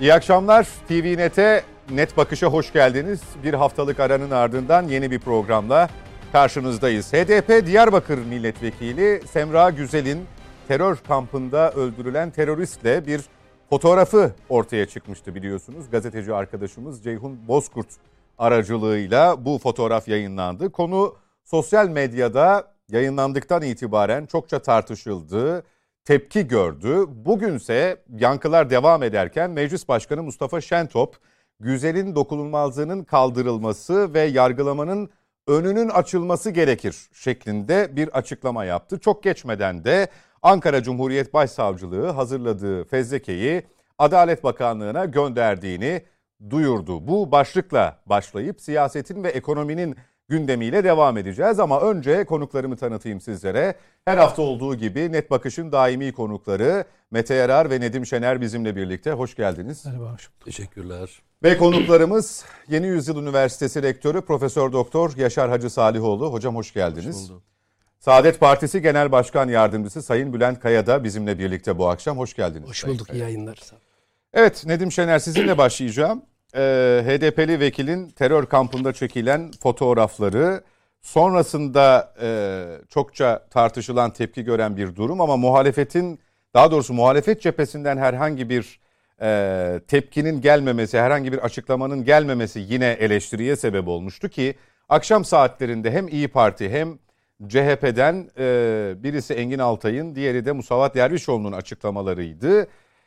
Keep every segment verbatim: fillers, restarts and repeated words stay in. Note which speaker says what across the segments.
Speaker 1: İyi akşamlar. T V Net'e, Net Bakış'a hoş geldiniz. Bir haftalık aranın ardından yeni bir programla karşınızdayız. H D P Diyarbakır Milletvekili Semra Güzel'in terör kampında öldürülen teröristle bir fotoğrafı ortaya çıkmıştı biliyorsunuz. Gazeteci arkadaşımız Ceyhun Bozkurt aracılığıyla bu fotoğraf yayınlandı. Konu sosyal medyada yayınlandıktan itibaren çokça tartışıldı, tepki gördü. Bugünse yankılar devam ederken Meclis Başkanı Mustafa Şentop, Güzel'in dokunulmazlığının kaldırılması ve yargılamanın önünün açılması gerekir şeklinde bir açıklama yaptı. Çok geçmeden de Ankara Cumhuriyet Başsavcılığı hazırladığı fezlekeyi Adalet Bakanlığı'na gönderdiğini duyurdu. Bu başlıkla başlayıp siyasetin ve ekonominin gündemiyle devam edeceğiz ama önce konuklarımı tanıtayım sizlere. Her hafta olduğu gibi Net Bakış'ın daimi konukları Mete Yarar ve Nedim Şener bizimle birlikte. Hoş geldiniz.
Speaker 2: Merhaba, hoş bulduk.
Speaker 3: Teşekkürler.
Speaker 1: Ve konuklarımız Yeni Yüzyıl Üniversitesi Rektörü Profesör Doktor Yaşar Hacı Salihoğlu. Hocam hoş geldiniz. Hoş bulduk. Saadet Partisi Genel Başkan Yardımcısı Sayın Bülent Kaya da bizimle birlikte bu akşam. Hoş geldiniz.
Speaker 2: Hoş bulduk, iyi yayınlar.
Speaker 1: Evet, Nedim Şener sizinle başlayacağım. Ee, H D P'li vekilin terör kampında çekilen fotoğrafları sonrasında e, çokça tartışılan, tepki gören bir durum ama muhalefetin, daha doğrusu muhalefet cephesinden herhangi bir e, tepkinin gelmemesi, herhangi bir açıklamanın gelmemesi yine eleştiriye sebep olmuştu ki akşam saatlerinde hem İyi Parti hem C H P'den e, birisi Engin Altay'ın, diğeri de Musavat Dervişoğlu'nun açıklamalarıydı.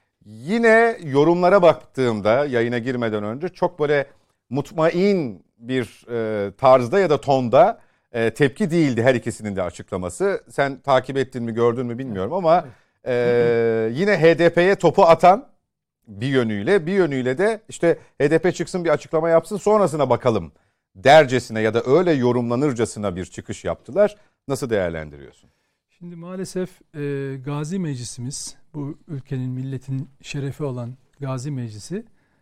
Speaker 1: Yine yorumlara baktığımda yayına girmeden önce çok böyle mutmain bir e, tarzda ya da tonda e, tepki değildi her ikisinin de açıklaması. Sen takip ettin mi, gördün mü bilmiyorum ama e, yine H D P'ye topu atan bir yönüyle, bir yönüyle de işte H D P çıksın bir açıklama yapsın sonrasına bakalım dercesine ya da öyle yorumlanırcasına bir çıkış yaptılar. Nasıl değerlendiriyorsun?
Speaker 2: Şimdi maalesef e, Gazi Meclisimiz, bu ülkenin, milletin şerefi olan Gazi Meclisi,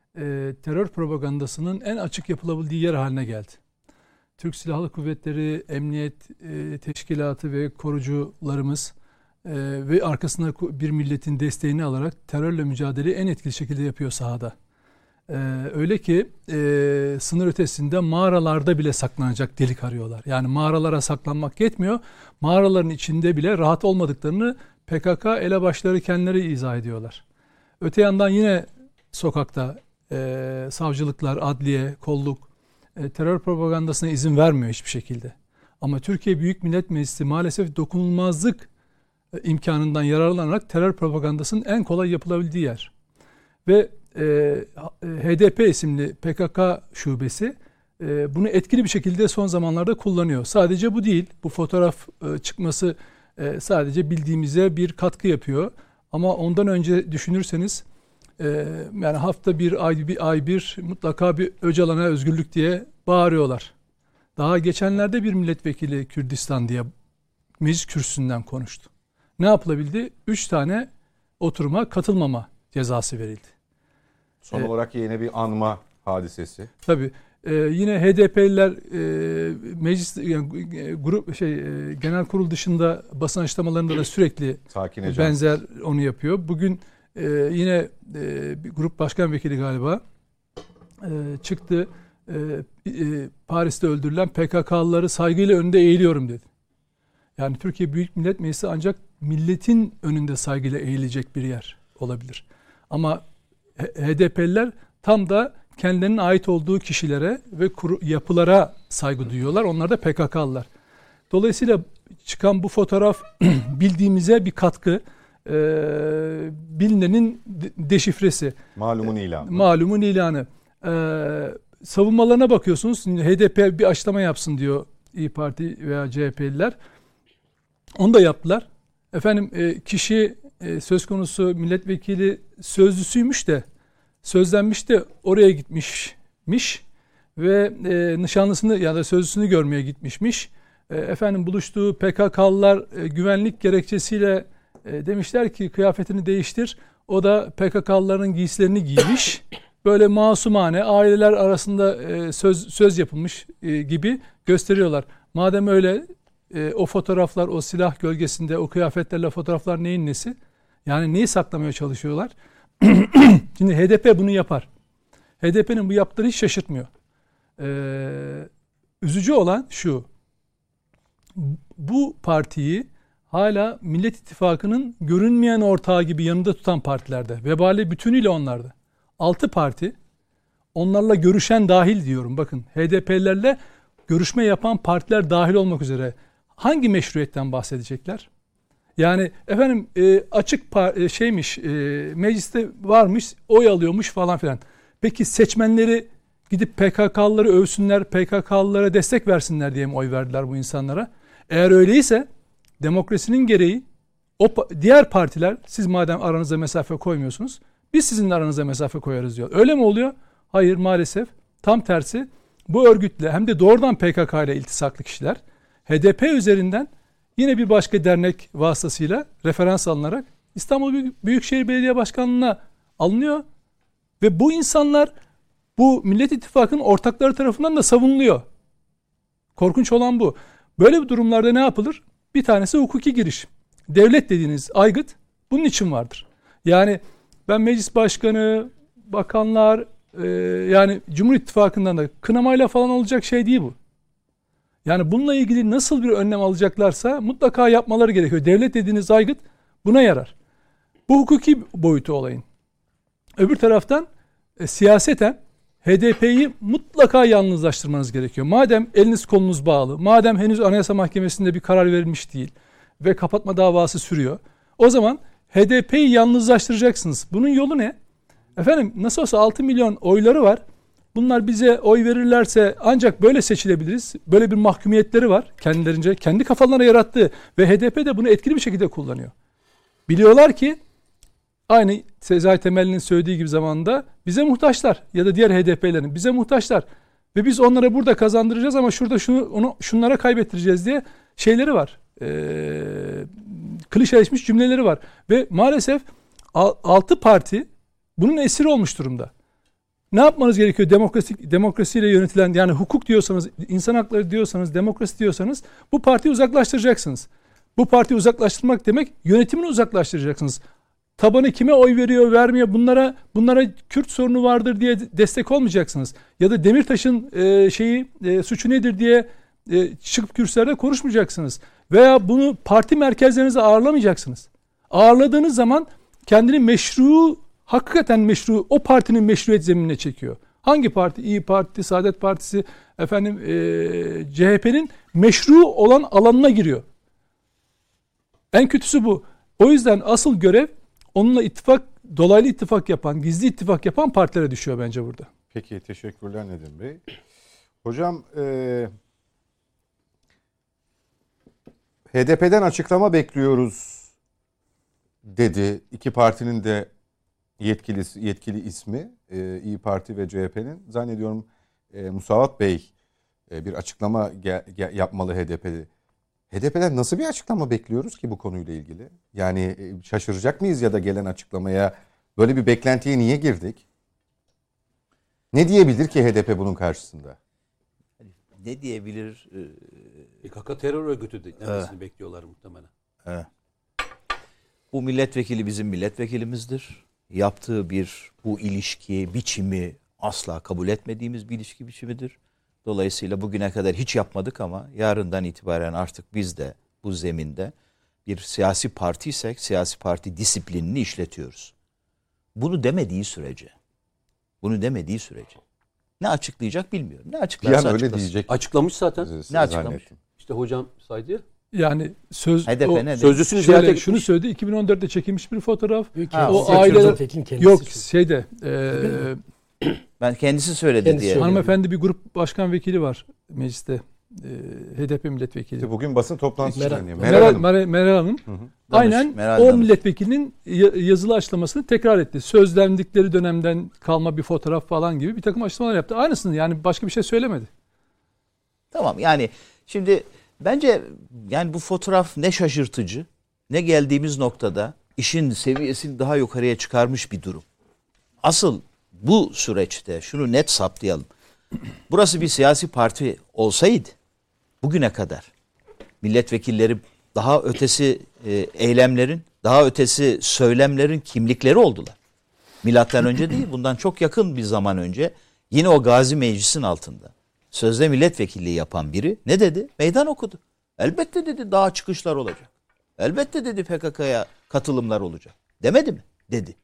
Speaker 2: e, terör propagandasının en açık yapılabildiği yer haline geldi. Türk Silahlı Kuvvetleri, Emniyet e, Teşkilatı ve korucularımız e, ve arkasında bir milletin desteğini alarak terörle mücadeleyi en etkili şekilde yapıyor sahada. Ee, öyle ki e, sınır ötesinde mağaralarda bile saklanacak delik arıyorlar. Yani mağaralara saklanmak yetmiyor. Mağaraların içinde bile rahat olmadıklarını P K K elebaşları kendileri izah ediyorlar. Öte yandan yine sokakta e, savcılıklar, adliye, kolluk e, terör propagandasına izin vermiyor hiçbir şekilde. Ama Türkiye Büyük Millet Meclisi maalesef dokunulmazlık e, imkanından yararlanarak terör propagandasının en kolay yapılabildiği yer. Ve e, H D P isimli P K K şubesi e, bunu etkili bir şekilde son zamanlarda kullanıyor. Sadece bu değil, bu fotoğraf e, çıkması e, sadece bildiğimize bir katkı yapıyor. Ama ondan önce düşünürseniz e, yani hafta bir, ay bir, ay bir mutlaka bir Öcalan'a özgürlük diye bağırıyorlar. Daha geçenlerde bir milletvekili Kürdistan diye meclis kürsüsünden konuştu. Ne yapılabildi? Üç tane oturuma katılmama cezası verildi.
Speaker 1: Son ee, olarak yine bir anma hadisesi. Tabii.
Speaker 2: E, yine H D P'liler e, meclis yani, e, grup şey e, genel kurul dışında basın açıklamalarında da sürekli Sakine benzer Can. onu yapıyor. Bugün e, yine e, bir grup başkan vekili galiba e, çıktı. E, e, Paris'te öldürülen P K K'lıları saygıyla önünde eğiliyorum dedi. Yani Türkiye Büyük Millet Meclisi ancak milletin önünde saygıyla eğilecek bir yer olabilir. Ama H D P'liler tam da kendilerinin ait olduğu kişilere ve kuru, yapılara saygı duyuyorlar. Onlar da P K K'lılar. Dolayısıyla çıkan bu fotoğraf bildiğimize bir katkı. E, bilinenin deşifresi.
Speaker 1: Malumun ilanı.
Speaker 2: Malumun ilanı. E, savunmalarına bakıyorsunuz. H D P bir açıklama yapsın diyor İyi Parti veya C H P'liler. Onu da yaptılar. Efendim e, kişi e, söz konusu milletvekili sözlüsüymüş de sözlenmiş de oraya gitmişmiş ve e, nişanlısını ya da sözlüsünü görmeye gitmişmiş. E, efendim buluştuğu P K K'lılar e, güvenlik gerekçesiyle e, demişler ki kıyafetini değiştir. O da P K K'lıların giysilerini giymiş. Böyle masumane aileler arasında e, söz söz yapılmış e, gibi gösteriyorlar. Madem öyle e, o fotoğraflar, o silah gölgesinde, o kıyafetlerle fotoğraflar neyin nesi? Yani neyi saklamaya çalışıyorlar? Şimdi H D P bunu yapar. H D P'nin bu yaptığı hiç şaşırtmıyor. Ee, üzücü olan şu. Bu partiyi hala Millet İttifakı'nın görünmeyen ortağı gibi yanında tutan partilerde. Vebali bütünüyle onlarda. Altı parti, onlarla görüşen dahil diyorum. Bakın H D P'lerle görüşme yapan partiler dahil olmak üzere hangi meşruiyetten bahsedecekler? Yani efendim e, açık par- şeymiş, e, mecliste varmış, oy alıyormuş falan filan. Peki seçmenleri gidip P K K'lıları övsünler, P K K'lılara destek versinler diye mi oy verdiler bu insanlara? Eğer öyleyse demokrasinin gereği o diğer partiler, siz madem aranıza mesafe koymuyorsunuz, biz sizinle aranıza mesafe koyarız diyor. Öyle mi oluyor? Hayır, maalesef tam tersi. Bu örgütle hem de doğrudan P K K ile iltisaklı kişiler H D P üzerinden yine bir başka dernek vasıtasıyla referans alınarak İstanbul Büyükşehir Belediye Başkanlığı'na alınıyor. Ve bu insanlar bu Millet İttifakı'nın ortakları tarafından da savunuluyor. Korkunç olan bu. Böyle bir durumlarda ne yapılır? Bir tanesi hukuki giriş. Devlet dediğiniz aygıt bunun için vardır. Yani ben meclis başkanı, bakanlar, e, yani Cumhur İttifakı'ndan da kınamayla falan olacak şey değil bu. Yani bununla ilgili nasıl bir önlem alacaklarsa mutlaka yapmaları gerekiyor. Devlet dediğiniz aygıt buna yarar. Bu hukuki boyutu olayın. Öbür taraftan e, siyaseten H D P'yi mutlaka yalnızlaştırmanız gerekiyor. Madem eliniz kolunuz bağlı, madem henüz Anayasa Mahkemesi'nde bir karar verilmiş değil ve kapatma davası sürüyor, o zaman H D P'yi yalnızlaştıracaksınız. Bunun yolu ne? Efendim nasıl olsa altı milyon oyları var. Bunlar bize oy verirlerse ancak böyle seçilebiliriz. Böyle bir mahkumiyetleri var kendilerince. Kendi kafalarına yarattığı ve H D P de bunu etkili bir şekilde kullanıyor. Biliyorlar ki aynı Sezai Temelli'nin söylediği gibi zamanında bize muhtaçlar ya da diğer H D P'lerin bize muhtaçlar. Ve biz onlara burada kazandıracağız ama şurada şunu onu şunlara kaybettireceğiz diye şeyleri var. Ee, klişeleşmiş cümleleri var. Ve maalesef altı parti bunun esiri olmuş durumda. Ne yapmanız gerekiyor? Demokrasi, demokrasiyle yönetilen, yani hukuk diyorsanız, insan hakları diyorsanız, demokrasi diyorsanız bu partiyi uzaklaştıracaksınız. Bu partiyi uzaklaştırmak demek yönetimini uzaklaştıracaksınız. Tabanı kime oy veriyor, vermiyor, bunlara bunlara Kürt sorunu vardır diye destek olmayacaksınız. Ya da Demirtaş'ın e, şeyi e, suçu nedir diye e, çıkıp kürsülerde konuşmayacaksınız. Veya bunu parti merkezlerinize ağırlamayacaksınız. Ağırladığınız zaman kendini meşru, hakikaten meşru, o partinin meşruiyet zeminine çekiyor. Hangi parti? İYİ Parti, Saadet Partisi, efendim e, C H P'nin meşru olan alanına giriyor. En kötüsü bu. O yüzden asıl görev onunla ittifak, dolaylı ittifak yapan, gizli ittifak yapan partilere düşüyor bence burada.
Speaker 1: Peki, teşekkürler Nedim Bey. Hocam e, H D P'den açıklama bekliyoruz dedi. İki partinin de yetkili yetkili ismi e, İYİ Parti ve C H P'nin. Zannediyorum e, Musavat Bey e, bir açıklama ge, ge, yapmalı H D P'de. H D P'den nasıl bir açıklama bekliyoruz ki bu konuyla ilgili? Yani e, şaşıracak mıyız ya da gelen açıklamaya, böyle bir beklentiye niye girdik? Ne diyebilir ki H D P bunun karşısında?
Speaker 3: Ne diyebilir?
Speaker 4: P K K terör örgütü demesini
Speaker 3: evet.
Speaker 4: bekliyorlar muhtemelen.
Speaker 3: Evet. Bu milletvekili bizim milletvekilimizdir. Yaptığı bir bu ilişki biçimi asla kabul etmediğimiz bir ilişki biçimidir. Dolayısıyla bugüne kadar hiç yapmadık ama yarından itibaren artık biz de bu zeminde bir siyasi partiysek siyasi parti disiplinini işletiyoruz. Bunu demediği sürece, bunu demediği sürece ne açıklayacak bilmiyorum. Ne açıklarsa
Speaker 1: öyle
Speaker 3: açıklasın.
Speaker 1: diyecek.
Speaker 4: Açıklamış zaten.
Speaker 3: Ne açıklamış?
Speaker 4: İşte hocam saydı ya.
Speaker 2: Yani söz
Speaker 3: H D P
Speaker 2: o,
Speaker 3: ne dedi?
Speaker 4: Sözcüsünü
Speaker 2: şöyle,
Speaker 4: ziyaret
Speaker 2: şunu
Speaker 4: etmiş.
Speaker 2: söyledi. iki bin on dörtte çekilmiş bir fotoğraf.
Speaker 3: Ha,
Speaker 2: o
Speaker 3: o
Speaker 2: aileler yok şeyde e,
Speaker 3: Ben kendisi söyledi
Speaker 5: Kendisi
Speaker 3: diye.
Speaker 5: söyledi.
Speaker 2: hanımefendi bir grup başkan vekili var mecliste. E, H D P milletvekili.
Speaker 1: İşte bugün basın toplantısı
Speaker 5: Meral-
Speaker 1: düzenliyor.
Speaker 2: Meral,
Speaker 1: Meral Hanım.
Speaker 2: Meral, Meral Hanım
Speaker 1: Hı hı.
Speaker 2: aynen
Speaker 3: Meral
Speaker 2: o
Speaker 3: Danış.
Speaker 2: milletvekilinin ya- yazılı açıklamasını tekrar etti. Sözlendikleri dönemden kalma bir fotoğraf falan gibi bir takım açıklamalar yaptı. Aynısını, yani başka bir şey söylemedi.
Speaker 3: Tamam, yani şimdi bence yani bu fotoğraf ne şaşırtıcı ne geldiğimiz noktada işin seviyesini daha yukarıya çıkarmış bir durum. Asıl bu süreçte şunu net saptayalım. Burası bir siyasi parti olsaydı bugüne kadar milletvekilleri daha ötesi e, eylemlerin, daha ötesi söylemlerin kimlikleri oldular. Milattan önce değil, bundan çok yakın bir zaman önce yine o Gazi Meclis'in altında sözde milletvekilliği yapan biri ne dedi? Meydan okudu. Elbette dedi daha çıkışlar olacak. Elbette dedi P K K'ya katılımlar olacak. Demedi mi? Dedi.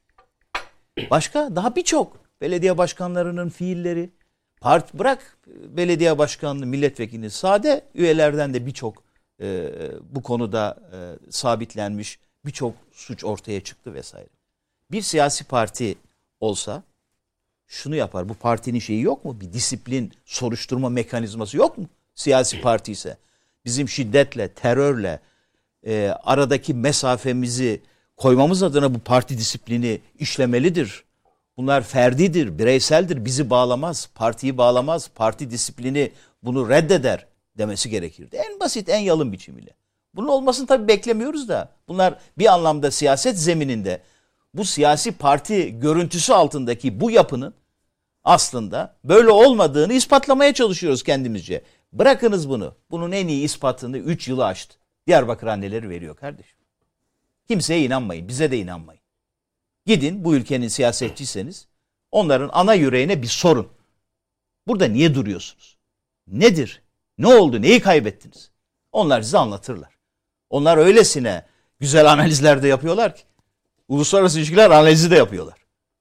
Speaker 3: Başka daha birçok belediye başkanlarının fiilleri, part bırak belediye başkanlığı, milletvekili, sade üyelerden de birçok e, bu konuda e, sabitlenmiş birçok suç ortaya çıktı vesaire. Bir siyasi parti olsa şunu yapar. Bu partinin şeyi yok mu? Bir disiplin, soruşturma mekanizması yok mu? Siyasi parti ise bizim şiddetle, terörle e, aradaki mesafemizi koymamız adına bu parti disiplini işlemelidir. Bunlar ferdidir, bireyseldir, bizi bağlamaz, partiyi bağlamaz, parti disiplini bunu reddeder demesi gerekirdi. En basit, en yalın biçimiyle. Bunun olmasını tabii beklemiyoruz da bunlar bir anlamda siyaset zemininde bu siyasi parti görüntüsü altındaki bu yapının aslında böyle olmadığını ispatlamaya çalışıyoruz kendimizce. Bırakınız bunu. Bunun en iyi ispatını üç yılı aştı. Diyarbakır anneleri veriyor kardeşim. Kimseye inanmayın, bize de inanmayın. Gidin bu ülkenin siyasetçiyseniz onların ana yüreğine bir sorun. Burada niye duruyorsunuz? Nedir? Ne oldu? Neyi kaybettiniz? Onlar size anlatırlar. Onlar öylesine güzel analizler de yapıyorlar ki. Uluslararası ilişkiler analizi de yapıyorlar.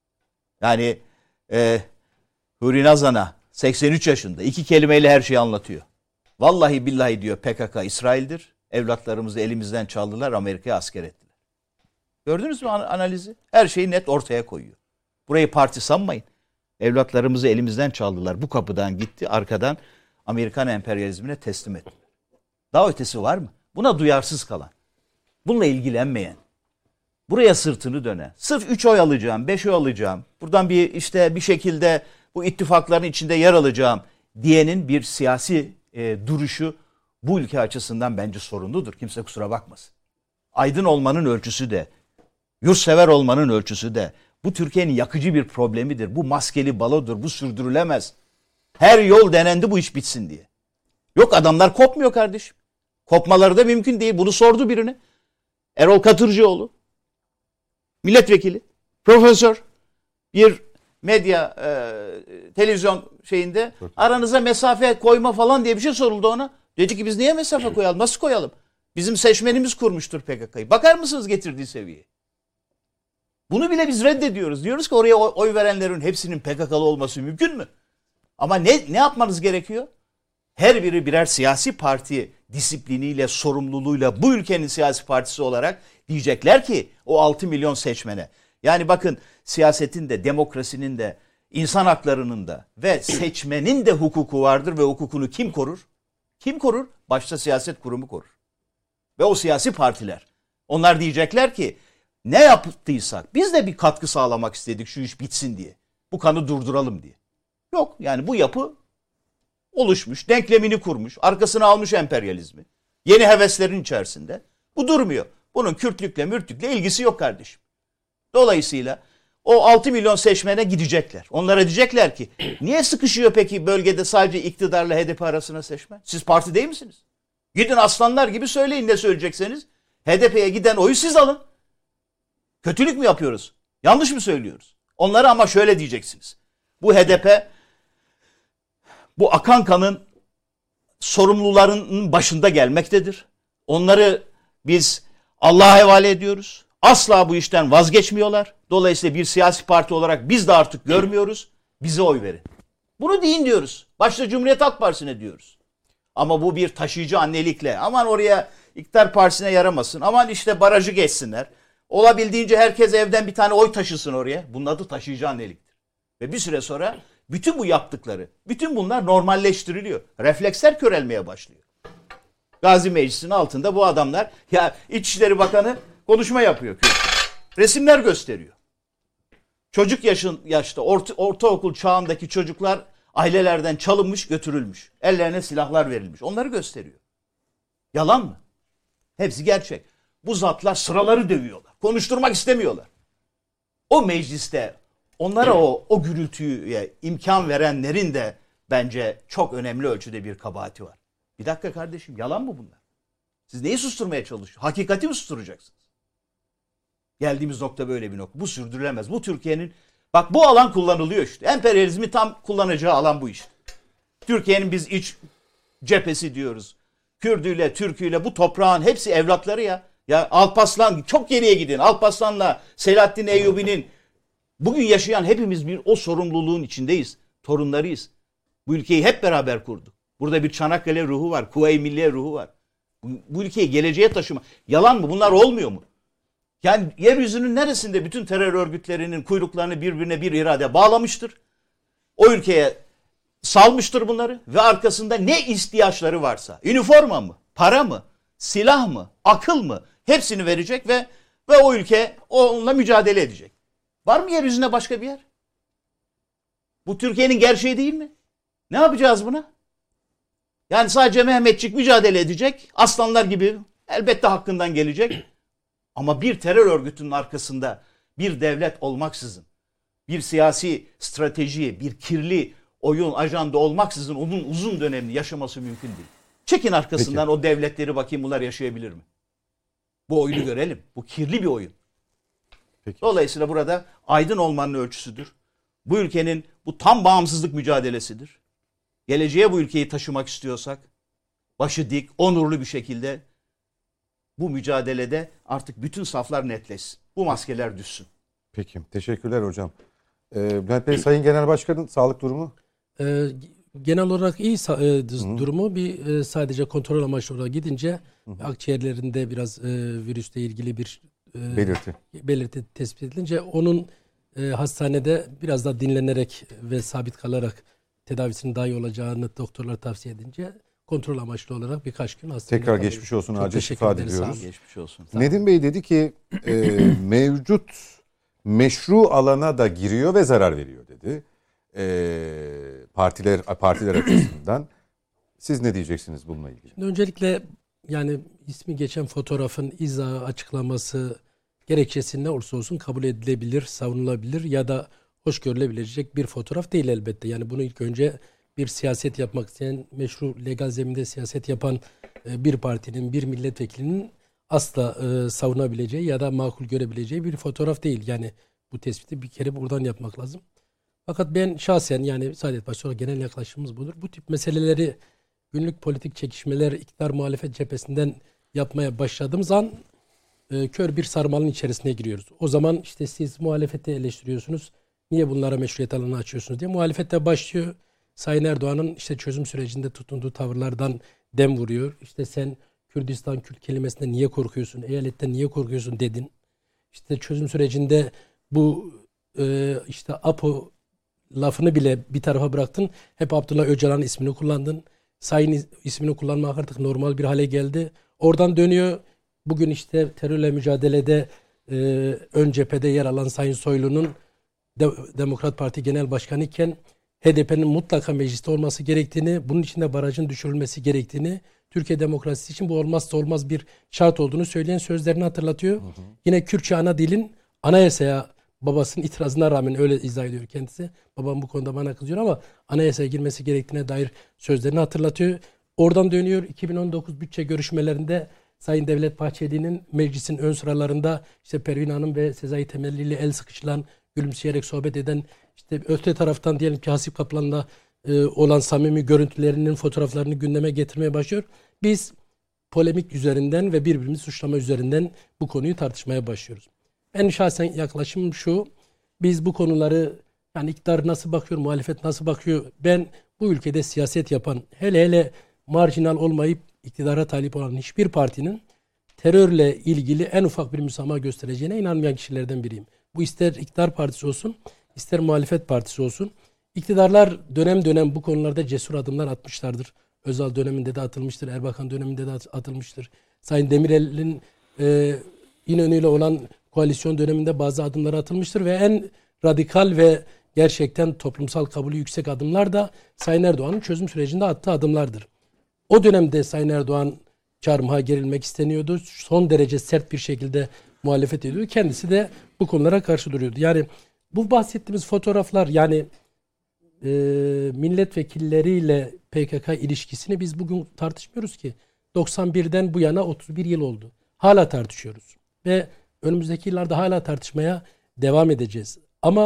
Speaker 3: Yani e, Huri Nazan'a seksen üç yaşında iki kelimeyle her şeyi anlatıyor. Vallahi billahi diyor P K K İsrail'dir. Evlatlarımızı elimizden çaldılar, Amerika'ya asker ettiler. Gördünüz mü analizi? Her şeyi net ortaya koyuyor. Burayı parti sanmayın. Evlatlarımızı elimizden çaldılar. Bu kapıdan gitti, arkadan Amerikan emperyalizmine teslim ettiler. Daha ötesi var mı? Buna duyarsız kalan, bununla ilgilenmeyen, buraya sırtını dönen, sırf üç oy alacağım, beş oy alacağım, buradan bir işte bir şekilde bu ittifakların içinde yer alacağım diyenin bir siyasi e, duruşu bu ülke açısından bence sorunludur. Kimse kusura bakmasın. Aydın olmanın ölçüsü de, yurtsever olmanın ölçüsü de, bu Türkiye'nin yakıcı bir problemidir. Bu maskeli balodur, bu sürdürülemez. Her yol denendi bu iş bitsin diye. Yok, adamlar kopmuyor kardeşim. Kopmaları da mümkün değil. Bunu sordu birine. Erol Katırcıoğlu, milletvekili, profesör, bir medya, e, televizyon şeyinde aranıza mesafe koyma falan diye bir şey soruldu ona. Dedi ki biz niye mesafe koyalım? Nasıl koyalım? Bizim seçmenimiz kurmuştur P K K'yı. Bakar mısınız getirdiği seviyeye? Bunu bile biz reddediyoruz. Diyoruz ki oraya oy verenlerin hepsinin P K K'lı olması mümkün mü? Ama ne ne yapmanız gerekiyor? Her biri birer siyasi parti disipliniyle, sorumluluğuyla bu ülkenin siyasi partisi olarak diyecekler ki o altı milyon seçmene. Yani bakın, siyasetin de, demokrasinin de, insan haklarının da ve seçmenin de hukuku vardır ve hukukunu kim korur? Kim korur? Başta siyaset kurumu korur. Ve o siyasi partiler. Onlar diyecekler ki ne yaptıysak biz de bir katkı sağlamak istedik şu iş bitsin diye. Bu kanı durduralım diye. Yok, yani bu yapı oluşmuş, denklemini kurmuş, arkasına almış emperyalizmi. Yeni heveslerin içerisinde. Bu durmuyor. Bunun Kürtlükle, Mürtlükle ilgisi yok kardeşim. Dolayısıyla o altı milyon seçmene gidecekler. Onlara diyecekler ki niye sıkışıyor peki bölgede sadece iktidarla H D P arasına seçmen? Siz parti değil misiniz? Gidin aslanlar gibi söyleyin ne söyleyecekseniz. H D P'ye giden oyu siz alın. Kötülük mü yapıyoruz? Yanlış mı söylüyoruz? Onlara ama şöyle diyeceksiniz. Bu H D P bu akan kanın sorumlularının başında gelmektedir. Onları biz Allah'a havale ediyoruz. Asla bu işten vazgeçmiyorlar. Dolayısıyla bir siyasi parti olarak biz de artık görmüyoruz. Bize oy verin. Bunu deyin diyoruz. Başta Cumhuriyet Halk Partisi'ne diyoruz. Ama bu bir taşıyıcı annelikle. Aman oraya iktidar partisine yaramasın. Aman işte barajı geçsinler. Olabildiğince herkes evden bir tane oy taşısın oraya. Bunun adı taşıyıcı anneliktir. Ve bir süre sonra bütün bu yaptıkları, bütün bunlar normalleştiriliyor. Refleksler körelmeye başlıyor. Gazi Meclisi'nin altında bu adamlar, ya İçişleri Bakanı konuşma yapıyor. Resimler gösteriyor. Çocuk yaşın yaşta orta, ortaokul çağındaki çocuklar ailelerden çalınmış, götürülmüş. Ellerine silahlar verilmiş. Onları gösteriyor. Yalan mı? Hepsi gerçek. Bu zatlar sıraları dövüyorlar. Konuşturmak istemiyorlar. O mecliste onlara o, o gürültüye imkan verenlerin de bence çok önemli ölçüde bir kabahati var. Bir dakika kardeşim, yalan mı bunlar? Siz neyi susturmaya çalışıyorsunuz? Hakikati mi susturacaksınız? Geldiğimiz nokta böyle bir nokta. Bu sürdürülemez. Bu Türkiye'nin Bak bu alan kullanılıyor işte. Emperyalizmi tam kullanacağı alan bu işte. Türkiye'nin biz iç cephesi diyoruz. Kürdüyle, Türküyle bu toprağın hepsi evlatları ya. Ya Alparslan çok geriye gidin. Alparslan'la Selahattin Eyyubi'nin bugün yaşayan hepimiz bir o sorumluluğun içindeyiz. Torunlarıyız. Bu ülkeyi hep beraber kurduk. Burada bir Çanakkale ruhu var. Kuvayi Milliye ruhu var. Bu, bu ülkeyi geleceğe taşıma. Yalan mı? Bunlar olmuyor mu? Yani yeryüzünün neresinde bütün terör örgütlerinin kuyruklarını birbirine bir irade bağlamıştır. O ülkeye salmıştır bunları ve arkasında ne ihtiyaçları varsa, üniforma mı, para mı, silah mı, akıl mı hepsini verecek ve ve o ülke onunla mücadele edecek. Var mı yeryüzünde başka bir yer? Bu Türkiye'nin gerçeği değil mi? Ne yapacağız buna? Yani sadece Mehmetçik mücadele edecek, aslanlar gibi elbette hakkından gelecek. Ama bir terör örgütünün arkasında bir devlet olmaksızın, bir siyasi strateji, bir kirli oyun, ajanda olmaksızın onun uzun dönemli yaşaması mümkün değil. Çekin arkasından Peki. O devletleri bakayım bunlar yaşayabilir mi? Bu oyunu görelim. Bu kirli bir oyun. Peki. Dolayısıyla burada aydın olmanın ölçüsüdür. Bu ülkenin bu tam bağımsızlık mücadelesidir. Geleceğe bu ülkeyi taşımak istiyorsak başı dik, onurlu bir şekilde bu mücadelede artık bütün saflar netleşsin. Bu maskeler düşsün.
Speaker 1: Peki. Teşekkürler hocam. Ee, Bülent Bey, Sayın Genel Başkan'ın sağlık durumu?
Speaker 5: Ee, genel olarak iyi e, durumu. Bir e, sadece kontrol amaçlı olarak gidince Hı-hı. akciğerlerinde biraz e, virüsle ilgili bir e,
Speaker 1: belirti.
Speaker 5: belirti tespit edilince onun e, hastanede biraz daha dinlenerek ve sabit kalarak tedavisinin daha iyi olacağını doktorlar tavsiye edince kontrol amaçlı olarak birkaç gün hastanede
Speaker 1: tekrar kalıyor. Geçmiş olsun, acil şifa diliyoruz.
Speaker 3: Geçmiş olsun.
Speaker 1: Nedim Bey dedi ki e, mevcut meşru alana da giriyor ve zarar veriyor dedi. E, partiler partiler açısından. Siz ne diyeceksiniz bununla ilgili?
Speaker 5: Şimdi öncelikle yani ismi geçen fotoğrafın izahı, açıklaması gerekçesi ne olursa olsun kabul edilebilir, savunulabilir ya da hoş görülebilecek bir fotoğraf değil elbette. Yani bunu ilk önce bir siyaset yapmak isteyen, meşru legal zeminde siyaset yapan bir partinin, bir milletvekilinin asla e, savunabileceği ya da makul görebileceği bir fotoğraf değil. Yani bu tespiti bir kere buradan yapmak lazım. Fakat ben şahsen yani Saadet Partisi genel yaklaşımımız budur. Bu tip meseleleri günlük politik çekişmeler iktidar muhalefet cephesinden yapmaya başladığımız an e, kör bir sarmalın içerisine giriyoruz. O zaman işte siz muhalefeti eleştiriyorsunuz. Niye bunlara meşruiyet alanı açıyorsunuz diye. Muhalefette başlıyor. Sayın Erdoğan'ın işte çözüm sürecinde tutunduğu tavırlardan dem vuruyor. İşte sen Kürdistan Kürt kelimesinde niye korkuyorsun? Eyaletten niye korkuyorsun dedin. İşte çözüm sürecinde bu e, işte APO lafını bile bir tarafa bıraktın. Hep Abdullah Öcalan'ın ismini kullandın. Sayın ismini kullanmak artık normal bir hale geldi. Oradan dönüyor. Bugün işte terörle mücadelede e, ön cephede yer alan Sayın Soylu'nun De- Demokrat Parti Genel Başkanı iken H D P'nin mutlaka mecliste olması gerektiğini, bunun için de barajın düşürülmesi gerektiğini, Türkiye demokrasisi için bu olmazsa olmaz bir şart olduğunu söyleyen sözlerini hatırlatıyor. Hı hı. Yine Kürtçe ana dilin anayasaya babasının itirazına rağmen öyle izah ediyor kendisi. Babam bu konuda bana kızıyor ama anayasaya girmesi gerektiğine dair sözlerini hatırlatıyor. Oradan dönüyor iki bin on dokuz bütçe görüşmelerinde Sayın Devlet Bahçeli'nin meclisin ön sıralarında işte Pervin Hanım ve Sezai Temelli ile el sıkışılan, gülümseyerek sohbet eden, işte öte taraftan diyelim ki Hasip Kaplan'la e, olan samimi görüntülerinin fotoğraflarını gündeme getirmeye başlıyor. Biz polemik üzerinden ve birbirimizi suçlama üzerinden bu konuyu tartışmaya başlıyoruz. En şahsen yaklaşımım şu: biz bu konuları, yani iktidar nasıl bakıyor, muhalefet nasıl bakıyor, ben bu ülkede siyaset yapan, hele hele marjinal olmayıp iktidara talip olan hiçbir partinin terörle ilgili en ufak bir müsamaha göstereceğine inanmayan kişilerden biriyim. Bu ister iktidar partisi olsun, ister muhalefet partisi olsun. İktidarlar dönem dönem bu konularda cesur adımlar atmışlardır. Özal döneminde de atılmıştır, Erbakan döneminde de atılmıştır. Sayın Demirel'in e, İnönü'yle olan koalisyon döneminde bazı adımlar atılmıştır ve en radikal ve gerçekten toplumsal kabulü yüksek adımlar da Sayın Erdoğan'ın çözüm sürecinde attığı adımlardır. O dönemde Sayın Erdoğan çarmıha gerilmek isteniyordu. Son derece sert bir şekilde muhalefet ediyordu. Kendisi de bu konulara karşı duruyordu. Yani bu bahsettiğimiz fotoğraflar, yani e, milletvekilleriyle P K K ilişkisini biz bugün tartışmıyoruz ki. doksan birden bu yana otuz bir yıl oldu. Hala tartışıyoruz. Ve önümüzdeki yıllarda hala tartışmaya devam edeceğiz. Ama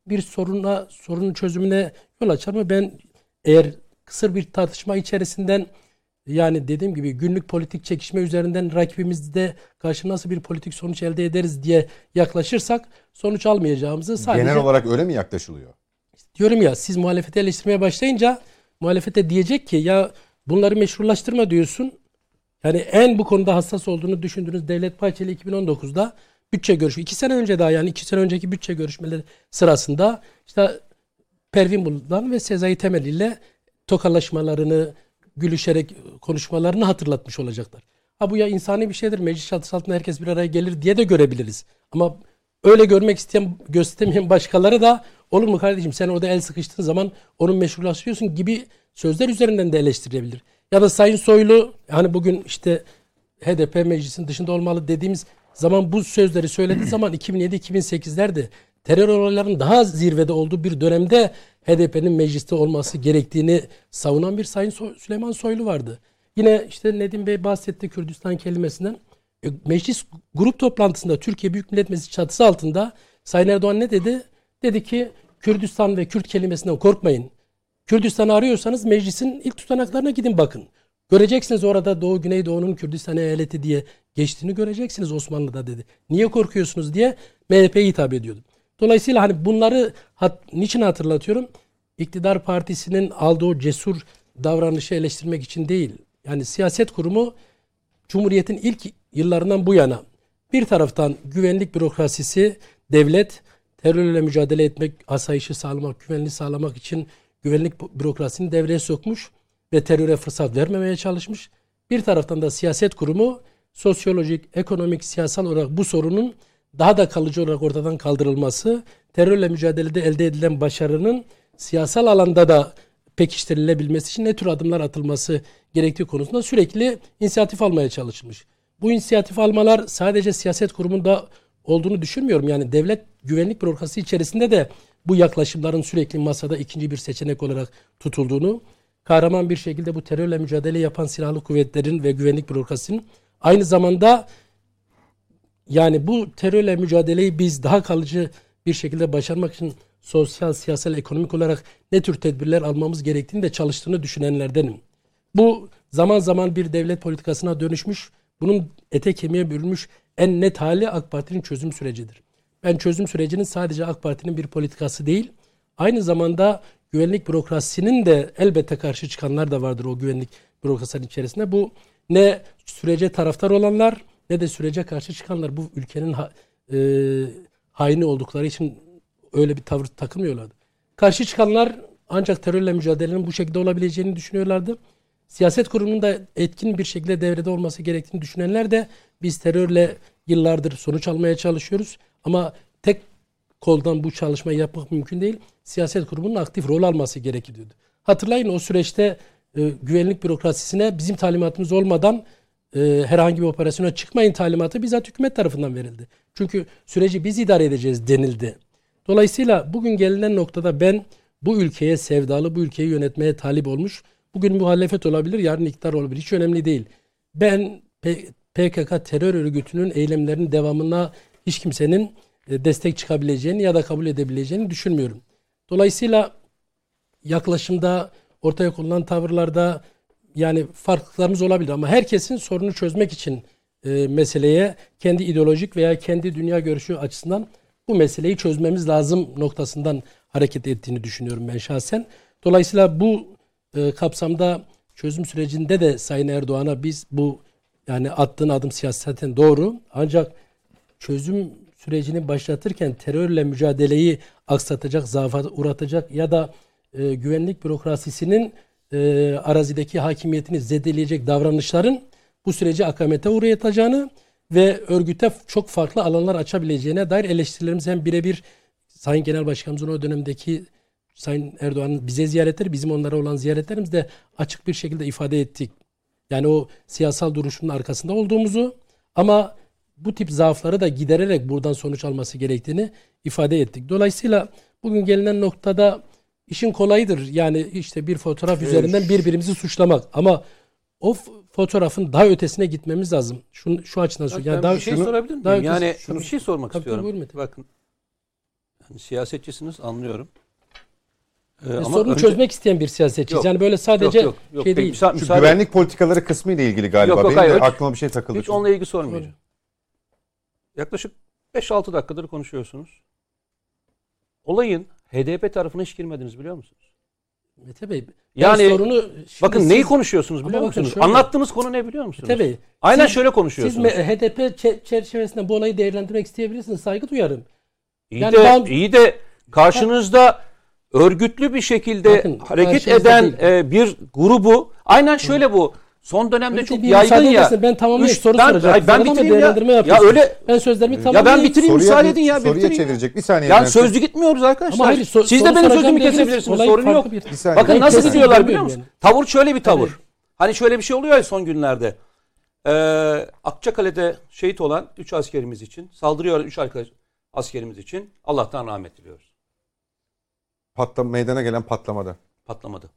Speaker 5: bir soruna sorunun çözümüne yol açar mı? Ben eğer kısır bir tartışma içerisinden yani dediğim gibi günlük politik çekişme üzerinden rakibimizde karşı nasıl bir politik sonuç elde ederiz diye yaklaşırsak sonuç almayacağımızı sadece...
Speaker 1: Genel olarak öyle mi yaklaşılıyor?
Speaker 5: Diyorum ya siz muhalefeti eleştirmeye başlayınca muhalefete diyecek ki ya bunları meşrulaştırma diyorsun. Yani en bu konuda hassas olduğunu düşündüğünüz Devlet Bahçeli iki bin on dokuzda bütçe görüşü. iki sene önce daha yani iki sene önceki bütçe görüşmeleri sırasında işte Pervin Buldan ve Sezai Temel ile tokalaşmalarını, gülüşerek konuşmalarını hatırlatmış olacaklar. Ha bu ya insani bir şeydir. Meclis çatısı altında herkes bir araya gelir diye de görebiliriz. Ama öyle görmek isteyen, göstemeyen başkaları da olur mu kardeşim sen orada el sıkıştığın zaman onu meşrulaştırıyorsun gibi sözler üzerinden de eleştirilebilir. Ya da Sayın Soylu hani bugün işte H D P meclisin dışında olmalı dediğimiz zaman bu sözleri söylediği zaman iki bin yedi iki bin sekizlerde terör olaylarının daha zirvede olduğu bir dönemde H D P'nin mecliste olması gerektiğini savunan bir Sayın so- Süleyman Soylu vardı. Yine işte Nedim Bey bahsetti Kürdistan kelimesinden. E, meclis grup toplantısında Türkiye Büyük Millet Meclisi çatısı altında Sayın Erdoğan ne dedi? Dedi ki Kürdistan ve Kürt kelimesinden korkmayın. Kürdistan'ı arıyorsanız meclisin ilk tutanaklarına gidin bakın. Göreceksiniz orada Doğu Güneydoğu'nun Kürdistan eyaleti diye geçtiğini göreceksiniz Osmanlı'da dedi. Niye korkuyorsunuz diye M H P'ye hitap ediyordu. Dolayısıyla hani bunları hat, niçin hatırlatıyorum? İktidar partisinin aldığı o cesur davranışı eleştirmek için değil. Yani siyaset kurumu Cumhuriyet'in ilk yıllarından bu yana bir taraftan güvenlik bürokrasisi, devlet terörle mücadele etmek, asayişi sağlamak, güvenliği sağlamak için güvenlik bürokrasisini devreye sokmuş ve teröre fırsat vermemeye çalışmış. Bir taraftan da siyaset kurumu sosyolojik, ekonomik, siyasal olarak bu sorunun daha da kalıcı olarak ortadan kaldırılması, terörle mücadelede elde edilen başarının siyasal alanda da pekiştirilebilmesi için ne tür adımlar atılması gerektiği konusunda sürekli inisiyatif almaya çalışılmış. Bu inisiyatif almalar sadece siyaset kurumunda olduğunu düşünmüyorum. Yani devlet güvenlik bürokrasisi içerisinde de bu yaklaşımların sürekli masada ikinci bir seçenek olarak tutulduğunu, kahraman bir şekilde bu terörle mücadele yapan silahlı kuvvetlerin ve güvenlik bürokrasisinin aynı zamanda yani bu terörle mücadeleyi biz daha kalıcı bir şekilde başarmak için sosyal, siyasal, ekonomik olarak ne tür tedbirler almamız gerektiğini de çalıştığını düşünenlerdenim. Bu zaman zaman bir devlet politikasına dönüşmüş, bunun ete kemiğe bürünmüş en net hali AK Parti'nin çözüm sürecidir. Ben çözüm sürecinin sadece AK Parti'nin bir politikası değil, aynı zamanda güvenlik bürokrasisinin de elbette karşı çıkanlar da vardır o güvenlik bürokrasisinin içerisinde. Bu ne sürece taraftar olanlar ne de sürece karşı çıkanlar bu ülkenin ha, e, haini oldukları için öyle bir tavır takılmıyorlardı. Karşı çıkanlar ancak terörle mücadelenin bu şekilde olabileceğini düşünüyorlardı. Siyaset kurumunun da etkin bir şekilde devrede olması gerektiğini düşünenler de biz terörle yıllardır sonuç almaya çalışıyoruz. Ama tek koldan bu çalışmayı yapmak mümkün değil. Siyaset kurumunun aktif rol alması gerekiyordu. Hatırlayın o süreçte e, güvenlik bürokrasisine bizim talimatımız olmadan e, herhangi bir operasyona çıkmayın talimatı bizzat hükümet tarafından verildi. Çünkü süreci biz idare edeceğiz denildi. Dolayısıyla bugün gelinen noktada ben bu ülkeye sevdalı, bu ülkeyi yönetmeye talip olmuş, bugün muhalefet olabilir, yarın iktidar olabilir. Hiç önemli değil. Ben P K K terör örgütünün eylemlerinin devamına hiç kimsenin destek çıkabileceğini ya da kabul edebileceğini düşünmüyorum. Dolayısıyla yaklaşımda, ortaya konulan tavırlarda yani farklılıklarımız olabilir ama herkesin sorunu çözmek için e, meseleye kendi ideolojik veya kendi dünya görüşü açısından bu meseleyi çözmemiz lazım noktasından hareket ettiğini düşünüyorum ben şahsen. Dolayısıyla bu e, kapsamda çözüm sürecinde de Sayın Erdoğan'a biz bu yani attığın adım siyaseten doğru ancak çözüm sürecini başlatırken terörle mücadeleyi aksatacak, zaafa uğratacak ya da e, güvenlik bürokrasisinin e, arazideki hakimiyetini zedeleyecek davranışların bu süreci akamete uğrayacağını ve örgüte çok farklı alanlar açabileceğine dair eleştirilerimiz hem birebir Sayın Genel Başkanımızın o dönemdeki Sayın Erdoğan'ın bize ziyaretleri, bizim onlara olan ziyaretlerimiz de açık bir şekilde ifade ettik. Yani o siyasal duruşunun arkasında olduğumuzu ama bu tip zaafları da gidererek buradan sonuç alması gerektiğini ifade ettik. Dolayısıyla bugün gelinen noktada işin kolayıdır. Yani işte bir fotoğraf evet. üzerinden birbirimizi suçlamak. Ama o fotoğrafın daha ötesine gitmemiz lazım. Şu, şu açıdan söyleyeyim.
Speaker 4: Yani
Speaker 5: daha,
Speaker 4: bir şey
Speaker 5: şunu,
Speaker 4: sorabilir miyim?
Speaker 5: Daha
Speaker 4: yani
Speaker 5: ötesi, şunu,
Speaker 4: bir şey sormak
Speaker 5: tabii,
Speaker 4: istiyorum.
Speaker 5: tabii,
Speaker 4: Bakın Yani siyasetçisiniz, anlıyorum. Ee,
Speaker 5: E,
Speaker 4: ama
Speaker 5: sorunu
Speaker 4: önce-
Speaker 5: çözmek isteyen bir siyasetçi.
Speaker 4: Yok,
Speaker 5: Yani böyle sadece
Speaker 4: yok, yok, yok.
Speaker 5: şey
Speaker 4: Peki,
Speaker 5: değil.
Speaker 4: müsa-
Speaker 1: Şu
Speaker 4: müsaade-
Speaker 1: güvenlik politikaları kısmı ile ilgili galiba.
Speaker 4: Yok, yok,
Speaker 1: Benim
Speaker 4: hayır,
Speaker 1: de
Speaker 4: hiç-
Speaker 1: aklıma bir şey takıldı.
Speaker 4: Hiç onunla ilgili sormayacağım. Yaklaşık beş altı dakikadır konuşuyorsunuz. Olayın H D P tarafına hiç girmediniz, biliyor musunuz?
Speaker 5: Mete Bey,
Speaker 4: Yani
Speaker 5: yani sorunu şimdi
Speaker 4: bakın neyi
Speaker 5: siz-
Speaker 4: konuşuyorsunuz biliyor
Speaker 5: Ama bakın
Speaker 4: musunuz?
Speaker 5: şöyle-
Speaker 4: Anlattığınız konu ne biliyor musunuz?
Speaker 5: Mete Bey,
Speaker 4: Aynen
Speaker 5: siz-
Speaker 4: şöyle
Speaker 5: siz
Speaker 4: konuşuyorsunuz.
Speaker 5: me- H D P çe- çerçevesinde bu olayı değerlendirmek isteyebilirsiniz. Saygı duyarım.
Speaker 4: İyi
Speaker 5: yani
Speaker 4: de
Speaker 5: ben-
Speaker 4: iyi de karşınızda örgütlü bir şekilde
Speaker 5: Bakın,
Speaker 4: hareket
Speaker 5: karşınızda
Speaker 4: eden
Speaker 5: değil.
Speaker 4: e, bir grubu, aynen şöyle bu. Son dönemde
Speaker 5: Öyle
Speaker 4: çok
Speaker 5: değil,
Speaker 4: yaygın
Speaker 5: müsaade
Speaker 4: ya.
Speaker 5: edersin, ben tamamlayayım,
Speaker 4: Üç-
Speaker 5: soru
Speaker 4: ben,
Speaker 5: soracağım.
Speaker 4: Ay, ben
Speaker 5: Sonra da
Speaker 4: bitireyim ya.
Speaker 5: değerlendirme
Speaker 4: Ya
Speaker 5: yapıyorsun.
Speaker 4: öyle
Speaker 5: Ben sözlerimi
Speaker 4: ya
Speaker 5: tamamlayayım.
Speaker 4: ben bitireyim,
Speaker 1: Soruya,
Speaker 4: müsaade
Speaker 1: bir-
Speaker 4: edin ya.
Speaker 1: soruya
Speaker 4: bitireyim ya.
Speaker 1: çevirecek. Bir saniye.
Speaker 4: Yani
Speaker 1: Bülent Bey.
Speaker 4: sözlü gitmiyoruz arkadaşlar.
Speaker 5: Ama hayır, so-
Speaker 4: Siz de
Speaker 5: soru
Speaker 4: benim
Speaker 5: soracağım
Speaker 4: sözümü
Speaker 5: diyebiliriz.
Speaker 4: kesebilirsiniz.
Speaker 5: Olay
Speaker 4: Sorun yok.
Speaker 5: farklı bir-
Speaker 1: Bir saniye.
Speaker 4: Bakın
Speaker 5: Ben
Speaker 4: nasıl
Speaker 5: kesin
Speaker 4: gidiyorlar
Speaker 5: görmüyorum
Speaker 4: biliyor musun?
Speaker 5: yani.
Speaker 4: Tavır şöyle bir tavır.
Speaker 5: Evet.
Speaker 4: Hani şöyle bir şey oluyor ya son günlerde. Ee, Akçakale'de şehit olan üç askerimiz için, saldırıyor üç askerimiz için Allah'tan rahmet diliyoruz.
Speaker 1: Patlama, meydana gelen patlamada.
Speaker 4: Patlamadı.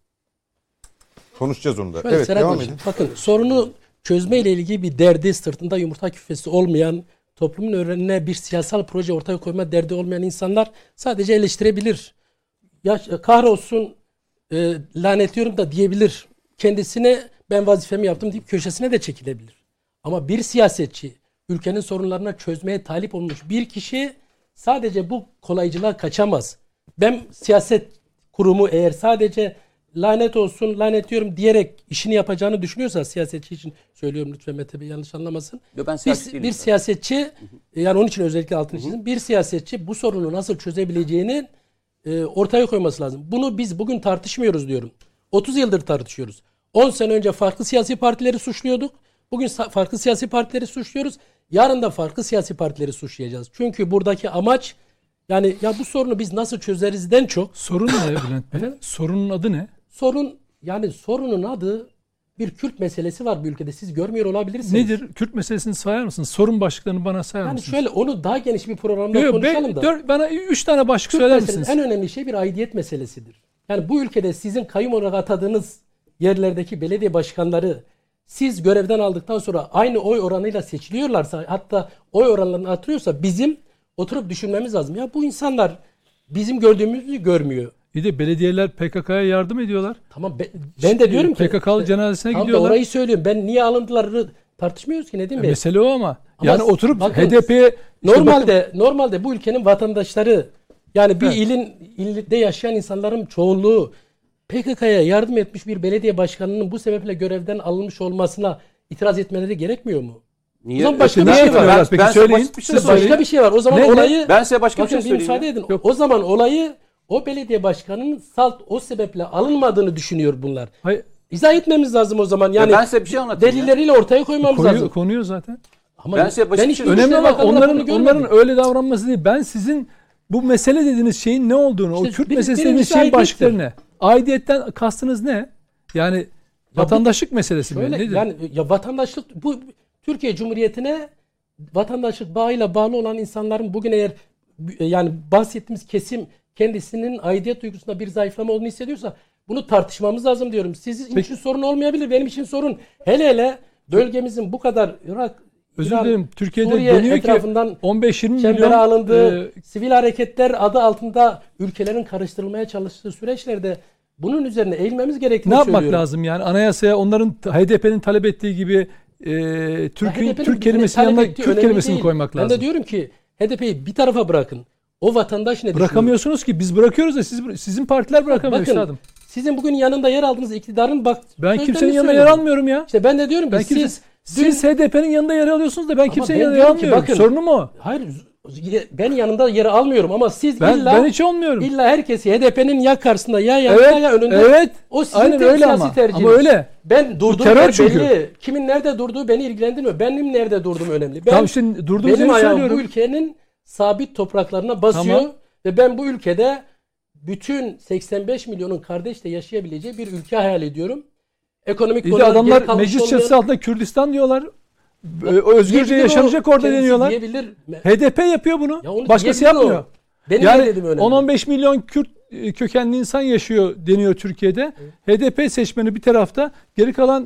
Speaker 1: Konuşacağız onu da.
Speaker 5: Şöyle
Speaker 1: Evet,
Speaker 5: Serhat
Speaker 1: devam
Speaker 5: Hocam,
Speaker 1: edin.
Speaker 5: bakın sorunu çözme ile ilgili bir derdi, sırtında yumurta küfesi olmayan, toplumun önüne bir siyasal proje ortaya koyma derdi olmayan insanlar sadece eleştirebilir. Ya kahrolsun, e, lanetliyorum da diyebilir. Kendisine ben vazifemi yaptım deyip köşesine de çekilebilir. Ama bir siyasetçi, ülkenin sorunlarına çözmeye talip olmuş bir kişi sadece bu kolaycılığa kaçamaz. Ben siyaset kurumu eğer sadece lanet olsun, lanetliyorum diyerek işini yapacağını düşünüyorsa, siyasetçi için söylüyorum, lütfen Mete Bey yanlış anlamasın.
Speaker 4: Yo, ben
Speaker 5: Bir,
Speaker 4: siyaset değilim
Speaker 5: bir
Speaker 4: zaten.
Speaker 5: siyasetçi, yani onun için özellikle altını çizdim. Bir siyasetçi bu sorunu nasıl çözebileceğini e, ortaya koyması lazım. Bunu biz bugün tartışmıyoruz diyorum. otuz yıldır tartışıyoruz. on sene önce farklı siyasi partileri suçluyorduk. Bugün sa- farklı siyasi partileri suçluyoruz. Yarın da farklı siyasi partileri suçlayacağız. Çünkü buradaki amaç, yani ya bu sorunu biz nasıl çözerizden çok,
Speaker 2: Sorun ne Bülent Bey?
Speaker 5: Efendim?
Speaker 2: Sorunun adı ne?
Speaker 5: sorun, yani sorunun adı bir Kürt meselesi var bu ülkede. Siz görmüyor olabilirsiniz.
Speaker 2: Nedir? Kürt meselesini sayar mısınız? Sorun başlıklarını bana sayar
Speaker 5: Yani
Speaker 2: mısınız?
Speaker 5: şöyle, onu daha geniş bir programda
Speaker 2: Yok,
Speaker 5: konuşalım
Speaker 2: be-
Speaker 5: da.
Speaker 2: dört- bana üç tane başlık
Speaker 5: Kürt
Speaker 2: söyler
Speaker 5: meselesi
Speaker 2: misiniz?
Speaker 5: en önemli şey bir aidiyet meselesidir. Yani bu ülkede sizin kayyum olarak atadığınız yerlerdeki belediye başkanları siz görevden aldıktan sonra aynı oy oranıyla seçiliyorlarsa, hatta oy oranlarını artırıyorsa bizim oturup düşünmemiz lazım. Ya bu insanlar bizim gördüğümüzü görmüyor.
Speaker 2: Bir de belediyeler P K K'ya yardım ediyorlar.
Speaker 5: Tamam, ben, ben de diyorum ki
Speaker 2: P K K'lı cenazesine
Speaker 5: tam da
Speaker 2: gidiyorlar.
Speaker 5: orayı söylüyorum. Ben niye alındılar tartışmıyoruz ki Nedim
Speaker 2: Ya
Speaker 5: Bey.
Speaker 2: mesele o ama.
Speaker 5: Ama
Speaker 2: Yani oturup
Speaker 5: bakın,
Speaker 2: H D P'ye işte
Speaker 5: Normalde
Speaker 2: bakın-
Speaker 5: normalde bu ülkenin vatandaşları, yani bir
Speaker 2: Evet.
Speaker 5: ilin ilde yaşayan insanların çoğunluğu P K K'ya yardım etmiş bir belediye başkanının bu sebeple görevden alınmış olmasına itiraz etmeleri gerekmiyor mu?
Speaker 4: Niye?
Speaker 5: O zaman başka
Speaker 2: İşte
Speaker 5: bir
Speaker 2: ne
Speaker 5: şey var.
Speaker 2: yapıyorlar?
Speaker 4: Ben,
Speaker 2: Peki
Speaker 4: ben size
Speaker 2: söyleyin.
Speaker 4: basit bir şey
Speaker 2: Size
Speaker 4: söyleyeyim.
Speaker 5: Başka bir şey var. O zaman
Speaker 2: Ne, ne?
Speaker 5: olayı
Speaker 4: Ben size başka bir
Speaker 5: bakın
Speaker 4: şey
Speaker 5: bir
Speaker 4: söyleyeyim.
Speaker 5: müsaade
Speaker 4: ya.
Speaker 5: edin.
Speaker 2: Yok.
Speaker 5: O zaman olayı o belediye başkanının salt o sebeple alınmadığını düşünüyor bunlar.
Speaker 2: Hayır,
Speaker 5: İzah etmemiz lazım o zaman. Yani
Speaker 4: ben size bir şey anlatayım ya.
Speaker 5: delilleriyle ortaya koymamız
Speaker 2: konuyor,
Speaker 5: lazım.
Speaker 2: konuyor zaten.
Speaker 5: Ama
Speaker 4: Ben size basit bir
Speaker 5: hiçbir
Speaker 4: şey-
Speaker 2: Önemli
Speaker 5: İçişleri
Speaker 2: olan
Speaker 5: Bakanı'nda
Speaker 2: onların
Speaker 5: bunu görmedim.
Speaker 2: onların öyle davranması değil. Ben sizin bu mesele dediğiniz şeyin ne olduğunu, o
Speaker 5: İşte
Speaker 2: Kürt
Speaker 5: bir-
Speaker 2: meselesi
Speaker 5: birincisi
Speaker 2: dediğiniz şeyin
Speaker 5: aidiyettir.
Speaker 2: başlıkları ne? Aidiyetten kastınız ne? Yani
Speaker 5: bu-
Speaker 2: vatandaşlık meselesi mi?
Speaker 5: Şöyle,
Speaker 2: Nedir?
Speaker 5: yani ya vatandaşlık, bu Türkiye Cumhuriyeti'ne vatandaşlık bağıyla bağlı olan insanların bugün eğer yani bahsettiğimiz kesim kendisinin aidiyet duygusunda bir zayıflama olduğunu hissediyorsa bunu tartışmamız lazım diyorum. Sizin için sorun olmayabilir, benim için sorun. Hele hele bölgemizin bu kadar Irak,
Speaker 2: Özür
Speaker 5: İran,
Speaker 2: dilerim. Türkiye'de
Speaker 5: Suriye
Speaker 2: deniyor ki
Speaker 5: etrafından
Speaker 2: on beş yirmi
Speaker 5: çembere
Speaker 2: milyon
Speaker 5: alındığı,
Speaker 2: e,
Speaker 5: sivil hareketler adı altında ülkelerin karıştırılmaya çalıştığı süreçlerde bunun üzerine eğilmemiz gerektiğini
Speaker 2: ne yapmak
Speaker 5: söylüyorum.
Speaker 2: lazım yani? Anayasaya onların H D P'nin talep ettiği gibi e, Türk,
Speaker 5: H D P'nin
Speaker 2: Türk kelimesinin
Speaker 5: talep
Speaker 2: yanına
Speaker 5: ettiği
Speaker 2: Kürt
Speaker 5: önemli
Speaker 2: kelimesini
Speaker 5: değil.
Speaker 2: koymak lazım.
Speaker 5: Ben de diyorum ki H D P'yi bir tarafa bırakın. O vatandaş ne düşünüyor?
Speaker 2: Bırakamıyorsunuz ki. Biz bırakıyoruz da siz, sizin partiler bırakamıyor
Speaker 5: Bakın,
Speaker 2: üstadım.
Speaker 5: sizin bugün yanında yer aldığınız iktidarın bak
Speaker 2: Ben
Speaker 5: sözlerini
Speaker 2: kimsenin yanında yer
Speaker 5: söylüyorum.
Speaker 2: almıyorum ya.
Speaker 5: İşte ben de diyorum ki
Speaker 2: Ben kimse,
Speaker 5: siz
Speaker 2: siz H D P'nin yanında yer alıyorsunuz da ben kimsenin
Speaker 5: ben
Speaker 2: yanında yer
Speaker 5: diyorum ki
Speaker 2: almıyorum.
Speaker 5: bakın-
Speaker 2: Sorunum o.
Speaker 5: hayır ben yanında yer almıyorum ama siz
Speaker 2: Ben,
Speaker 5: illa
Speaker 2: ben hiç olmuyorum.
Speaker 5: illa herkesi H D P'nin ya karşısında ya yanında
Speaker 2: Evet,
Speaker 5: ya önünde.
Speaker 2: evet.
Speaker 5: O sizin
Speaker 2: Aynen
Speaker 5: te-
Speaker 2: öyle
Speaker 5: siyasi
Speaker 2: ama.
Speaker 5: tercihiniz.
Speaker 2: Ama öyle.
Speaker 5: Ben durduğum
Speaker 2: terör
Speaker 5: yer
Speaker 2: çünkü.
Speaker 5: belli. Kimin nerede durduğu beni ilgilendirmiyor. Benim nerede durduğum önemli. Ben,
Speaker 2: Tamam şimdi durduğunuz
Speaker 5: benim
Speaker 2: yeri
Speaker 5: ayağım
Speaker 2: söylüyorum.
Speaker 5: bu ülkenin sabit topraklarına basıyor
Speaker 2: Tamam.
Speaker 5: ve ben bu ülkede bütün seksen beş milyonun kardeşle yaşayabileceği bir ülke hayal ediyorum. Ekonomik
Speaker 2: Bir de
Speaker 5: konuda geri
Speaker 2: adamlar
Speaker 5: kalmış
Speaker 2: meclis
Speaker 5: olmayan-
Speaker 2: çatısı altında Kürdistan diyorlar. Ö- Özgürce
Speaker 5: Diyebilir
Speaker 2: yaşanacak
Speaker 5: o,
Speaker 2: orada
Speaker 5: kendisi
Speaker 2: deniyorlar.
Speaker 5: Diyebilir.
Speaker 2: H D P yapıyor bunu.
Speaker 5: Ya onu
Speaker 2: Başkası
Speaker 5: diyebilir o.
Speaker 2: yapmıyor.
Speaker 5: Benim ne
Speaker 2: Yani
Speaker 5: dediğim önemli.
Speaker 2: on on beş milyon Kürt e, kökenli insan yaşıyor deniyor Türkiye'de. H D P seçmeni bir tarafta, geri kalan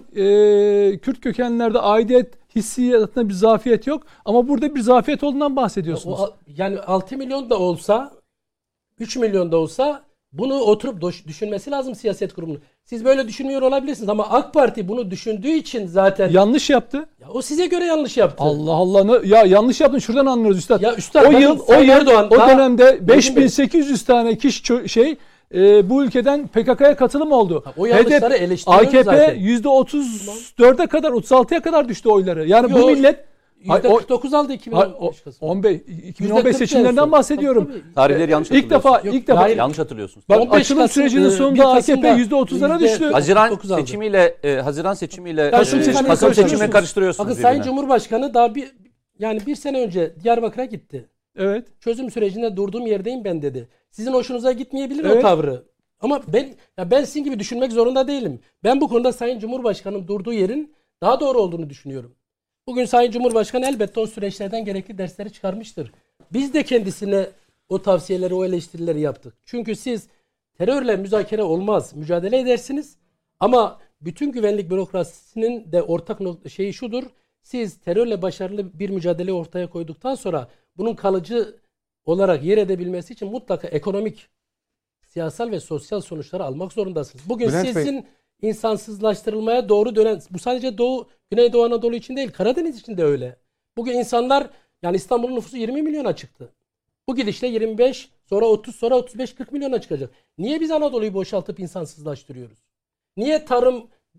Speaker 2: e, Kürt kökenlilerde aidiyet hissiyatında bir zafiyet yok. Ama burada bir zafiyet olduğundan bahsediyorsunuz.
Speaker 5: O, yani altı milyon da olsa üç milyon da olsa bunu oturup doş- düşünmesi lazım siyaset kurumunun. Siz böyle düşünmüyor olabilirsiniz ama AK Parti bunu düşündüğü için zaten
Speaker 2: Yanlış yaptı.
Speaker 5: ya o size göre yanlış yaptı.
Speaker 2: Allah Allah. ne- Ya yanlış yaptın şuradan anlıyoruz üstad.
Speaker 5: Ya üstad,
Speaker 2: o
Speaker 5: bakın,
Speaker 2: yıl o
Speaker 5: Sayın
Speaker 2: yıl
Speaker 5: Erdoğan
Speaker 2: o
Speaker 5: daha-
Speaker 2: dönemde beş bin
Speaker 5: Bey.
Speaker 2: sekiz yüz tane kişi çö- şey e, bu ülkeden P K K'ya katılım oldu.
Speaker 5: Ha, o yanlışları eleştiriyoruz
Speaker 2: A K P
Speaker 5: zaten.
Speaker 2: yüzde otuz dörde kadar otuz altıya kadar düştü oyları. Yani
Speaker 5: Yo,
Speaker 2: bu millet
Speaker 5: yüzde
Speaker 2: Ay, o-
Speaker 5: kırk dokuz aldı iki bin
Speaker 2: Hay-
Speaker 5: on
Speaker 2: o-
Speaker 5: beş Kasım.
Speaker 2: on beş iki bin on beş
Speaker 5: yüzde kırk
Speaker 2: seçimlerinden
Speaker 5: diyorsun.
Speaker 2: bahsediyorum.
Speaker 5: Tabii, tabii.
Speaker 4: Tarihleri yanlış
Speaker 2: İlk defa
Speaker 4: hatırlıyorsunuz.
Speaker 2: ilk defa
Speaker 5: hayır.
Speaker 4: Yanlış hatırlıyorsunuz.
Speaker 2: bak
Speaker 5: on beş
Speaker 2: açılım
Speaker 5: Kasım,
Speaker 2: sürecinin
Speaker 5: e,
Speaker 2: sonunda
Speaker 5: bir
Speaker 2: A K P
Speaker 5: Kasım'da
Speaker 2: yüzde otuzlara
Speaker 5: yüzde-
Speaker 2: düştü.
Speaker 4: Haziran
Speaker 5: dokuz aldı.
Speaker 4: seçimiyle e, Haziran seçimiyle
Speaker 5: Kasım
Speaker 4: e,
Speaker 5: seçimini
Speaker 4: Kasım seçimini
Speaker 5: karıştırıyorsunuz.
Speaker 4: karıştırıyorsunuz.
Speaker 5: Bakın Sayın
Speaker 4: birbirine.
Speaker 5: Cumhurbaşkanı daha bir yani bir sene önce Diyarbakır'a gitti.
Speaker 2: Evet.
Speaker 5: Çözüm sürecinde durduğum yerdeyim ben dedi. Sizin hoşunuza gitmeyebilir o
Speaker 2: Evet.
Speaker 5: tavrı. Ama ben ya ben sizin gibi düşünmek zorunda değilim. Ben bu konuda Sayın Cumhurbaşkanı'nın durduğu yerin daha doğru olduğunu düşünüyorum. Bugün Sayın Cumhurbaşkanı elbette o süreçlerden gerekli dersleri çıkarmıştır. Biz de kendisine o tavsiyeleri, o eleştirileri yaptık. Çünkü siz terörle müzakere olmaz, mücadele edersiniz. Ama bütün güvenlik bürokrasisinin de ortak nok- şeyi şudur. Siz terörle başarılı bir mücadele ortaya koyduktan sonra bunun kalıcı olarak yer edebilmesi için mutlaka ekonomik, siyasal ve sosyal sonuçları almak zorundasınız. Bugün
Speaker 1: Bülent Bey-
Speaker 5: sizin insansızlaştırılmaya doğru dönen, bu sadece Doğu, Güneydoğu Anadolu için değil, Karadeniz için de öyle. Bugün insanlar, yani İstanbul'un nüfusu yirmi milyona çıktı. Bu gidişle yirmi beş, sonra otuz, sonra otuz beş kırk milyona çıkacak. Niye biz Anadolu'yu boşaltıp insansızlaştırıyoruz? Niye tarım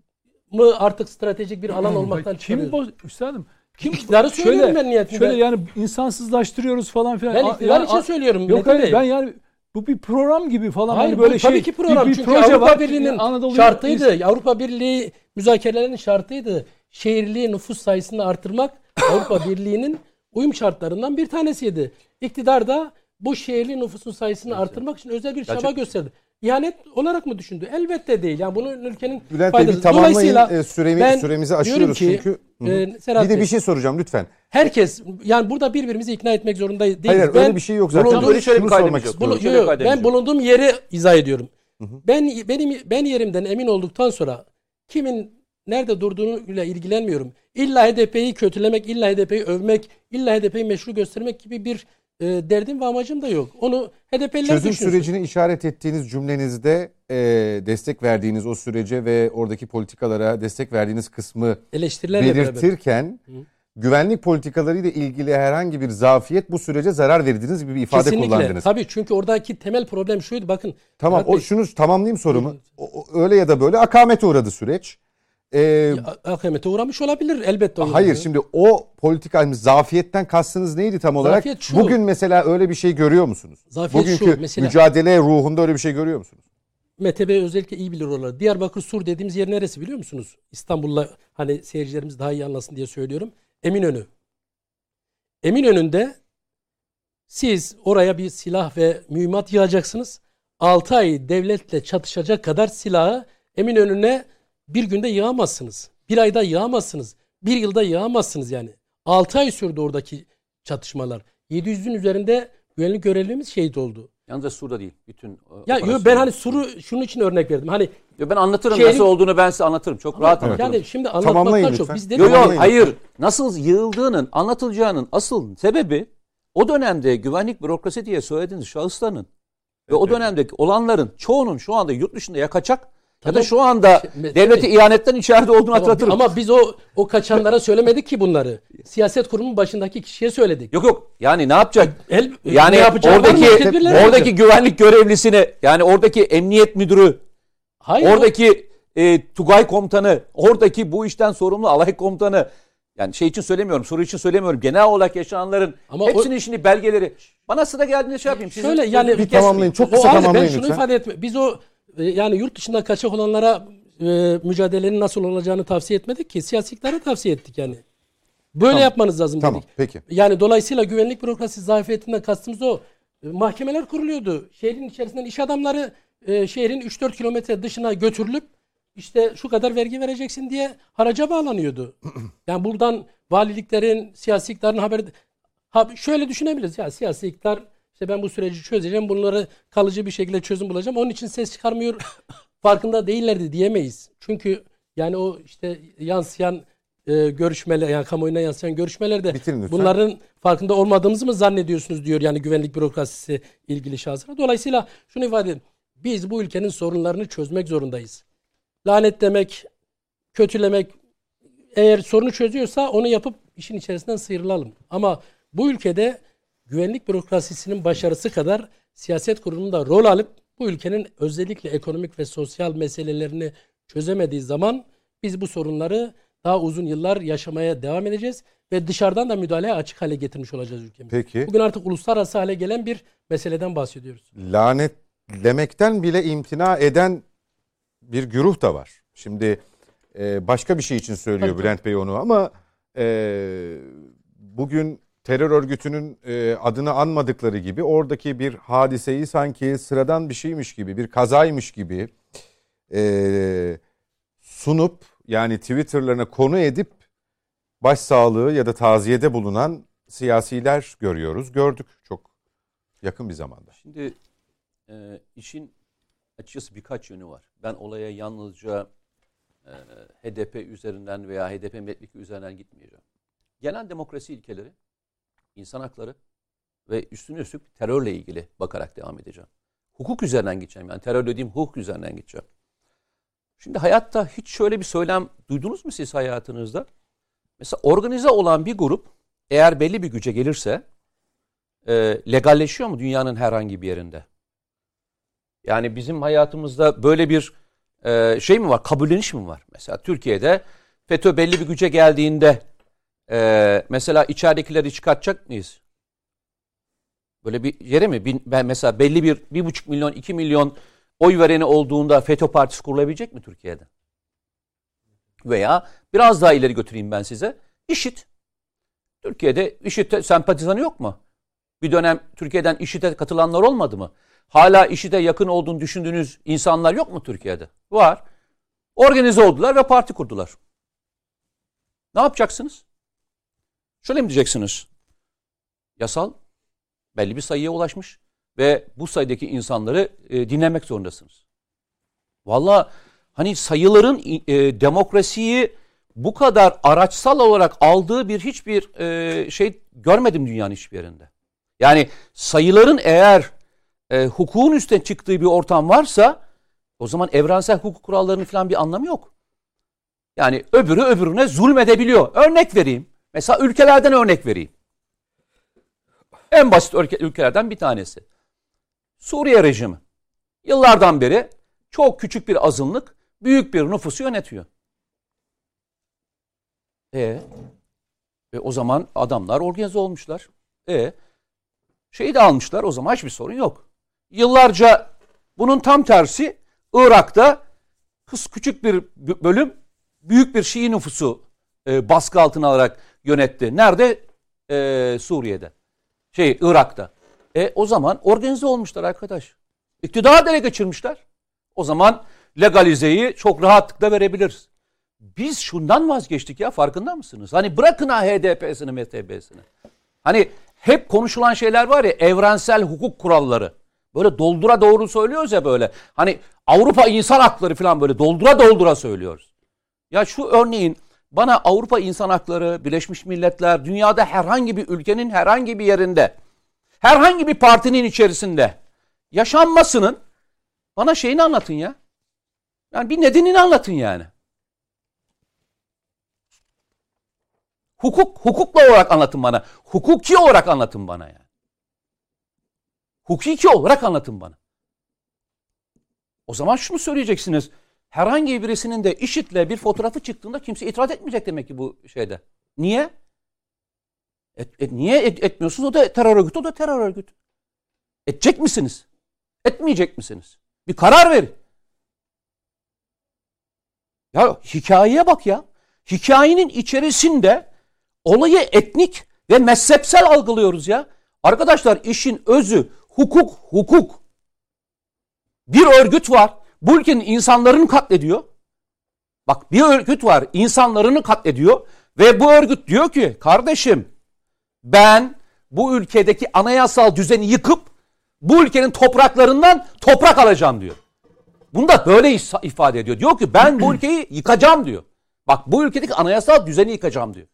Speaker 5: mı artık stratejik bir alan olmaktan
Speaker 2: Kim
Speaker 5: çıkarıyoruz?
Speaker 2: boz üstadım? Kim
Speaker 5: İktidarı söylüyorum ben niyetinde.
Speaker 2: Şöyle yani insansızlaştırıyoruz falan filan.
Speaker 5: Ben
Speaker 2: A-
Speaker 5: iktidar
Speaker 2: yani
Speaker 5: için
Speaker 2: a-
Speaker 5: söylüyorum.
Speaker 2: Yok
Speaker 5: Metin
Speaker 2: hayır
Speaker 5: Bey.
Speaker 2: ben yani bu bir program gibi falan
Speaker 5: Hayır,
Speaker 2: hani böyle
Speaker 5: bu
Speaker 2: şey.
Speaker 5: tabii ki program.
Speaker 2: Bir, bir
Speaker 5: Çünkü
Speaker 2: proje
Speaker 5: Avrupa
Speaker 2: var.
Speaker 5: Birliği'nin
Speaker 2: Anadolu'yu-
Speaker 5: şartıydı. Avrupa Birliği müzakerelerinin şartıydı. Şehirli nüfus sayısını artırmak Avrupa Birliği'nin uyum şartlarından bir tanesiydi. İktidar da bu şehirli nüfusun sayısını artırmak için özel bir çaba
Speaker 4: Gerçek-
Speaker 5: gösterdi. İhanet olarak mı düşündü? Elbette değil. Yani bunun ülkenin
Speaker 1: Bülent Bey bir
Speaker 5: faydası.
Speaker 1: tamamlayın.
Speaker 5: Dolayısıyla
Speaker 1: E, süremi,
Speaker 5: ben
Speaker 1: süremizi
Speaker 5: diyorum
Speaker 1: aşıyoruz
Speaker 5: ki,
Speaker 1: çünkü. Hı hı.
Speaker 5: e, Serhat
Speaker 1: bir de
Speaker 5: Bey,
Speaker 1: bir şey soracağım lütfen.
Speaker 5: herkes yani burada birbirimizi ikna etmek zorunda değiliz.
Speaker 1: Hayır, hayır,
Speaker 5: Ben
Speaker 1: öyle bir şey yok zaten.
Speaker 5: bulunduğum-
Speaker 4: Öyle şöyle bir
Speaker 1: Şunu
Speaker 4: kaydımız
Speaker 1: sormak
Speaker 4: yok.
Speaker 1: istiyorum.
Speaker 5: Bunu-
Speaker 4: Şöyle
Speaker 5: yo,
Speaker 4: bir
Speaker 5: yo,
Speaker 4: kaydımız
Speaker 5: ben
Speaker 4: yok.
Speaker 5: bulunduğum yeri izah ediyorum. Ben benim ben yerimden emin olduktan sonra kimin nerede durduğuyla ilgilenmiyorum. İlla H D P'yi kötülemek, illa H D P'yi övmek, illa H D P'yi meşru göstermek gibi bir e, derdim ve amacım da yok. Onu H D P'liler
Speaker 1: Çözüm
Speaker 5: düşünsün.
Speaker 1: sürecini işaret ettiğiniz cümlenizde e, destek verdiğiniz o sürece ve oradaki politikalara destek verdiğiniz kısmı
Speaker 5: Eleştirilerle beraber.
Speaker 1: belirtirken güvenlik politikalarıyla ilgili herhangi bir zafiyet bu sürece zarar verdiğiniz gibi bir ifade
Speaker 5: Kesinlikle.
Speaker 1: kullandınız.
Speaker 5: Tabii çünkü oradaki temel problem şuydu. Bakın.
Speaker 1: Tamam
Speaker 5: Serhat
Speaker 1: o
Speaker 5: Bey,
Speaker 1: şunu tamamlayayım sorumu. O- o- öyle ya da böyle akamete uğradı süreç. Ee,
Speaker 5: A- Akamete uğramış olabilir elbette. uğradı.
Speaker 1: hayır şimdi o politika zafiyetten kastınız neydi tam olarak?
Speaker 5: Zafiyet şu.
Speaker 1: Bugün mesela öyle bir şey görüyor musunuz?
Speaker 5: Zafiyet şu,
Speaker 1: Bugünkü
Speaker 5: mesela-
Speaker 1: mücadele ruhunda öyle bir şey görüyor musunuz?
Speaker 5: Mete Bey özellikle iyi bilir oraları. Diyarbakır Sur dediğimiz yer neresi biliyor musunuz? İstanbul'la hani seyircilerimiz daha iyi anlasın diye söylüyorum. Eminönü. Eminönü'nde siz oraya bir silah ve mühimmat yığacaksınız. altı ay devletle çatışacak kadar silahı Eminönü'ne bir günde yığamazsınız. Bir ayda yığamazsınız. Bir yılda yığamazsınız yani. altı ay sürdü oradaki çatışmalar. yedi yüzün üzerinde güvenlik görevlimiz şehit oldu.
Speaker 4: Yalnız Sur'da değil. Bütün e,
Speaker 5: Ya yo,
Speaker 4: operasyon.
Speaker 5: ben hani Sur'u şunun için örnek verdim. Hani
Speaker 4: Yo, ben anlatırım
Speaker 5: Şehrin-
Speaker 4: nasıl olduğunu, ben size anlatırım. Çok rahat anlatırım.
Speaker 5: yani şimdi
Speaker 1: Tamamlayın
Speaker 5: anlatmaktan çok
Speaker 1: lütfen.
Speaker 5: biz
Speaker 4: Yok
Speaker 5: dedik
Speaker 4: yok
Speaker 1: Tamamlayın.
Speaker 4: hayır. Nasıl yığıldığının, anlatılacağının asıl sebebi o dönemde güvenlik bürokrasi diye söylediğiniz şahısların ve o dönemdeki olanların çoğunun şu anda yurt dışında ya kaçak ya da
Speaker 5: Tamam.
Speaker 4: şu anda
Speaker 5: Şey,
Speaker 4: devleti
Speaker 5: tabii.
Speaker 4: ihanetten içeride olduğunu
Speaker 5: Tamam,
Speaker 4: hatırlatırım.
Speaker 5: ama biz o o kaçanlara söylemedik ki bunları. Siyaset kurumunun başındaki kişiye söyledik.
Speaker 4: Yok yok. Yani ne yapacak?
Speaker 5: El,
Speaker 4: Yani
Speaker 5: ne yapacağı var mı?
Speaker 4: oradaki
Speaker 5: Tedbirler
Speaker 4: oradaki
Speaker 5: alacak.
Speaker 4: güvenlik görevlisini, yani oradaki emniyet müdürü,
Speaker 5: Hayır,
Speaker 4: oradaki e, Tugay komutanı, oradaki bu işten sorumlu alay komutanı, yani şey için söylemiyorum, soru için söylemiyorum. Genel olarak yaşananların
Speaker 5: Ama
Speaker 4: hepsinin
Speaker 5: o-
Speaker 4: işini, belgeleri. Bana sıra geldiğinde şey yapayım. Sizin
Speaker 5: şöyle yani
Speaker 4: sözünüzü
Speaker 1: Bir
Speaker 4: kesmeyeyim.
Speaker 1: tamamlayın. Çok
Speaker 5: o
Speaker 1: kısa
Speaker 5: ayrı, ben
Speaker 1: tamamlayın
Speaker 5: şunu
Speaker 1: lütfen.
Speaker 5: ifade etme. Biz o e, yani yurt dışında kaçak olanlara e, mücadelenin nasıl olacağını tavsiye etmedik ki. Siyasi iktidara tavsiye ettik yani. Böyle
Speaker 1: Tamam.
Speaker 5: yapmanız lazım
Speaker 1: Tamam
Speaker 5: dedik.
Speaker 1: peki.
Speaker 5: Yani dolayısıyla güvenlik bürokrasi zafiyetinden kastımız o. E, Mahkemeler kuruluyordu. Şehrin içerisinden iş adamları e, şehrin üç dört kilometre dışına götürülüp işte şu kadar vergi vereceksin diye haraca bağlanıyordu. Yani buradan valiliklerin, siyasi iktidarın haber... Ha, şöyle düşünebiliriz. Ya siyasi iktidar işte ben bu süreci çözeceğim, bunları kalıcı bir şekilde çözüm bulacağım. Onun için ses çıkarmıyor, farkında değillerdi diyemeyiz. Çünkü yani o işte yansıyan e, görüşmeler, yani kamuoyuna yansıyan görüşmelerde
Speaker 1: Bitirin lütfen.
Speaker 5: bunların farkında olmadığımızı mı zannediyorsunuz diyor yani güvenlik bürokrasisi ilgili şahsına. Dolayısıyla şunu ifade edeyim. Biz bu ülkenin sorunlarını çözmek zorundayız. Lanetlemek, kötülemek, eğer sorunu çözüyorsa onu yapıp işin içerisinden sıyrılalım. Ama bu ülkede güvenlik bürokrasisinin başarısı kadar siyaset kurulunun da rol alıp bu ülkenin özellikle ekonomik ve sosyal meselelerini çözemediği zaman biz bu sorunları daha uzun yıllar yaşamaya devam edeceğiz ve dışarıdan da müdahaleye açık hale getirmiş olacağız ülkemizi.
Speaker 1: Peki.
Speaker 5: Bugün artık uluslararası hale gelen bir meseleden bahsediyoruz.
Speaker 1: Lanetlemekten bile imtina eden bir güruh da var. Şimdi e, başka bir şey için söylüyor
Speaker 5: Tabii,
Speaker 1: Bülent Bey onu ama e, bugün terör örgütünün e, adını anmadıkları gibi oradaki bir hadiseyi sanki sıradan bir şeymiş gibi, bir kazaymış gibi e, sunup yani Twitter'larına konu edip başsağlığı ya da taziyede bulunan siyasiler görüyoruz. Gördük çok yakın bir zamanda.
Speaker 4: Şimdi e, işin açıkçası birkaç yönü var. Ben olaya yalnızca e, H D P üzerinden veya H D P milletvekili üzerinden gitmeyeceğim. Genel demokrasi ilkeleri, insan hakları ve üstüne üstlük terörle ilgili bakarak devam edeceğim. Hukuk üzerinden gideceğim. Yani terör dediğim hukuk üzerinden gideceğim. Şimdi hayatta hiç şöyle bir söylem duydunuz mu siz hayatınızda? Mesela organize olan bir grup eğer belli bir güce gelirse e, legalleşiyor mu dünyanın herhangi bir yerinde? Yani bizim hayatımızda böyle bir e, şey mi var? Kabulleniş mi var? Mesela Türkiye'de FETÖ belli bir güce geldiğinde e, mesela içeridekileri çıkartacak mıyız? Böyle bir yere mi? Bin, ben mesela belli bir bir buçuk milyon, iki milyon oy vereni olduğunda FETÖ partisi kurulabilecek mi Türkiye'de? Veya biraz daha ileri götüreyim ben size. IŞİD. Türkiye'de IŞİD sempatizanı yok mu? Bir dönem Türkiye'den IŞİD'e katılanlar olmadı mı? Hala IŞİD'e yakın olduğunu düşündüğünüz insanlar yok mu Türkiye'de? Var. Organize oldular ve parti kurdular. Ne yapacaksınız? Şöyle mi diyeceksiniz? Yasal belli bir sayıya ulaşmış ve bu sayıdaki insanları e, dinlemek zorundasınız. Vallahi hani sayıların e, demokrasiyi bu kadar araçsal olarak aldığı bir hiçbir e, şey görmedim dünyanın hiçbir yerinde. Yani sayıların eğer e, hukukun üstüne çıktığı bir ortam varsa o zaman evrensel hukuk kurallarının falan bir anlamı yok. Yani öbürü öbürüne zulmedebiliyor. Örnek vereyim. Mesela ülkelerden örnek vereyim. En basit ülke, ülkelerden bir tanesi. Suriye rejimi. Yıllardan beri çok küçük bir azınlık büyük bir nüfusu yönetiyor. E, e o zaman adamlar organize olmuşlar. E şeyi de almışlar, o zaman hiçbir sorun yok. Yıllarca bunun tam tersi Irak'ta kız küçük bir bölüm büyük bir Şii nüfusu e, baskı altına alarak yönetti. Nerede? E, Suriye'de. Şey Irak'ta. E o zaman organize olmuşlar arkadaş. İktidarı ele geçirmişler. O zaman legalizeyi çok rahatlıkla verebiliriz. Biz şundan vazgeçtik ya, farkında mısınız? Hani bırakın ha H D P'sini, M T B'sini. Hani hep konuşulan şeyler var ya, evrensel hukuk kuralları. Böyle doldura doğru söylüyoruz ya böyle. Hani Avrupa İnsan Hakları falan böyle doldura doldura söylüyoruz. Ya şu örneğin bana Avrupa İnsan Hakları, Birleşmiş Milletler, dünyada herhangi bir ülkenin herhangi bir yerinde, herhangi bir partinin içerisinde yaşanmasının bana şeyini anlatın ya. Yani bir nedenini anlatın yani. Hukuk, hukukla olarak anlatın bana. Hukuki olarak anlatın bana yani. Hukuki olarak anlatın bana. O zaman şunu söyleyeceksiniz. Herhangi birisinin de IŞİD'le bir fotoğrafı çıktığında kimse itiraz etmeyecek demek ki bu şeyde. Niye? Et, et, niye et, etmiyorsunuz? O da terör örgütü, o da terör örgütü. Edecek misiniz? Etmeyecek misiniz? Bir karar verin. Ya hikayeye bak ya. Hikayenin içerisinde olayı etnik ve mezhepsel algılıyoruz ya. Arkadaşlar işin özü hukuk, hukuk. Bir örgüt var. Bu ülkenin insanlarını katlediyor. Bak bir örgüt var. İnsanlarını katlediyor. Ve bu örgüt diyor ki kardeşim ben bu ülkedeki anayasal düzeni yıkıp bu ülkenin topraklarından toprak alacağım diyor. Bunu da böyle ifade ediyor. Diyor ki ben bu ülkeyi yıkacağım diyor. Bak bu ülkedeki anayasal düzeni yıkacağım diyor.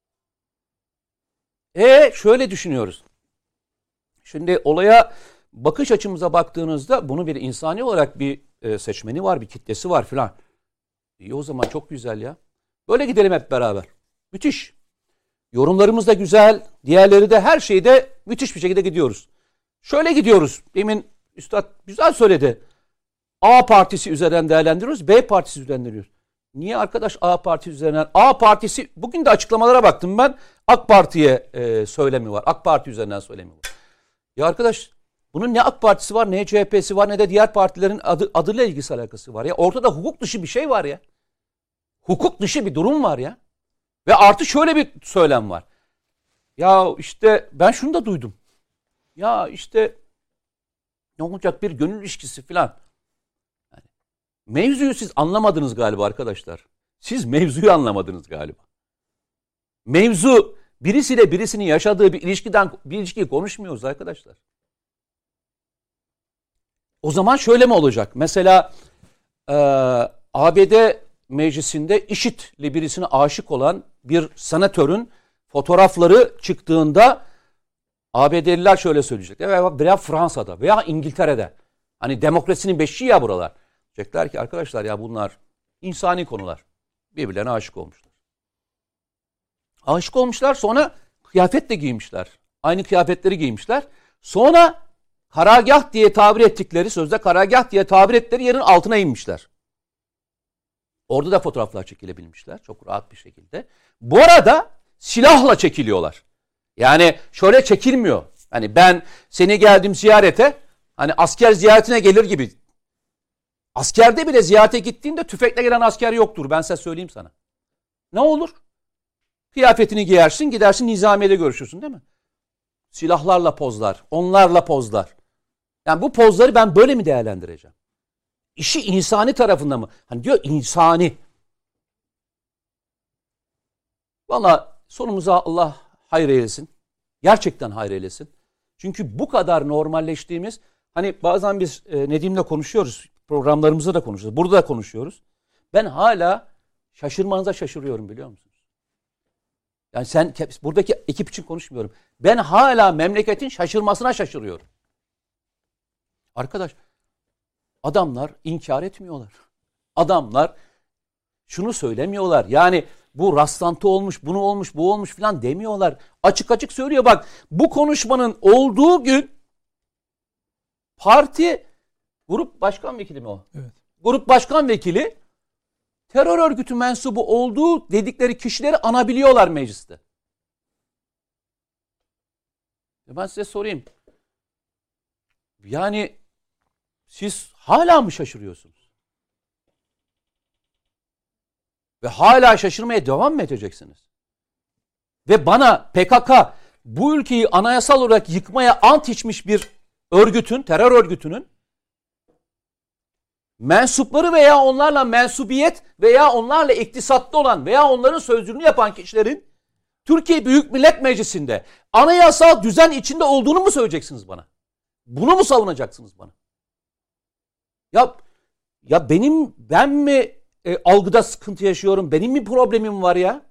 Speaker 4: E şöyle düşünüyoruz. Şimdi olaya bakış açımıza baktığınızda bunu bir insani olarak bir e, seçmeni var, bir kitlesi var filan. İyi o zaman çok güzel ya. Böyle gidelim hep beraber. Müthiş. Yorumlarımız da güzel, diğerleri de her şeyde müthiş bir şekilde gidiyoruz. Şöyle gidiyoruz. Demin Üstad güzel söyledi. A partisi üzerinden değerlendiriyoruz, B partisi üzerinden değerlendiriyoruz. Niye arkadaş A partisi üzerinden? A partisi, bugün de açıklamalara baktım ben. AK Parti'ye e, söylemi var. AK Parti üzerinden söylemi var. Ya arkadaş bunun ne AK Partisi var, ne C H P'si var, ne de diğer partilerin adı, adıyla ilgisi alakası var ya. Ortada hukuk dışı bir şey var ya. Hukuk dışı bir durum var ya. Ve artı şöyle bir söylem var. Ya işte ben şunu da duydum. Ya işte ne olacak bir gönül ilişkisi falan. Yani, mevzuyu siz anlamadınız galiba arkadaşlar. Siz mevzuyu anlamadınız galiba. Mevzu birisiyle birisinin yaşadığı bir ilişkiden bir ilişkiyi konuşmuyoruz arkadaşlar. O zaman şöyle mi olacak? Mesela e, A B D meclisinde IŞİD'li birisine aşık olan bir senatörün fotoğrafları çıktığında A B D'liler şöyle söyleyecek. Veya, veya Fransa'da veya İngiltere'de. Hani demokrasinin beşiği ya buralar. Diyecekler ki arkadaşlar ya bunlar insani konular. Birbirlerine aşık olmuşlar. Aşık olmuşlar, sonra kıyafet de giymişler. Aynı kıyafetleri giymişler. Sonra karargah diye tabir ettikleri, sözde karargah diye tabir ettikleri yerin altına inmişler. Orada da fotoğraflar çekilebilmişler çok rahat bir şekilde. Bu arada silahla çekiliyorlar. Yani şöyle çekilmiyor. Hani ben seni geldim ziyarete, hani asker ziyaretine gelir gibi. Askerde bile ziyarete gittiğinde tüfekle gelen asker yoktur. Ben size söyleyeyim sana. Ne olur? Kıyafetini giyersin, gidersin nizamiyede görüşürsün değil mi? Silahlarla pozlar, onlarla pozlar. Yani bu pozları ben böyle mi değerlendireceğim? İşi insani tarafında mı? Hani diyor insani. Valla sonumuza Allah hayır eylesin. Gerçekten hayır eylesin. Çünkü bu kadar normalleştiğimiz, hani bazen biz e, Nedim'le konuşuyoruz. Programlarımızda da konuşuyoruz. Burada da konuşuyoruz. Ben hala şaşırmanıza şaşırıyorum biliyor musunuz? Yani sen, buradaki ekip için konuşmuyorum. Ben hala memleketin şaşırmasına şaşırıyorum. Arkadaş, adamlar inkar etmiyorlar. Adamlar şunu söylemiyorlar. Yani bu rastlantı olmuş, bunu olmuş, bu olmuş falan demiyorlar. Açık açık söylüyor. Bak bu konuşmanın olduğu gün parti grup başkan vekili mi o?
Speaker 2: Evet.
Speaker 4: Grup başkan vekili terör örgütü mensubu olduğu dedikleri kişileri anabiliyorlar mecliste. Ben size sorayım. Yani siz hala mı şaşırıyorsunuz? Ve hala şaşırmaya devam mı edeceksiniz? Ve bana P K K bu ülkeyi anayasal olarak yıkmaya ant içmiş bir örgütün, terör örgütünün mensupları veya onlarla mensubiyet veya onlarla iktisatlı olan veya onların sözcülüğünü yapan kişilerin Türkiye Büyük Millet Meclisi'nde anayasal düzen içinde olduğunu mu söyleyeceksiniz bana? Bunu mu savunacaksınız bana? Ya ya benim ben mi e, algıda sıkıntı yaşıyorum? Benim mi problemim var ya?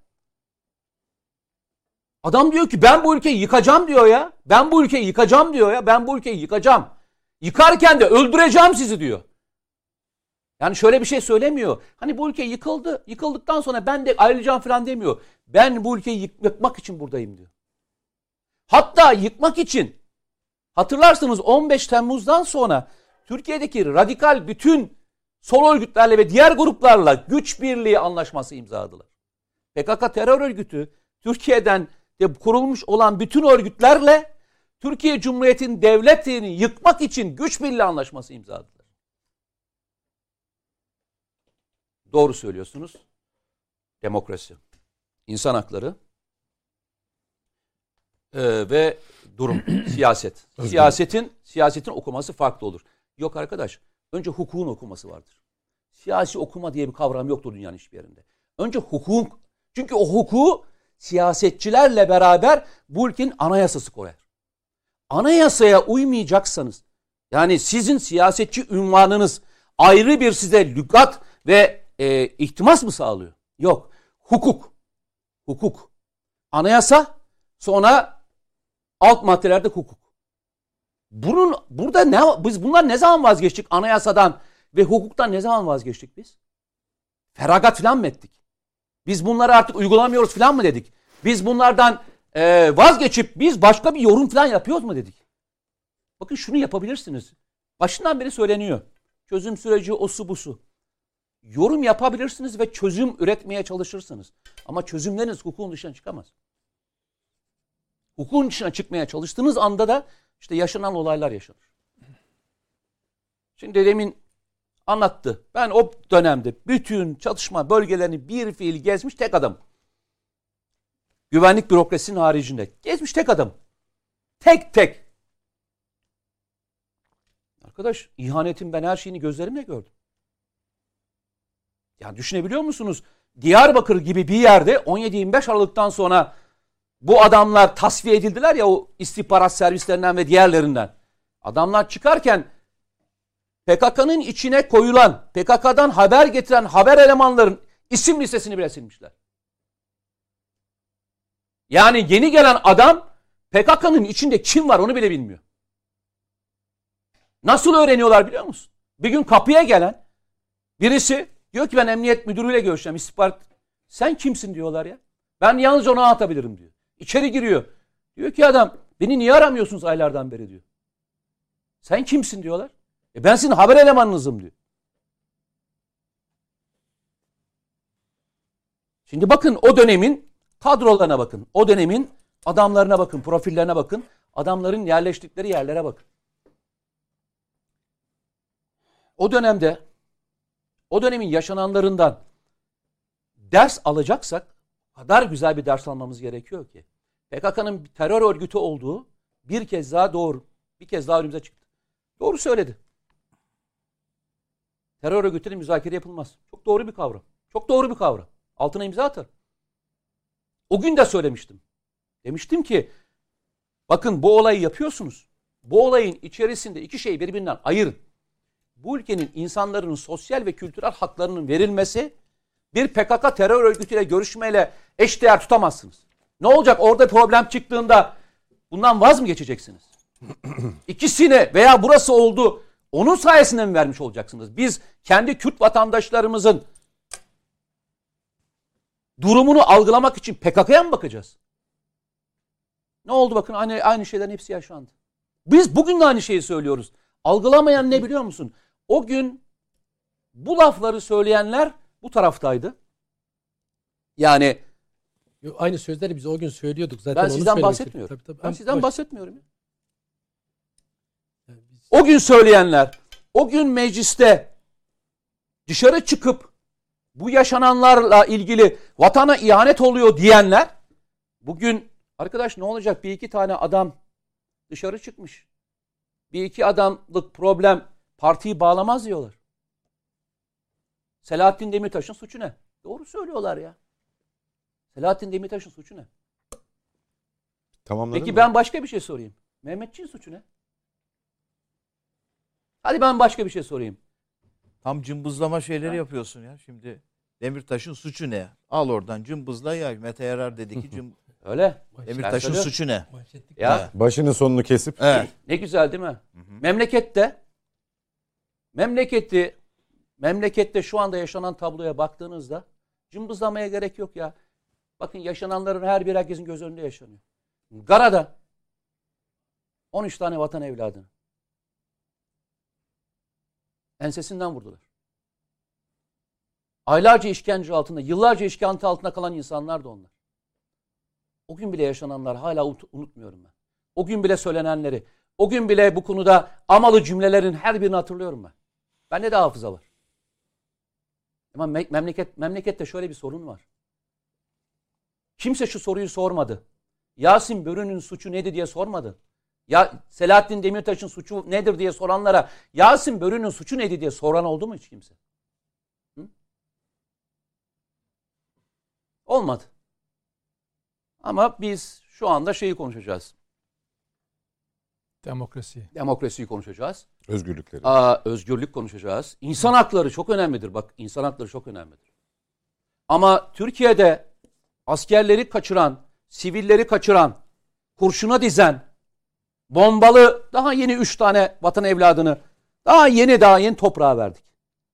Speaker 4: Adam diyor ki ben bu ülkeyi yıkacağım diyor ya. Ben bu ülkeyi yıkacağım diyor ya. Ben bu ülkeyi yıkacağım. Yıkarken de öldüreceğim sizi diyor. Yani şöyle bir şey söylemiyor. Hani bu ülke yıkıldı. Yıkıldıktan sonra ben de ayrılacağım falan demiyor. Ben bu ülkeyi yık- yıkmak için buradayım diyor. Hatta yıkmak için hatırlarsınız on beş Temmuz'dan sonra Türkiye'deki radikal bütün sol örgütlerle ve diğer gruplarla güç birliği anlaşması imzaladılar. P K K terör örgütü Türkiye'den de kurulmuş olan bütün örgütlerle Türkiye Cumhuriyeti'nin devletini yıkmak için güç birliği anlaşması imzaladılar. Doğru söylüyorsunuz. Demokrasi, insan hakları e, ve durum, siyaset. Siyasetin siyasetin okuması farklı olur. Yok arkadaş, önce hukukun okuması vardır. Siyasi okuma diye bir kavram yoktur dünyanın hiçbir yerinde. Önce hukuk, çünkü o hukuku siyasetçilerle beraber bu ülkenin anayasası koyar. Anayasaya uymayacaksanız, yani sizin siyasetçi ünvanınız ayrı bir size lügat ve e, ihtimas mı sağlıyor? Yok. hukuk. Hukuk. Anayasa, sonra alt maddelerde hukuk. Bunun burada ne biz bunlar ne zaman vazgeçtik anayasadan ve hukuktan ne zaman vazgeçtik biz? Feragat falan mı ettik? Biz bunları artık uygulamıyoruz falan mı dedik? Biz bunlardan e, vazgeçip biz başka bir yorum falan yapıyoruz mu dedik? Bakın şunu yapabilirsiniz. Başından beri söyleniyor. Çözüm süreci osu busu. Yorum yapabilirsiniz ve çözüm üretmeye çalışırsınız. Ama çözümleriniz hukukun dışına çıkamaz. Hukukun dışına çıkmaya çalıştığınız anda da işte yaşanan olaylar yaşanır. Şimdi demin anlattı. Ben o dönemde bütün çatışma bölgelerini bir fiil gezmiş tek adam. Güvenlik bürokrasisinin haricinde. Gezmiş tek adam. Tek tek. Arkadaş, ihanetin ben her şeyini gözlerimle gördüm. Yani düşünebiliyor musunuz? Diyarbakır gibi bir yerde on yedi yirmi beş Aralık'tan sonra bu adamlar tasfiye edildiler ya o istihbarat servislerinden ve diğerlerinden. Adamlar çıkarken P K K'nın içine koyulan, P K K'dan haber getiren haber elemanların isim listesini bile silmişler. Yani yeni gelen adam P K K'nın içinde kim var onu bile bilmiyor. Nasıl öğreniyorlar biliyor musun? Bir gün kapıya gelen birisi diyor ki ben emniyet müdürüyle görüşeceğim. İstihbarat. Sen kimsin diyorlar ya. Ben yalnızca ona atabilirim diyor. İçeri giriyor. Diyor ki adam beni niye aramıyorsunuz aylardan beri diyor. Sen kimsin diyorlar. E ben sizin haber elemanınızım diyor. Şimdi bakın o dönemin kadrolarına bakın. O dönemin adamlarına bakın, profillerine bakın. Adamların yerleştikleri yerlere bakın. O dönemde o dönemin yaşananlarından ders alacaksak o kadar güzel bir ders almamız gerekiyor ki. P K K'nın bir terör örgütü olduğu bir kez daha doğru, bir kez daha önümüze çıktı. Doğru söyledi. Terör örgütüyle müzakere yapılmaz. Çok doğru bir kavram. Çok doğru bir kavram. Altına imza atar. O gün de söylemiştim. Demiştim ki bakın bu olayı yapıyorsunuz. Bu olayın içerisinde iki şeyi birbirinden ayırın. Bu ülkenin insanların sosyal ve kültürel haklarının verilmesi bir P K K terör örgütüyle görüşmeyle eşdeğer tutamazsınız. Ne olacak orada problem çıktığında bundan vaz mı geçeceksiniz? İkisini veya burası oldu onun sayesinde mi vermiş olacaksınız? Biz kendi Kürt vatandaşlarımızın durumunu algılamak için P K K'ya mı bakacağız? Ne oldu bakın aynı, aynı şeylerin hepsi yaşandı. Biz bugün de aynı şeyi söylüyoruz. Algılamayan ne biliyor musun? O gün bu lafları söyleyenler bu taraftaydı. Yani
Speaker 5: aynı sözleri biz o gün söylüyorduk zaten.
Speaker 4: Ben
Speaker 5: onu
Speaker 4: sizden bahsetmiyorum.
Speaker 5: Tabii, tabii.
Speaker 4: Ben sizden
Speaker 5: Baş...
Speaker 4: bahsetmiyorum. Yani biz... O gün söyleyenler, o gün mecliste dışarı çıkıp bu yaşananlarla ilgili vatana ihanet oluyor diyenler bugün arkadaş ne olacak bir iki tane adam dışarı çıkmış. Bir iki adamlık problem partiyi bağlamaz diyorlar. Selahattin Demirtaş'ın suçu ne? Doğru söylüyorlar ya. Selahattin Demirtaş'ın suçu ne?
Speaker 1: Tamamladın
Speaker 4: Peki
Speaker 1: mı?
Speaker 4: ben başka bir şey sorayım. Mehmetçiğin suçu ne? Hadi ben başka bir şey sorayım.
Speaker 3: Tam cımbızlama şeyleri yapıyorsun ya şimdi. Demirtaş'ın suçu ne? Al oradan cımbızla ya. Mete Yarar dedi ki cım...
Speaker 4: Öyle.
Speaker 3: Demirtaş'ın suçu ne?
Speaker 4: Ya.
Speaker 3: Evet.
Speaker 1: Başını sonunu kesip.
Speaker 3: Evet.
Speaker 4: Ne güzel değil mi? Hı hı. Memlekette memlekette memlekette şu anda yaşanan tabloya baktığınızda cımbızlamaya gerek yok ya. Bakın yaşananların her biri herkesin göz önünde yaşanıyor. Gara'da on üç tane vatan evladını ensesinden vurdular. Aylarca işkence altında, yıllarca işkence altında kalan insanlar da onlar. O gün bile yaşananlar hala unutmuyorum ben. O gün bile söylenenleri, o gün bile bu konuda amalı cümlelerin her birini hatırlıyorum ben. Bende de hafıza var. Ama memleket memlekette şöyle bir sorun var. Kimse şu soruyu sormadı. Yasin Börü'nün suçu nedir diye sormadı. Ya Selahattin Demirtaş'ın suçu nedir diye soranlara Yasin Börü'nün suçu nedir diye soran oldu mu hiç kimse? Hı? Olmadı. Ama biz şu anda şeyi konuşacağız.
Speaker 2: Demokrasi.
Speaker 4: Demokrasiyi konuşacağız.
Speaker 1: Özgürlükleri.
Speaker 4: Aa, özgürlük konuşacağız. İnsan hakları çok önemlidir. Bak insan hakları çok önemlidir. Ama Türkiye'de askerleri kaçıran, sivilleri kaçıran, kurşuna dizen, bombalı daha yeni üç tane vatan evladını daha yeni daha yeni toprağa verdik.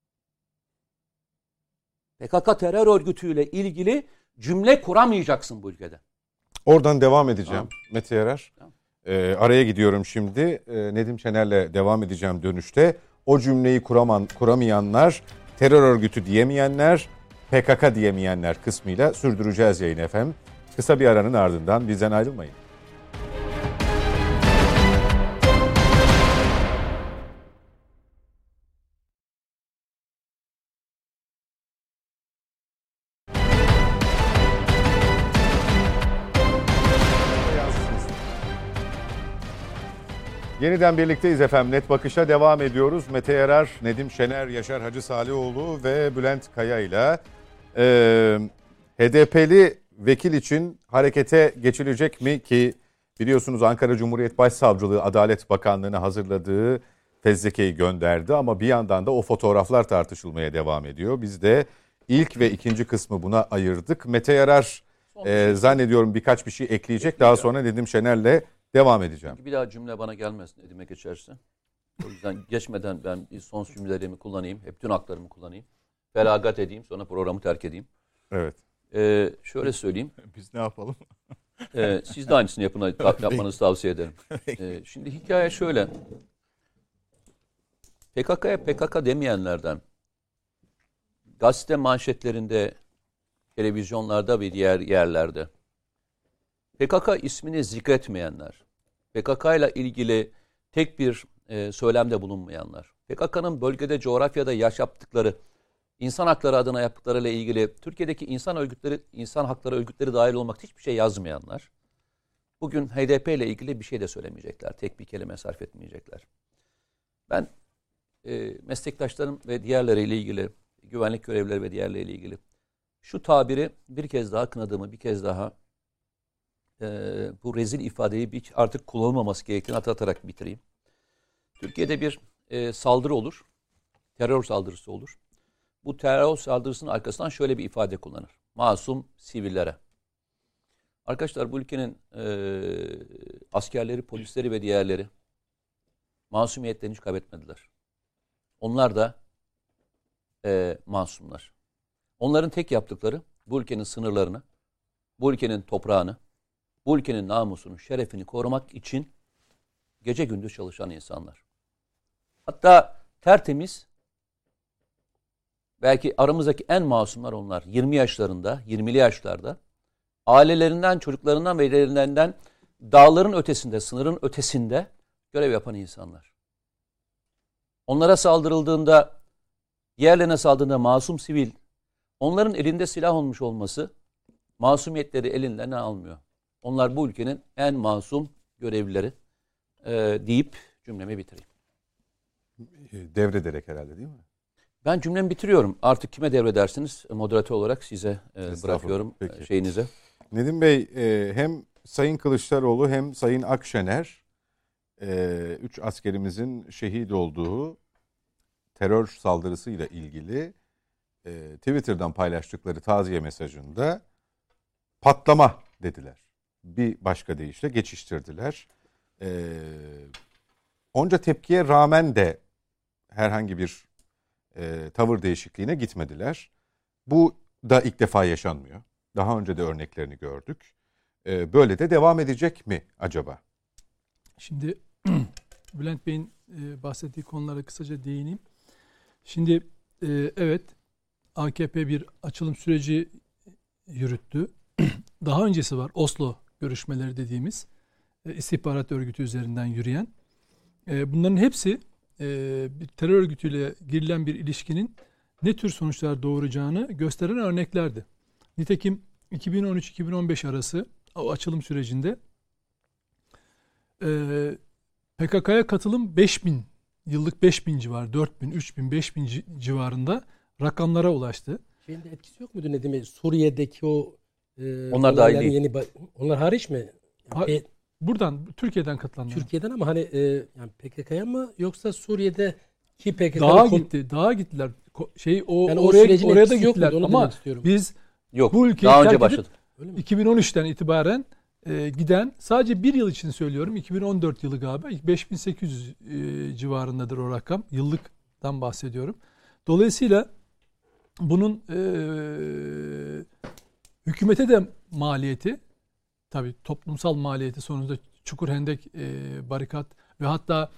Speaker 4: P K K terör örgütüyle ilgili cümle kuramayacaksın bu ülkede.
Speaker 1: Oradan devam edeceğim
Speaker 4: Tamam.
Speaker 1: Mete Yarar.
Speaker 4: Tamam.
Speaker 1: Ee, araya gidiyorum şimdi. Ee, Nedim Şener'le devam edeceğim dönüşte. O cümleyi kuraman, kuramayanlar, terör örgütü diyemeyenler, P K K diyemeyenler kısmıyla sürdüreceğiz yayını efendim. Kısa bir aranın ardından bizden ayrılmayın. Yeniden birlikteyiz efendim. Net Bakış'a devam ediyoruz. Mete Yarar, Nedim Şener, Yaşar Hacı Salihoğlu ve Bülent Kaya ile H D P'li vekil için harekete geçilecek mi ki biliyorsunuz Ankara Cumhuriyet Başsavcılığı Adalet Bakanlığı'na hazırladığı fezlekeyi gönderdi ama bir yandan da o fotoğraflar tartışılmaya devam ediyor. Biz de ilk ve ikinci kısmı buna ayırdık. Mete Yarar e, zannediyorum birkaç bir şey ekleyecek. Daha sonra Nedim Şener'le devam edeceğim.
Speaker 4: Bir daha cümle bana gelmesin Nedim'e geçerse. O yüzden geçmeden ben son cümlelerimi kullanayım. Hep tüm haklarımı kullanayım. Feragat edeyim, sonra programı terk edeyim.
Speaker 1: Evet.
Speaker 4: Ee, şöyle söyleyeyim.
Speaker 1: Biz ne yapalım?
Speaker 4: Ee, siz de aynısını yapın, yapmanızı tavsiye ederim. Ee, şimdi hikaye şöyle. P K K'ya P K K demeyenlerden gazete manşetlerinde, televizyonlarda ve diğer yerlerde P K K ismini zikretmeyenler, P K K ile ilgili tek bir e, söylemde bulunmayanlar, P K K'nın bölgede, coğrafyada yaşattıkları, insan hakları adına yaptıklarıyla ilgili Türkiye'deki insan örgütleri, insan hakları örgütleri dahil olmak hiçbir şey yazmayanlar, bugün H D P ile ilgili bir şey de söylemeyecekler, tek bir kelime sarf etmeyecekler. Ben e, meslektaşlarım ve diğerleriyle ilgili, güvenlik görevlileri ve diğerleriyle ilgili şu tabiri bir kez daha kınadığımı, bir kez daha Ee, bu rezil ifadeyi bir artık kullanılmaması gerektiğini hatırlatarak bitireyim. Türkiye'de bir e, saldırı olur. Terör saldırısı olur. Bu terör saldırısının arkasından şöyle bir ifade kullanır. Masum sivillere. Arkadaşlar bu ülkenin e, askerleri, polisleri ve diğerleri masumiyetlerini hiç kaybetmediler. Onlar da e, masumlar. Onların tek yaptıkları bu ülkenin sınırlarını, bu ülkenin toprağını, bu ülkenin namusunu, şerefini korumak için gece gündüz çalışan insanlar. Hatta tertemiz, belki aramızdaki en masumlar onlar. yirmi yaşlarında, yirmili yaşlarda, ailelerinden, çocuklarından ve ailelerinden dağların ötesinde, sınırın ötesinde görev yapan insanlar. Onlara saldırıldığında, diğerlerine saldırıldığında masum sivil, onların elinde silah olmuş olması masumiyetleri elinden almıyor. Onlar bu ülkenin en masum görevlileri e, deyip cümlemi bitireyim.
Speaker 1: Devrederek herhalde değil mi?
Speaker 4: Ben cümlemi bitiriyorum. Artık kime devredersiniz? Moderatör olarak size e, bırakıyorum
Speaker 1: Peki.
Speaker 4: şeyinize.
Speaker 1: Nedim Bey e, hem Sayın Kılıçdaroğlu hem Sayın Akşener e, üç askerimizin şehit olduğu terör saldırısıyla ilgili e, Twitter'dan paylaştıkları taziye mesajında patlama dediler. Bir başka deyişle geçiştirdiler. Ee, onca tepkiye rağmen de herhangi bir e, tavır değişikliğine gitmediler. Bu da ilk defa yaşanmıyor. Daha önce de örneklerini gördük. Ee, böyle de devam edecek mi acaba?
Speaker 2: Şimdi Bülent Bey'in e, bahsettiği konulara kısaca değineyim. Şimdi e, evet A K P bir açılım süreci yürüttü. Daha öncesi var. Oslo görüşmeleri dediğimiz e, istihbarat örgütü üzerinden yürüyen. E, bunların hepsi e, bir terör örgütüyle girilen bir ilişkinin ne tür sonuçlar doğuracağını gösteren örneklerdi. Nitekim iki bin on üç iki bin on beş arası o açılım sürecinde e, P K K'ya katılım beş bin, yıllık beş bin civarı, dört bin, üç bin, beş bin civarında rakamlara ulaştı.
Speaker 5: Şeyin de etkisi yok muydu Nedim Bey? Suriye'deki o e,
Speaker 4: Onlar dahil değil.
Speaker 5: Yeni, onlar hariç mi?
Speaker 2: Ha,
Speaker 5: e,
Speaker 2: buradan, Türkiye'den katılanlar.
Speaker 5: Türkiye'den ama hani e, yani P K K'ya mı yoksa Suriye'deki P K K'ya
Speaker 2: Daha
Speaker 5: kom-
Speaker 2: gitti, daha gittiler. Ko- Şey o
Speaker 5: Yani o
Speaker 2: oraya
Speaker 5: sürecin
Speaker 2: oraya da
Speaker 5: etkisi yok
Speaker 2: gittiler
Speaker 5: muydu? Onu
Speaker 2: ama
Speaker 5: demek istiyorum.
Speaker 2: biz
Speaker 4: Yok.
Speaker 2: Bu ülkeyi
Speaker 4: Daha önce
Speaker 2: terk
Speaker 4: başladı.
Speaker 2: edip iki bin on üçten itibaren e, giden, sadece bir yıl için söylüyorum, iki bin on dört yılı galiba beş bin sekiz yüz e, civarındadır o rakam. Yıllıktan bahsediyorum. Dolayısıyla bunun e, hükümete de maliyeti, tabii toplumsal maliyeti sonuçta çukur hendek, e, barikat ve hatta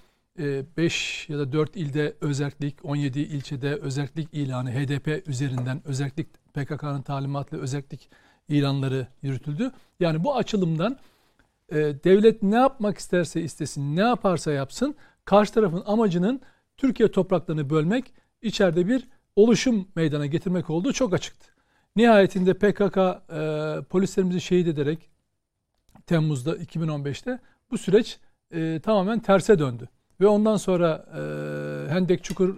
Speaker 2: beş ya da dört ilde özellik, on yedi ilçede özellik ilanı, H D P üzerinden özellik, P K K'nın talimatlı özellik ilanları yürütüldü. Yani bu açılımdan e, devlet ne yapmak isterse istesin, ne yaparsa yapsın, karşı tarafın amacının Türkiye topraklarını bölmek, içeride bir oluşum meydana getirmek olduğu çok açıktı. Nihayetinde P K K e, polislerimizi şehit ederek Temmuz'da iki bin on beşte bu süreç e, tamamen terse döndü. Ve ondan sonra e, Hendek Çukur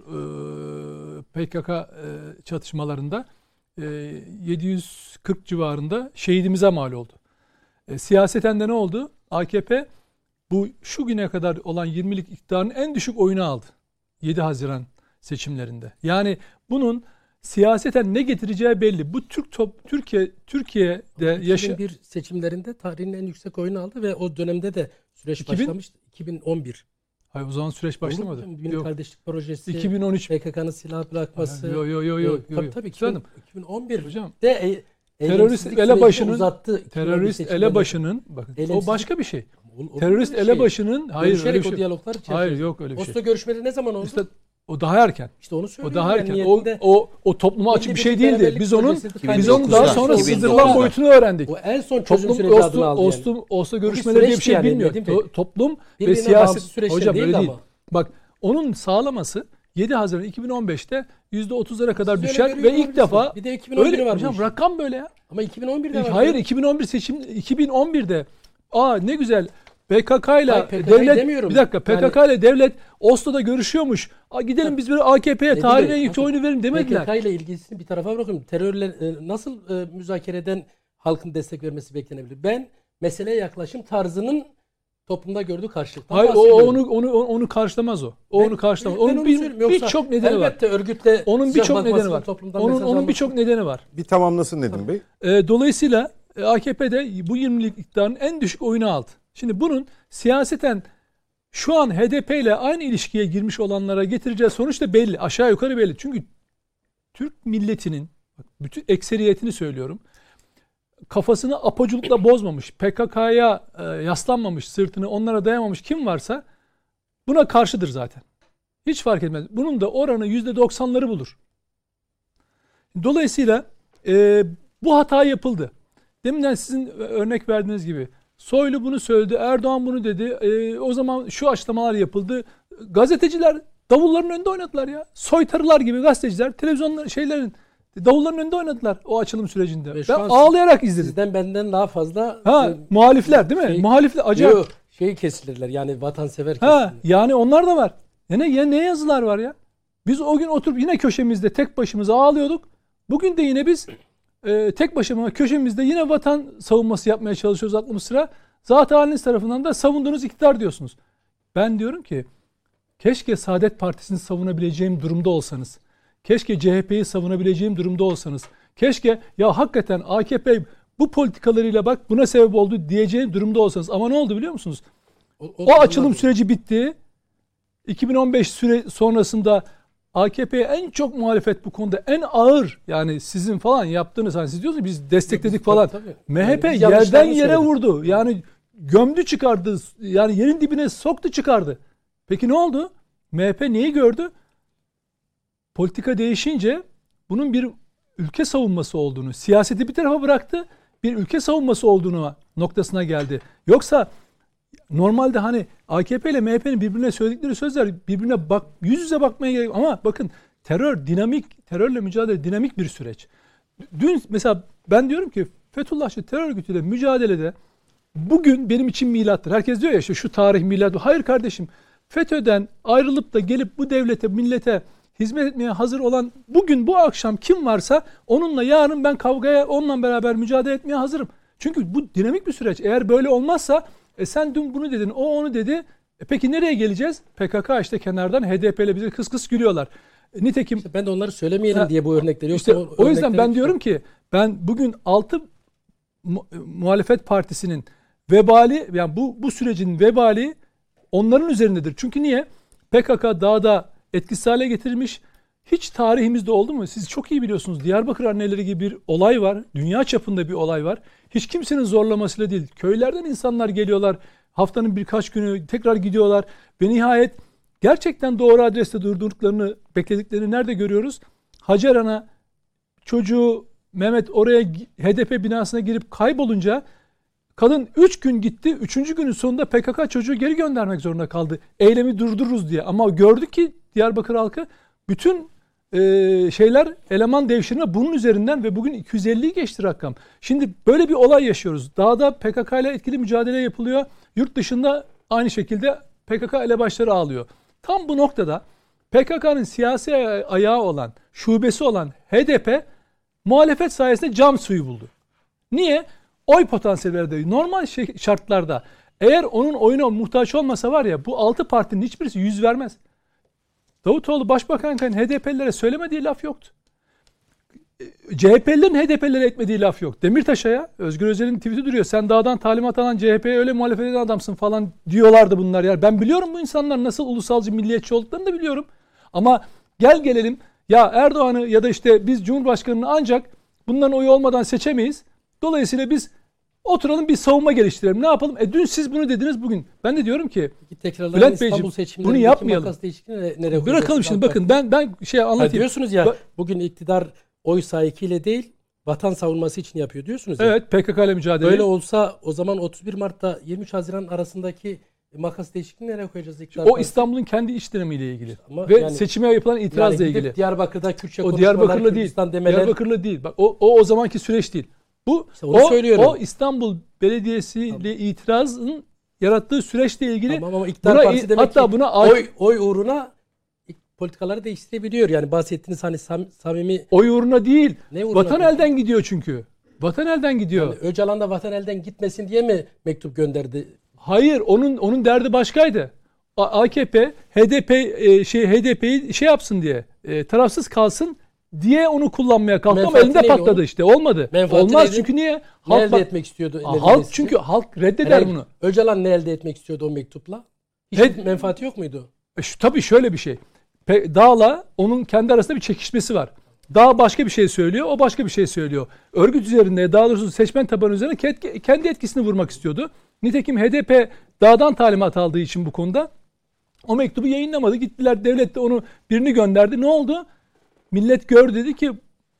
Speaker 2: e, P K K e, çatışmalarında e, yedi yüz kırk civarında şehidimize mal oldu. E, siyaseten de ne oldu? A K P bu şu güne kadar olan yirmilik iktidarın en düşük oyunu aldı. yedi Haziran seçimlerinde. Yani bunun siyaseten ne getireceği belli. Bu Türk top, Türkiye Türkiye'de yaşa
Speaker 5: iki bin bir seçimlerinde tarihin en yüksek oyunu aldı ve o dönemde de süreç
Speaker 2: iki bin
Speaker 5: başlamıştı. iki bin on bir.
Speaker 2: Hayır, o zaman süreç başlamadı.
Speaker 5: Büyük
Speaker 2: Yok.
Speaker 5: Kardeşlik Projesi,
Speaker 2: iki bin on üç.
Speaker 5: P K K'nın silah bırakması.
Speaker 2: Yo yo yo yo.
Speaker 5: Tabii tabii iki bin, iki bin on bir
Speaker 2: Hocam,
Speaker 5: de e,
Speaker 2: terörist
Speaker 5: eylemsizlik
Speaker 2: elebaşının
Speaker 5: uzattı.
Speaker 2: terörist elebaşının bakın o başka bir şey.
Speaker 5: O, o
Speaker 2: Terörist
Speaker 5: bir şey.
Speaker 2: elebaşının hayır öyle
Speaker 5: Görüşerek
Speaker 2: bir şey.
Speaker 5: o diyaloglar içerisinde.
Speaker 2: Hayır yok öyle bir
Speaker 5: Oslo
Speaker 2: şey.
Speaker 5: görüşmeleri ne zaman oldu?
Speaker 2: İşte o daha erken.
Speaker 5: İşte onu
Speaker 2: O
Speaker 5: söylüyorum.
Speaker 2: daha
Speaker 5: yani
Speaker 2: erken. O,
Speaker 5: niyetinde-
Speaker 2: o o topluma açık bir şey değildi. Biz onun biz onun daha sonra
Speaker 3: iki bin dokuzda.
Speaker 2: sızdırılan boyutunu öğrendik.
Speaker 5: O en son çözüm
Speaker 2: Toplum
Speaker 5: süreci adını
Speaker 2: Oslo
Speaker 5: aldı yani.
Speaker 2: Oslo Oslo görüşmeleri diye bir
Speaker 5: süreçti
Speaker 2: şey
Speaker 5: yani,
Speaker 2: bilmiyor.
Speaker 5: Nedim Bey.
Speaker 2: To- Toplum ve
Speaker 5: Birbirine
Speaker 2: siyaset
Speaker 5: bağımsız süreçler
Speaker 2: hocam öyle
Speaker 5: değildi
Speaker 2: değil.
Speaker 5: ama.
Speaker 2: Bak onun sağlaması yedi Haziran iki bin on beşte yüzde otuzlara kadar
Speaker 5: Siz öyle
Speaker 2: düşer ve
Speaker 5: görüyor
Speaker 2: ilk
Speaker 5: musunuz?
Speaker 2: defa
Speaker 5: Bir de iki bin on biri
Speaker 2: öyle
Speaker 5: var bu
Speaker 2: hocam
Speaker 5: işin.
Speaker 2: rakam böyle ya.
Speaker 5: Ama iki bin on birde var.
Speaker 2: Hayır iki bin on bir seçim iki bin on birde aa ne güzel P K K ile
Speaker 5: Hayır, P K K'yı
Speaker 2: devlet
Speaker 5: demiyorum.
Speaker 2: bir dakika P K K ile devlet Oslo'da görüşüyormuş. Aa, gidelim biz böyle A K P'ye
Speaker 5: Nedim
Speaker 2: tarihin
Speaker 5: Bey,
Speaker 2: en yüksek oyunu verin
Speaker 5: P
Speaker 2: demediler.
Speaker 5: K K ile ilgisini bir tarafa bırakın. Terörle e, nasıl e, müzakereden halkın destek vermesi beklenebilir? Ben meseleye yaklaşım tarzının toplumda gördüğü karşılıktan
Speaker 2: Hayır o
Speaker 5: bahsediyorum.
Speaker 2: onu onu onu karşılamaz o. O
Speaker 5: Ben-
Speaker 2: onu karşılamaz.
Speaker 5: ben
Speaker 2: Onun
Speaker 5: onu
Speaker 2: bir
Speaker 5: söylüyorum. Yoksa
Speaker 2: birçok nedeni var.
Speaker 5: Elbette örgütle
Speaker 2: Onun
Speaker 5: sıcak
Speaker 2: birçok nedeni
Speaker 5: bakmasının
Speaker 2: var.
Speaker 5: toplumdan
Speaker 2: Onun
Speaker 5: mesaj
Speaker 2: onun
Speaker 5: alması-
Speaker 2: birçok nedeni var.
Speaker 1: Bir tamamlasın Nedim Bey.
Speaker 2: E, dolayısıyla e, A K P'de bu yirmilik iktidarın en düşük oyunu aldı. Şimdi bunun siyaseten şu an H D P ile aynı ilişkiye girmiş olanlara getireceği sonuç da belli. Aşağı yukarı belli. Çünkü Türk milletinin bak, bütün ekseriyetini söylüyorum. Kafasını apoculukla bozmamış, P K K'ya e, yaslanmamış, sırtını onlara dayamamış kim varsa buna karşıdır zaten. Hiç fark etmez. Bunun da oranı yüzde doksanları bulur. Dolayısıyla e, bu hata yapıldı. Deminden sizin örnek verdiğiniz gibi Soylu bunu söyledi, Erdoğan bunu dedi. E, o zaman şu açıklamalar yapıldı. Gazeteciler davulların önünde oynadılar ya. Soytarılar gibi gazeteciler televizyonların şeylerin davulların önünde oynadılar o açılım sürecinde.
Speaker 5: Ve
Speaker 2: Ben
Speaker 5: şu an
Speaker 2: ağlayarak izledim.
Speaker 5: Sizden benden daha fazla
Speaker 2: Ha,
Speaker 5: e,
Speaker 2: muhalifler değil mi?
Speaker 5: şey-
Speaker 2: Muhalifler acayip.
Speaker 5: Yok, şey kesilirler yani vatansever
Speaker 2: Ha,
Speaker 5: kesilirler.
Speaker 2: yani onlar da var. Ya ne, ya ne yazılar var ya? Biz o gün oturup yine köşemizde tek başımıza ağlıyorduk. Bugün de yine biz e, tek başıma köşemizde yine vatan savunması yapmaya çalışıyoruz aklımız sıra. Zat-ı haliniz tarafından da savunduğunuz iktidar diyorsunuz. Ben diyorum ki keşke Saadet Partisi'ni savunabileceğim durumda olsanız. Keşke C H P'yi savunabileceğim durumda olsanız. Keşke ya hakikaten A K P bu politikalarıyla bak buna sebep oldu diyeceğim durumda olsanız. Ama ne oldu biliyor musunuz?
Speaker 5: O,
Speaker 2: O açılım süreci bitti. iki bin on beş süre sonrasında A K P'ye en çok muhalefet bu konuda en ağır yani sizin falan yaptığınız hani siz diyorsunuz biz destekledik
Speaker 5: Biz-
Speaker 2: falan.
Speaker 5: tabii, tabii.
Speaker 2: M H P
Speaker 5: Yani biz
Speaker 2: yerden
Speaker 5: yanlışlarını
Speaker 2: yere
Speaker 5: söyledik.
Speaker 2: vurdu. Yani gömdü çıkardı. Yani yerin dibine soktu çıkardı. Peki ne oldu? M H P neyi gördü? Politika değişince bunun bir ülke savunması olduğunu, siyaseti bir tarafa bıraktı. Bir ülke savunması olduğunu noktasına geldi. Yoksa normalde hani A K P ile M H P'nin birbirine söyledikleri sözler birbirine bak yüz yüze bakmaya gerek ama bakın terör dinamik, terörle mücadele dinamik bir süreç. Dün mesela ben diyorum ki Fethullahçı terör örgütüyle mücadelede bugün benim için milattır. Herkes diyor ya işte şu tarih milat. Hayır kardeşim. FETÖ'den ayrılıp da gelip bu devlete, millete hizmet etmeye hazır olan bugün bu akşam kim varsa onunla yarın ben kavgaya onunla beraber mücadele etmeye hazırım. Çünkü bu dinamik bir süreç. Eğer böyle olmazsa e sen dün bunu dedin, o onu dedi. E peki nereye geleceğiz? P K K işte kenardan H D P ile bize kıs kıs gülüyorlar. Nitekim
Speaker 5: İşte ben de onları söylemeyelim
Speaker 2: Ha,
Speaker 5: diye bu örnekleri.
Speaker 2: İşte
Speaker 5: Yoksa
Speaker 2: o yüzden
Speaker 5: örnekleri-
Speaker 2: ben diyorum ki ben bugün altı mu- muhalefet partisinin vebali, yani bu bu sürecin vebali onların üzerindedir. Çünkü niye? P K K dağda etkisiz hale getirilmiş. Hiç tarihimizde oldu mu? Siz çok iyi biliyorsunuz. Diyarbakır anneleri gibi bir olay var. Dünya çapında bir olay var. Hiç kimsenin zorlamasıyla değil. Köylerden insanlar geliyorlar. Haftanın birkaç günü tekrar gidiyorlar. Ve nihayet gerçekten doğru adreste durdurduklarını, beklediklerini nerede görüyoruz? Hacer Ana çocuğu Mehmet oraya H D P binasına girip kaybolunca kadın üç gün gitti. üçüncü günün sonunda P K K çocuğu geri göndermek zorunda kaldı. Eylemi durdururuz diye. Ama gördük ki Diyarbakır halkı bütün e, şeyler eleman devşirme bunun üzerinden ve bugün iki yüz elliyi geçti rakam. Şimdi böyle bir olay yaşıyoruz. Dağda P K K ile etkili mücadele yapılıyor. Yurt dışında aynı şekilde P K K elebaşları ağlıyor. Tam bu noktada P K K'nın siyasi ayağı olan, şubesi olan H D P muhalefet sayesinde cam suyu buldu. Niye? Oy potansiyeli de normal şey, şartlarda eğer onun oyuna muhtaç olmasa var ya bu altı partinin hiçbirisi yüz vermez. Davutoğlu başbakanken H D P'lilere söylemediği laf yoktu. C H P'lilerin H D P'lilere etmediği laf yok. Demirtaş'a ya Özgür Özel'in tweet'i duruyor. Sen dağdan talimat alan C H P'ye öyle muhalefet eden adamsın falan diyorlardı bunlar ya. Ben biliyorum bu insanlar nasıl ulusalcı, milliyetçi olduklarını da biliyorum. Ama gel gelelim ya Erdoğan'ı ya da işte biz Cumhurbaşkanı'nı ancak bunların oyu olmadan seçemeyiz. Dolayısıyla biz oturalım bir savunma geliştirelim. Ne yapalım? E dün siz bunu dediniz bugün. Ben de diyorum ki
Speaker 5: Tekrarlanan
Speaker 2: Bülent
Speaker 5: İstanbul
Speaker 2: Beyciğim,
Speaker 5: seçimlerindeki
Speaker 2: bunu yapmayalım.
Speaker 5: makas değişikliğini nereye koyacaksınız?
Speaker 2: Bırakalım şimdi bakın ben ben şey
Speaker 5: Ha,
Speaker 2: anlatayım.
Speaker 5: diyorsunuz ya
Speaker 2: Ba-
Speaker 5: bugün iktidar oy sahikiyle değil vatan savunması için yapıyor diyorsunuz ya.
Speaker 2: Evet P K K ile mücadele.
Speaker 5: Öyle olsa o zaman otuz bir Mart'ta yirmi üç Haziran arasındaki makas değişikliğini nereye koyacağız? İktidar
Speaker 2: O
Speaker 5: partisi?
Speaker 2: İstanbul'un kendi iç dinamiğiyle ilgili.
Speaker 5: Ama
Speaker 2: Ve
Speaker 5: yani-
Speaker 2: seçime yapılan itirazla
Speaker 5: Yani gidip
Speaker 2: ilgili.
Speaker 5: Diyarbakır'da Kürtçe
Speaker 2: O
Speaker 5: konuşmalar,
Speaker 2: Diyarbakır'la değil.
Speaker 5: Kürdistan demeler.
Speaker 2: Diyarbakır'la değil. Bak o, o o zamanki süreç değil. Bu
Speaker 5: İşte onu
Speaker 2: o,
Speaker 5: söylüyorum.
Speaker 2: o İstanbul Belediyesi ile itirazın yarattığı süreçle ilgili.
Speaker 5: Tamam ama iktidar
Speaker 2: buna,
Speaker 5: partisi demek
Speaker 2: hatta
Speaker 5: ki
Speaker 2: buna
Speaker 5: oy, oy uğruna politikaları değiştirebiliyor. Yani bahsettiğiniz hani sam, samimi
Speaker 2: oy uğruna değil.
Speaker 5: ne uğruna?
Speaker 2: Vatan elden gidiyor çünkü. Vatan elden gidiyor.
Speaker 5: Yani Öcalan'da vatan elden gitmesin diye mi mektup gönderdi?
Speaker 2: Hayır, onun onun derdi başkaydı. A- AKP, H D P e, şey H D P'yi şey yapsın diye, e, tarafsız kalsın diye onu kullanmaya kalktı ama
Speaker 5: Menfaati
Speaker 2: elinde
Speaker 5: neydi
Speaker 2: patladı
Speaker 5: onun?
Speaker 2: işte. Olmadı.
Speaker 5: Menfaati
Speaker 2: Olmaz
Speaker 5: neydi?
Speaker 2: çünkü niye?
Speaker 5: Ne
Speaker 2: Halk
Speaker 5: elde
Speaker 2: bak-
Speaker 5: etmek istiyordu?
Speaker 2: Aa,
Speaker 5: ne
Speaker 2: halk
Speaker 5: dedesi?
Speaker 2: çünkü halk reddeder
Speaker 5: Yani
Speaker 2: bunu.
Speaker 5: Öcalan ne elde etmek istiyordu o mektupla? Hiç
Speaker 2: Hed-
Speaker 5: menfaati yok muydu?
Speaker 2: E, şu, tabii şöyle bir şey. Pe- Dağ'la onun kendi arasında bir çekişmesi var. Dağ başka bir şey söylüyor, o başka bir şey söylüyor. Örgüt üzerinde, daha doğrusu seçmen tabanı üzerine ke- kendi etkisini vurmak istiyordu. Nitekim H D P Dağ'dan talimat aldığı için bu konuda o mektubu yayınlamadı. Gittiler devlet de onu birini gönderdi. Ne oldu? Millet gör dedi ki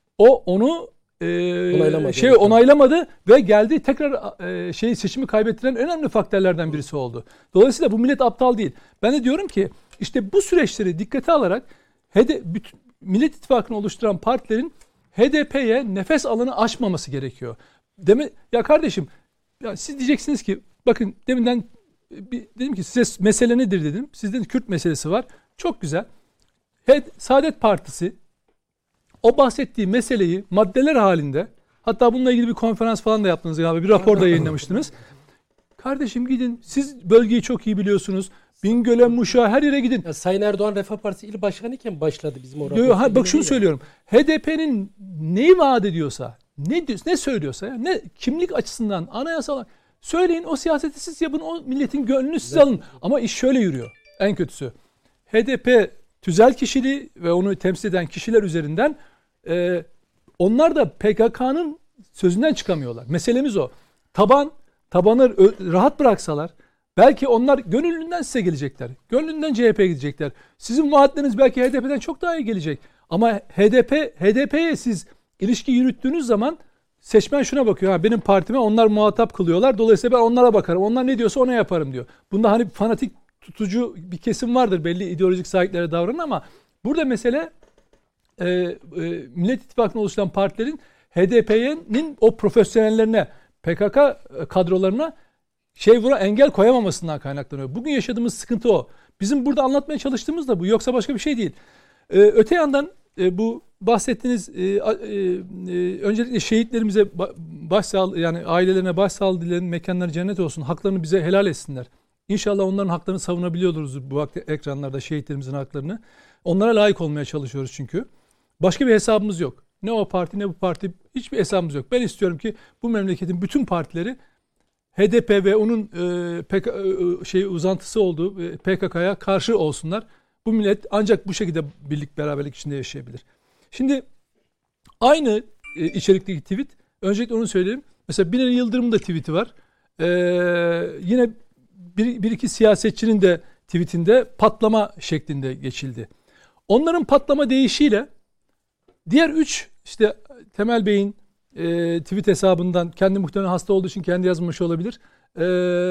Speaker 2: o onu e,
Speaker 5: Onaylamadı.
Speaker 2: şey onaylamadı ve geldi tekrar e, şey seçimi kaybettiren önemli faktörlerden birisi oldu. Dolayısıyla bu millet aptal değil. Ben de diyorum ki işte bu süreçleri dikkate alarak H D, bütün, Millet İttifakı'nı oluşturan partilerin H D P'ye nefes alanı açmaması gerekiyor. Deme, ya kardeşim ya siz diyeceksiniz ki bakın deminden bir, dedim ki size mesele nedir dedim. Sizde Kürt meselesi var. Çok güzel. H- Saadet Partisi o bahsettiği meseleyi maddeler halinde, hatta bununla ilgili bir konferans falan da yaptınız galiba, bir rapor da yayınlamıştınız. Kardeşim gidin, siz bölgeyi çok iyi biliyorsunuz. Bingöl'e, Muş'a, her yere gidin.
Speaker 5: Ya Sayın Erdoğan Refah Partisi il başkanı iken başladı bizim orada.
Speaker 2: Yo, yo, ha, bak şunu söylüyorum. H D P'nin neyi vaat ediyorsa, ne ne söylüyorsa, ya, ne kimlik açısından, anayasal olarak söyleyin, o siyaseti siz yapın, o milletin gönlünü siz alın. Ama iş şöyle yürüyor. En kötüsü. H D P tüzel kişiliği ve onu temsil eden kişiler üzerinden e, onlar da P K K'nın sözünden çıkamıyorlar. Meselemiz o. Taban, tabanı ö- rahat bıraksalar belki onlar gönüllünden size gelecekler. Gönlünden C H P'ye gidecekler. Sizin vaatleriniz belki H D P'den çok daha iyi gelecek. Ama H D P H D P'ye siz ilişki yürüttüğünüz zaman seçmen şuna bakıyor. Ha, benim partime onlar muhatap kılıyorlar. Dolayısıyla ben onlara bakarım. Onlar ne diyorsa ona yaparım diyor. Bunda hani fanatik tutucu bir kesim vardır belli ideolojik sahiplere davranan ama burada mesele e, e, Millet İttifakı'na oluşturan partilerin H D P'nin o profesyonellerine, P K K kadrolarına şey vura engel koyamamasından kaynaklanıyor. Bugün yaşadığımız sıkıntı o. Bizim burada anlatmaya çalıştığımız da bu. Yoksa başka bir şey değil. Ee, öte yandan e, bu bahsettiğiniz e, e, e, öncelikle şehitlerimize ba- başsağlığı, yani ailelerine başsağlığı dilerim, mekanları cennet olsun. Haklarını bize helal etsinler. İnşallah onların haklarını savunabiliyoruz bu ekranlarda, şehitlerimizin haklarını. Onlara layık olmaya çalışıyoruz çünkü. Başka bir hesabımız yok. Ne o parti ne bu parti, hiçbir hesabımız yok. Ben istiyorum ki bu memleketin bütün partileri H D P ve onun e, P K, e, şey uzantısı olduğu e, P K K'ya karşı olsunlar. Bu millet ancak bu şekilde birlik beraberlik içinde yaşayabilir. Şimdi aynı e, içerikteki tweet, öncelikle onu söyleyeyim. Mesela Binali Yıldırım'ın da tweet'i var. Ee, yine bir, bir iki siyasetçinin de tweetinde patlama şeklinde geçildi. Onların patlama deyişiyle diğer üç, işte Temel Bey'in e, tweet hesabından, kendi muhtemelen hasta olduğu için kendi yazmamış olabilir. E,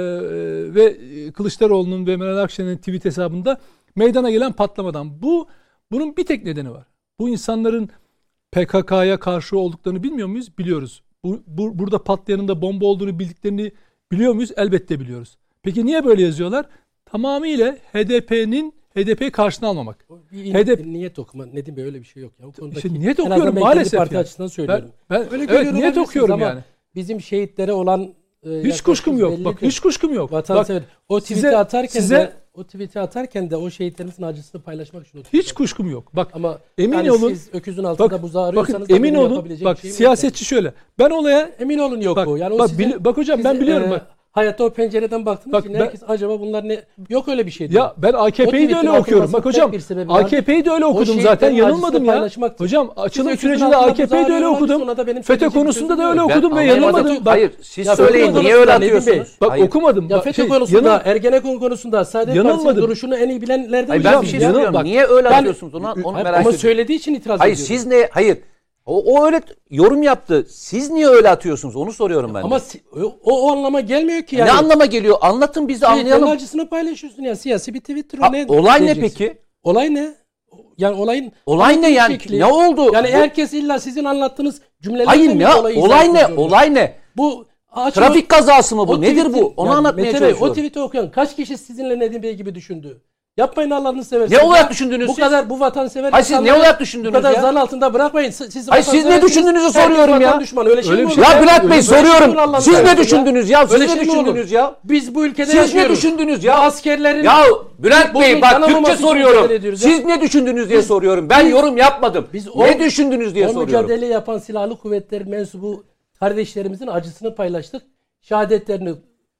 Speaker 2: ve Kılıçdaroğlu'nun ve Meral Akşener'in tweet hesabında meydana gelen patlamadan. Bu bunun bir tek nedeni var. Bu insanların P K K'ya karşı olduklarını bilmiyor muyuz? Biliyoruz. Bu, bu, burada patlayanın da bomba olduğunu bildiklerini biliyor muyuz? Elbette biliyoruz. Peki niye böyle yazıyorlar? Tamamıyla H D P'nin H D P'yi karşına almamak.
Speaker 5: Bir
Speaker 2: H D P
Speaker 5: niyet okuma. Nedim Bey öyle bir şey yok ya. O konudaki,
Speaker 2: İşte niyet
Speaker 5: en azından
Speaker 2: okuyorum
Speaker 5: ben
Speaker 2: maalesef.
Speaker 5: kendi parti
Speaker 2: Yani.
Speaker 5: açısından söylüyorum.
Speaker 2: Ben, ben
Speaker 5: öyle
Speaker 2: evet,
Speaker 5: görüyor
Speaker 2: niyet
Speaker 5: olabilirsiniz
Speaker 2: okuyorum
Speaker 5: ama
Speaker 2: yani.
Speaker 5: bizim şehitlere olan e,
Speaker 2: Hiç kuşkum yok. Bak hiç kuşkum yok.
Speaker 5: Vatansever.
Speaker 2: Bak,
Speaker 5: o tweet'i
Speaker 2: size,
Speaker 5: atarken
Speaker 2: size,
Speaker 5: de o tweet'i atarken de o şehitlerimizin acısını paylaşmak için.
Speaker 2: Hiç kuşkum yok. Bak
Speaker 5: ama
Speaker 2: emin
Speaker 5: yani
Speaker 2: olun.
Speaker 5: Siz öküzün altında
Speaker 2: bak,
Speaker 5: buzağı arıyorsanız
Speaker 2: bakın, emin olun. Bak
Speaker 5: şey
Speaker 2: siyasetçi şöyle. Ben olaya
Speaker 5: emin olun yok
Speaker 2: bak,
Speaker 5: o. Yani o
Speaker 2: bak,
Speaker 5: sizin,
Speaker 2: bili, bak hocam
Speaker 5: siz,
Speaker 2: ben biliyorum
Speaker 5: e,
Speaker 2: bak.
Speaker 5: Hayatta o pencereden baktığınız
Speaker 2: Bak,
Speaker 5: için
Speaker 2: ben,
Speaker 5: herkes acaba bunlar ne? Yok öyle bir şey değil.
Speaker 2: Ya ben A K P'yi de öyle okuyorum. Bak hocam A K P'yi de öyle okudum zaten. Yanılmadım ya. Hocam açılım sürecinde A K P'yi de öyle okudum. FETÖ konusunda da öyle okudum ve yanılmadım.
Speaker 4: Hayır siz
Speaker 5: ya
Speaker 4: söyleyin niye öyle atıyorsunuz?
Speaker 2: Bak
Speaker 4: hayır.
Speaker 2: okumadım.
Speaker 5: Ya
Speaker 2: bak,
Speaker 5: FETÖ
Speaker 2: şey,
Speaker 5: konusunda,
Speaker 2: yanıl...
Speaker 5: Ergenekon konusunda Saadet Partisi'nin duruşunu en iyi bilenlerden
Speaker 4: hayır,
Speaker 5: hocam.
Speaker 4: ben bir şey söylüyorum.
Speaker 2: Bak,
Speaker 4: niye öyle
Speaker 5: ben,
Speaker 4: atıyorsunuz onu, onu
Speaker 5: hayır,
Speaker 4: merak
Speaker 5: ama
Speaker 4: ediyorum.
Speaker 5: söylediği için itiraz
Speaker 4: hayır,
Speaker 5: ediyorum.
Speaker 4: Hayır siz ne? Hayır. O, o öyle yorum yaptı. Siz niye öyle atıyorsunuz? Onu soruyorum ben.
Speaker 5: Ama
Speaker 4: de.
Speaker 5: o, o anlama gelmiyor ki yani.
Speaker 4: Ne anlama geliyor? Anlatın bize anlayalım.
Speaker 5: acısını paylaşıyorsun ya. Siyasi bir tweet'tir o.
Speaker 4: Ha,
Speaker 5: Ne
Speaker 4: olay ne
Speaker 5: diyeceksin?
Speaker 4: peki?
Speaker 5: Olay ne? Yani olayın
Speaker 4: olay ne yani?
Speaker 5: Şekli.
Speaker 4: Ne oldu?
Speaker 5: Yani
Speaker 4: Bu...
Speaker 5: herkes illa sizin anlattığınız cümlelerle
Speaker 4: hayır
Speaker 5: mi
Speaker 4: ne?
Speaker 5: olayı
Speaker 4: Olay ne?
Speaker 5: zorunda?
Speaker 4: Olay ne?
Speaker 5: Bu açma,
Speaker 4: trafik kazası mı bu? Nedir
Speaker 5: tweet'i,
Speaker 4: bu? Onu
Speaker 5: yani
Speaker 4: anlatmaya
Speaker 5: Mete
Speaker 4: çalışıyorum.
Speaker 5: Bey, o tweet'i okuyan kaç kişi sizinle Nedim Bey gibi düşündü? Yapmayın Allah'ını seversen.
Speaker 4: Ne olarak düşündünüz
Speaker 5: bu
Speaker 4: siz?
Speaker 5: Bu kadar bu vatansever
Speaker 4: hayır siz ne olarak düşündünüz
Speaker 5: bu kadar
Speaker 4: ya?
Speaker 5: zan altında bırakmayın. Siz
Speaker 4: hayır siz ne düşündüğünüzü soruyorum ya.
Speaker 5: Düşman. Öyle şey
Speaker 2: öyle
Speaker 5: mi
Speaker 2: bir
Speaker 5: olur?
Speaker 2: şey-
Speaker 4: Ya Bülent Bey soruyorum.
Speaker 5: Şey
Speaker 4: siz ne düşündünüz ya? Siz
Speaker 5: Öyle
Speaker 4: ne
Speaker 5: şey mi
Speaker 4: düşündünüz
Speaker 5: olur?
Speaker 4: ya?
Speaker 5: Biz bu ülkede
Speaker 4: Siz ne
Speaker 5: yaşıyoruz.
Speaker 4: düşündünüz
Speaker 5: Bu
Speaker 4: ya?
Speaker 5: askerlerin
Speaker 4: Ya Bülent Bey bak Türkçe
Speaker 5: kanamaması
Speaker 4: soruyorum.
Speaker 5: ediyoruz ya.
Speaker 4: Siz ne düşündünüz diye
Speaker 5: Biz-
Speaker 4: soruyorum. Ben
Speaker 5: biz-
Speaker 4: yorum yapmadım.
Speaker 5: Biz o-
Speaker 4: ne düşündünüz diye
Speaker 5: o
Speaker 4: soruyorum.
Speaker 5: mücadele yapan silahlı kuvvetler mensubu kardeşlerimizin acısını paylaştık. Şehadetlerini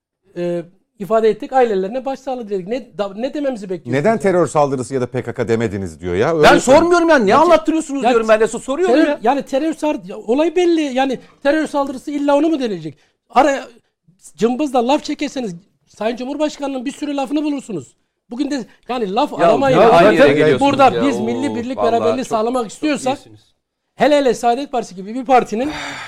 Speaker 5: e, ifade ettik. Ailelerine başsağlığı diledik. Ne, da, ne dememizi bekliyorsunuz?
Speaker 1: Neden
Speaker 5: yani?
Speaker 1: terör saldırısı ya da P K K demediniz diyor ya. Öyle
Speaker 4: Ben
Speaker 1: söyle-
Speaker 4: sormuyorum ya. Ne
Speaker 5: Ya-
Speaker 4: anlattırıyorsunuz
Speaker 5: ya-
Speaker 4: diyorum ben de soruyorum
Speaker 5: terör,
Speaker 4: ya.
Speaker 5: Yani terör saldırısı olay belli. Yani terör saldırısı illa onu mu denilecek? Araya cımbızla laf çekerseniz Sayın Cumhurbaşkanı'nın bir sürü lafını bulursunuz. Bugün de yani laf
Speaker 4: Ya,
Speaker 5: aramayın.
Speaker 2: ya, aynı yere
Speaker 4: geliyorsunuz
Speaker 5: Burada
Speaker 4: ya.
Speaker 5: biz
Speaker 4: Oo,
Speaker 5: milli birlik
Speaker 4: vallahi
Speaker 5: beraberliği
Speaker 4: çok-
Speaker 5: sağlamak
Speaker 4: çok
Speaker 5: istiyorsak
Speaker 4: iyisiniz.
Speaker 5: hele hele Saadet Partisi gibi bir partinin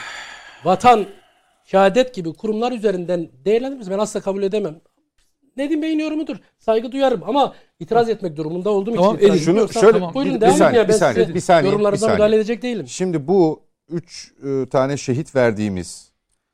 Speaker 5: vatan, şehadet gibi kurumlar üzerinden değerlendirmesi ben asla kabul edemem. Nedim Bey'in yorumudur. Saygı duyarım ama itiraz etmek durumunda olduğum
Speaker 2: Tamam,
Speaker 5: için itiraz
Speaker 2: Elif,
Speaker 1: şunu
Speaker 5: ediyorsam-
Speaker 1: şöyle
Speaker 2: Tamam,
Speaker 5: buyurun
Speaker 1: bir,
Speaker 5: devam
Speaker 1: bir saniye,
Speaker 5: edin ya.
Speaker 1: bir
Speaker 5: Ben
Speaker 1: saniye,
Speaker 5: size
Speaker 1: bir saniye, bir
Speaker 5: yorumlarınıza
Speaker 1: saniye.
Speaker 5: müdahale edecek değilim.
Speaker 1: Şimdi bu üç e, tane şehit verdiğimiz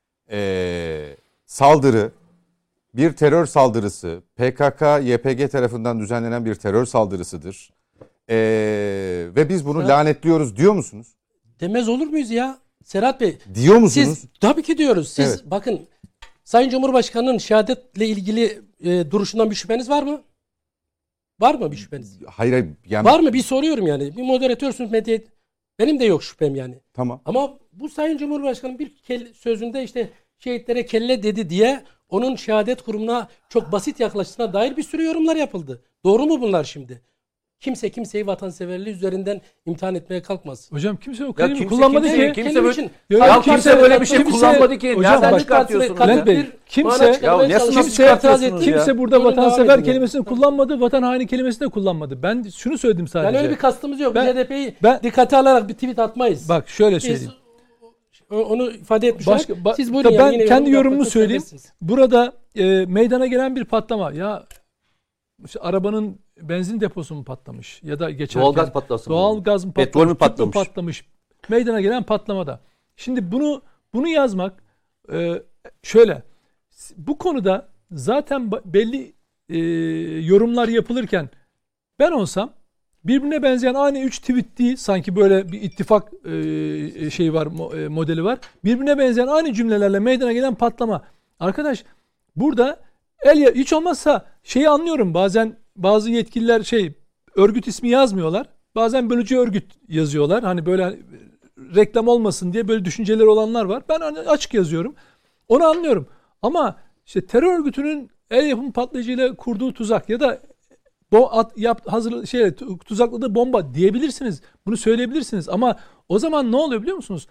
Speaker 1: e, saldırı bir terör saldırısı, P K K Y P G tarafından düzenlenen bir terör saldırısıdır. E, ve biz bunu
Speaker 5: Ha.
Speaker 1: lanetliyoruz diyor musunuz?
Speaker 5: Demez olur muyuz ya? Serhat Bey,
Speaker 1: Diyor musunuz?
Speaker 5: siz tabii ki diyoruz. Siz
Speaker 1: Evet.
Speaker 5: bakın Sayın Cumhurbaşkanı'nın şehadetle ilgili e, duruşundan bir şüpheniz var mı? Var mı bir şüpheniz?
Speaker 1: Hayır, hayır yani
Speaker 5: Var mı? Bir soruyorum yani. Bir moderatörsünüz medya. Benim de yok şüphem yani.
Speaker 1: tamam.
Speaker 5: Ama bu Sayın Cumhurbaşkanı bir kel- sözünde işte şehitlere kelle dedi diye onun şehadet kurumuna çok basit yaklaştığına dair bir sürü yorumlar yapıldı. Doğru mu bunlar şimdi? Kimse kimseyi vatanseverliği üzerinden imtihan etmeye kalkmaz.
Speaker 2: hocam kimse o
Speaker 4: Ya
Speaker 2: kelimeyi
Speaker 4: kimse-
Speaker 2: kullanmadı
Speaker 4: kimse-
Speaker 2: ki.
Speaker 4: kimse
Speaker 5: Kendim
Speaker 4: böyle-
Speaker 5: için-
Speaker 2: Ya
Speaker 4: Ya
Speaker 2: kimse
Speaker 4: kimse böyle bir şey
Speaker 2: kimse-
Speaker 4: kullanmadı ki.
Speaker 2: Hocam
Speaker 4: Nereden
Speaker 2: bak-
Speaker 4: çıkartıyorsunuz
Speaker 5: Bülent
Speaker 4: ya?
Speaker 2: Bey,
Speaker 5: Bir
Speaker 2: kimse-
Speaker 5: mana çıkarmaya
Speaker 4: Ya nasıl
Speaker 5: çalışan-
Speaker 4: kimse-
Speaker 5: itiraz
Speaker 4: çıkartıyorsunuz
Speaker 5: etti.
Speaker 4: ya?
Speaker 2: Kimse burada
Speaker 5: Buyurun, devam
Speaker 2: vatansever
Speaker 5: edin.
Speaker 2: kelimesini kullanmadı, vatan haini kelimesini de kullanmadı. Ben şunu söyledim sadece.
Speaker 5: Yani öyle bir kastımız yok.
Speaker 2: Ben-
Speaker 5: Biz H D P'yi
Speaker 2: ben-
Speaker 5: dikkate alarak bir tweet atmayız.
Speaker 2: Bak şöyle
Speaker 5: Biz
Speaker 2: söyleyeyim.
Speaker 5: o- onu ifade etmiş
Speaker 2: Başka,
Speaker 5: olarak
Speaker 2: ba-
Speaker 5: siz buyurun.
Speaker 2: ben
Speaker 5: yani yine
Speaker 2: kendi
Speaker 5: yorum
Speaker 2: yorumumu
Speaker 5: yapmakta
Speaker 2: söyleyeyim.
Speaker 5: serbestsiniz.
Speaker 2: Burada e, meydana gelen bir patlama. Ya işte arabanın benzin deposu mu patlamış ya da geçerken
Speaker 4: Doğalgaz patlaması mı?
Speaker 2: doğal gaz mı patlamış,
Speaker 4: Petrol mü
Speaker 2: tüp mü
Speaker 4: patlamış?
Speaker 2: patlamış. Meydana gelen patlamada. Şimdi bunu bunu yazmak e, şöyle, bu konuda zaten ba- belli e, yorumlar yapılırken ben olsam birbirine benzeyen aynı üç tweet değil, sanki böyle bir ittifak e, şey var, mo- e, modeli var. Birbirine benzeyen aynı cümlelerle meydana gelen patlama. Arkadaş burada El hiç olmazsa şeyi anlıyorum. Bazen bazı yetkililer şey örgüt ismi yazmıyorlar. Bazen bölücü örgüt yazıyorlar. Hani böyle reklam olmasın diye böyle düşünceleri olanlar var. Ben hani açık yazıyorum. Onu anlıyorum. Ama işte terör örgütünün el yapımı patlayıcıyla kurduğu tuzak ya da bo at, yap, hazır şey tuzakladığı bomba diyebilirsiniz. Bunu söyleyebilirsiniz. Ama o zaman ne oluyor biliyor musunuz?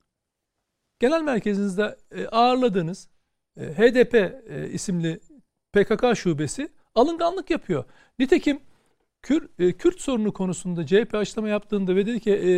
Speaker 2: Genel merkezinizde ağırladığınız H D P isimli P K K şubesi alınganlık yapıyor. Nitekim Kür, e, Kürt sorunu konusunda C H P açıklama yaptığında ve dedi ki e,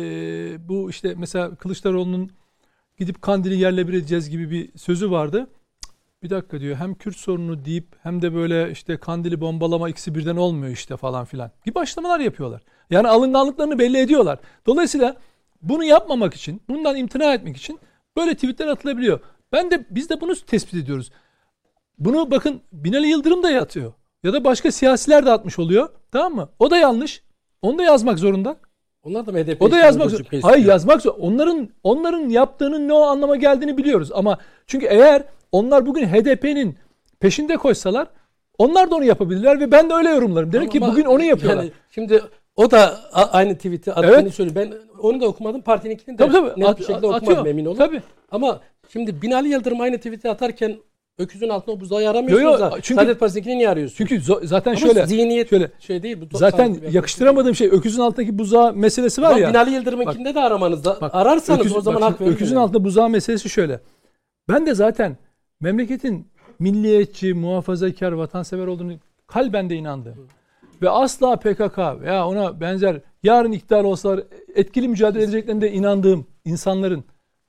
Speaker 2: bu işte mesela Kılıçdaroğlu'nun gidip Kandil'i yerle bir edeceğiz gibi bir sözü vardı. Bir dakika diyor, hem Kürt sorunu deyip hem de böyle işte Kandil'i bombalama, ikisi birden olmuyor işte falan filan gibi açıklamalar yapıyorlar. Yani alınganlıklarını belli ediyorlar. Dolayısıyla bunu yapmamak için, bundan imtina etmek için böyle tweetler atılabiliyor. Ben de biz de bunu tespit ediyoruz. Bunu bakın Binali Yıldırım da atıyor. Ya da başka siyasiler de atmış oluyor. Tamam mı? O da yanlış. Onu da yazmak zorunda.
Speaker 5: Onlar da mı H D P?
Speaker 2: O da yazmak zorunda. Hayır, yazmak zorunda. Onların onların yaptığının ne o anlama geldiğini biliyoruz. Ama çünkü eğer onlar bugün H D P'nin peşinde koşsalar onlar da onu yapabilirler ve ben de öyle yorumlarım. Derim ki bugün onu yapıyorlar. Yani
Speaker 5: şimdi o da aynı tweet'i attığını evet. söylüyor. Ben onu da okumadım. Partininkini de
Speaker 2: tabii, tabii.
Speaker 5: net
Speaker 2: At,
Speaker 5: bir şekilde
Speaker 2: atıyor.
Speaker 5: okumadım, emin olun.
Speaker 2: Tabii.
Speaker 5: Ama şimdi Binali Yıldırım aynı tweet'i atarken öküzün altına o buzağı aramıyorsunuz
Speaker 2: yo, yo,
Speaker 5: da.
Speaker 2: çünkü,
Speaker 5: Saadet Partisi'nkini niye arıyorsun?
Speaker 2: Çünkü zaten
Speaker 5: ama
Speaker 2: şöyle.
Speaker 5: Zihniyet
Speaker 2: şöyle,
Speaker 5: şey değil. Bu
Speaker 2: zaten yakıştıramadığım şey öküzün altındaki buzağı meselesi var
Speaker 5: ama
Speaker 2: ya.
Speaker 5: Binali Yıldırım'ınkinde de aramanızda. Bak, ararsanız öküz, o zaman bak, hak verin.
Speaker 2: Öküzün altında buzağı meselesi şöyle. Ben de zaten memleketin milliyetçi, muhafazakar, vatansever olduğunu kalben de inandım. Ve asla P K K veya ona benzer yarın iktidar olsalar etkili mücadele edeceklerine de inandığım insanların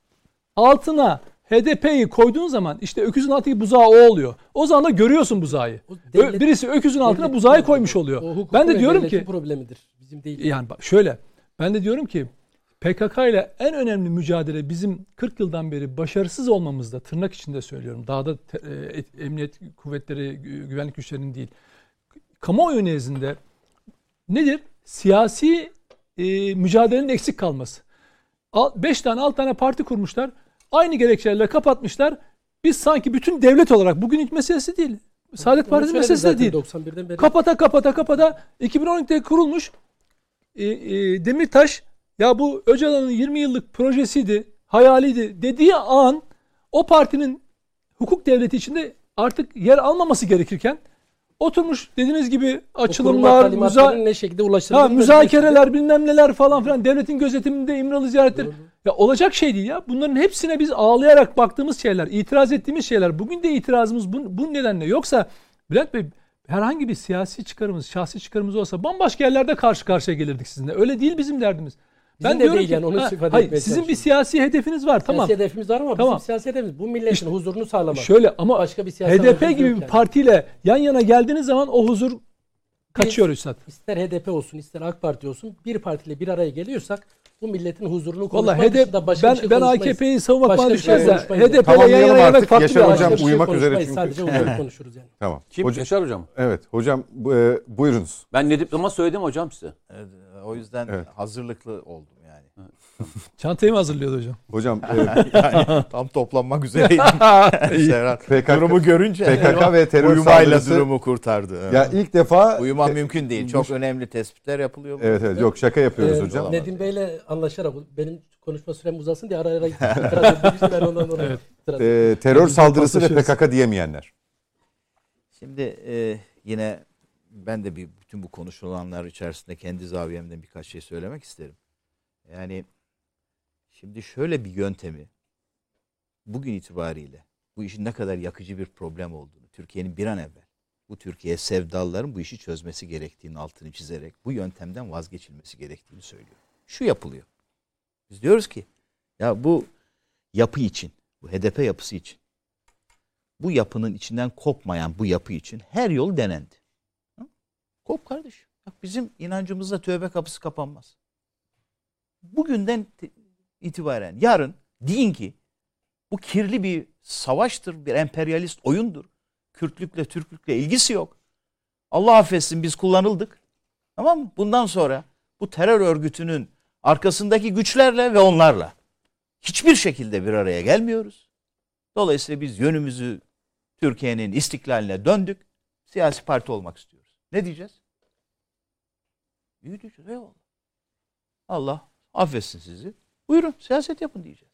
Speaker 2: altına H D P'yi koyduğun zaman işte öküzün altındaki buzağı o oluyor. O zaman da görüyorsun buzağı. Devlet, Birisi öküzün altına buzağı koymuş oluyor. Ben de diyorum ki
Speaker 5: problemidir. Bizim değil.
Speaker 2: Yani bak şöyle. Ben de diyorum ki P K K ile en önemli mücadele bizim kırk yıldan beri başarısız olmamızda, tırnak içinde söylüyorum. Daha da e, emniyet kuvvetleri, güvenlik güçlerinin değil. Kamuoyu nezdinde nedir? Siyasi e, mücadelenin eksik kalması. Beş tane, altı tane parti kurmuşlar. Aynı gerekçelerle kapatmışlar. Biz sanki bütün devlet olarak, bugün ilk meselesi değil. Saadet Partisi meselesi de değil. doksan birden beri. Kapata kapata kapata iki bin on ikide kurulmuş e, e, Demirtaş ya bu Öcalan'ın yirmi yıllık projesiydi, hayaliydi dediği an o partinin hukuk devleti içinde artık yer almaması gerekirken oturmuş dediğiniz gibi açılımlar, müza
Speaker 5: ne şekilde
Speaker 2: ha, müzakereler, bilmem neler falan filan, devletin gözetiminde İmralı ziyaretleri. Doğru. Ya olacak şey değil ya. Bunların hepsine biz ağlayarak baktığımız şeyler, itiraz ettiğimiz şeyler. Bugün de itirazımız bu, bu nedenle. Yoksa Bülent Bey herhangi bir siyasi çıkarımız, şahsi çıkarımız olsa bambaşka yerlerde karşı karşıya gelirdik sizinle. Öyle değil bizim derdimiz.
Speaker 5: Bizim ben de diyorum değil ki, yani onu ha,
Speaker 2: hayır, sizin bir siyasi hedefiniz var, tamam.
Speaker 5: Siyasi hedefimiz var ama tamam. Bizim siyasi hedefimiz bu milletin işte, huzurunu sağlamak.
Speaker 2: Şöyle ama başka bir H D P gibi bir yani. partiyle yan yana geldiğiniz zaman o huzur kaçıyor Üstad.
Speaker 5: İster H D P olsun, ister AK Parti olsun, bir partiyle bir araya geliyorsak bu milletin huzurunu konuşmak dışında başka
Speaker 2: ben,
Speaker 5: bir şey
Speaker 2: ben
Speaker 5: konuşmayız.
Speaker 2: A K P'yi savunmak bana düşmez de H D P'yle
Speaker 1: tamam,
Speaker 2: yan yana gelmek farklı bir
Speaker 1: hocam
Speaker 5: şey
Speaker 1: uyumak üzere çünkü.
Speaker 5: Sadece huzur konuşuruz yani.
Speaker 1: Tamam.
Speaker 4: Kim?
Speaker 1: Hocam,
Speaker 4: Yaşar hocam.
Speaker 1: Evet hocam e, buyurunuz.
Speaker 4: Ben ne diploma söyledim hocam size.
Speaker 3: Evet, o yüzden evet. hazırlıklı oldum yani. Evet.
Speaker 2: Çantayı mı hazırlıyordu hocam?
Speaker 1: Hocam e,
Speaker 3: yani tam toplanmak üzereydim. P K K, durumu görünce
Speaker 1: P K K ve terör
Speaker 3: uyumayla durumu kurtardı.
Speaker 1: Evet. Ya ilk defa
Speaker 3: uyuma te- mümkün değil. Çok önemli tespitler yapılıyor.
Speaker 1: Evet evet. Yok şaka yapıyoruz
Speaker 5: ee,
Speaker 1: hocam.
Speaker 5: Nedim Bey'le anlaşarak benim konuşma sürem uzasın diye ara ara itiraz etmiştim ben ondan dolayı. Evet.
Speaker 1: Ee, terör saldırısı ve P K K diyemeyenler.
Speaker 3: Şimdi e, yine ben de bir bütün bu konuşulanlar içerisinde kendi zaviyemden birkaç şey söylemek isterim. Yani şimdi şöyle bir yöntemi bugün itibariyle bu işin ne kadar yakıcı bir problem olduğunu, Türkiye'nin bir an evvel bu Türkiye sevdalıların bu işi çözmesi gerektiğinin altını çizerek bu yöntemden vazgeçilmesi gerektiğini söylüyor. Şu yapılıyor. Biz diyoruz ki ya bu yapı için, bu H D P yapısı için, bu yapının içinden kopmayan bu yapı için her yol denendi. Ha? Kop kardeş. Bak bizim inancımızda tövbe kapısı kapanmaz. Bugünden itibaren yarın deyin ki bu kirli bir savaştır, bir emperyalist oyundur. Kürtlükle, Türklükle ilgisi yok. Allah affetsin biz kullanıldık. Tamam mı? Bundan sonra bu terör örgütünün arkasındaki güçlerle ve onlarla hiçbir şekilde bir araya gelmiyoruz. Dolayısıyla biz yönümüzü Türkiye'nin istiklaline döndük. Siyasi parti olmak istiyoruz. Ne diyeceğiz? İyi diyeceğiz. Eyvallah. Allah affetsin sizi. Buyurun siyaset yapın diyeceğiz.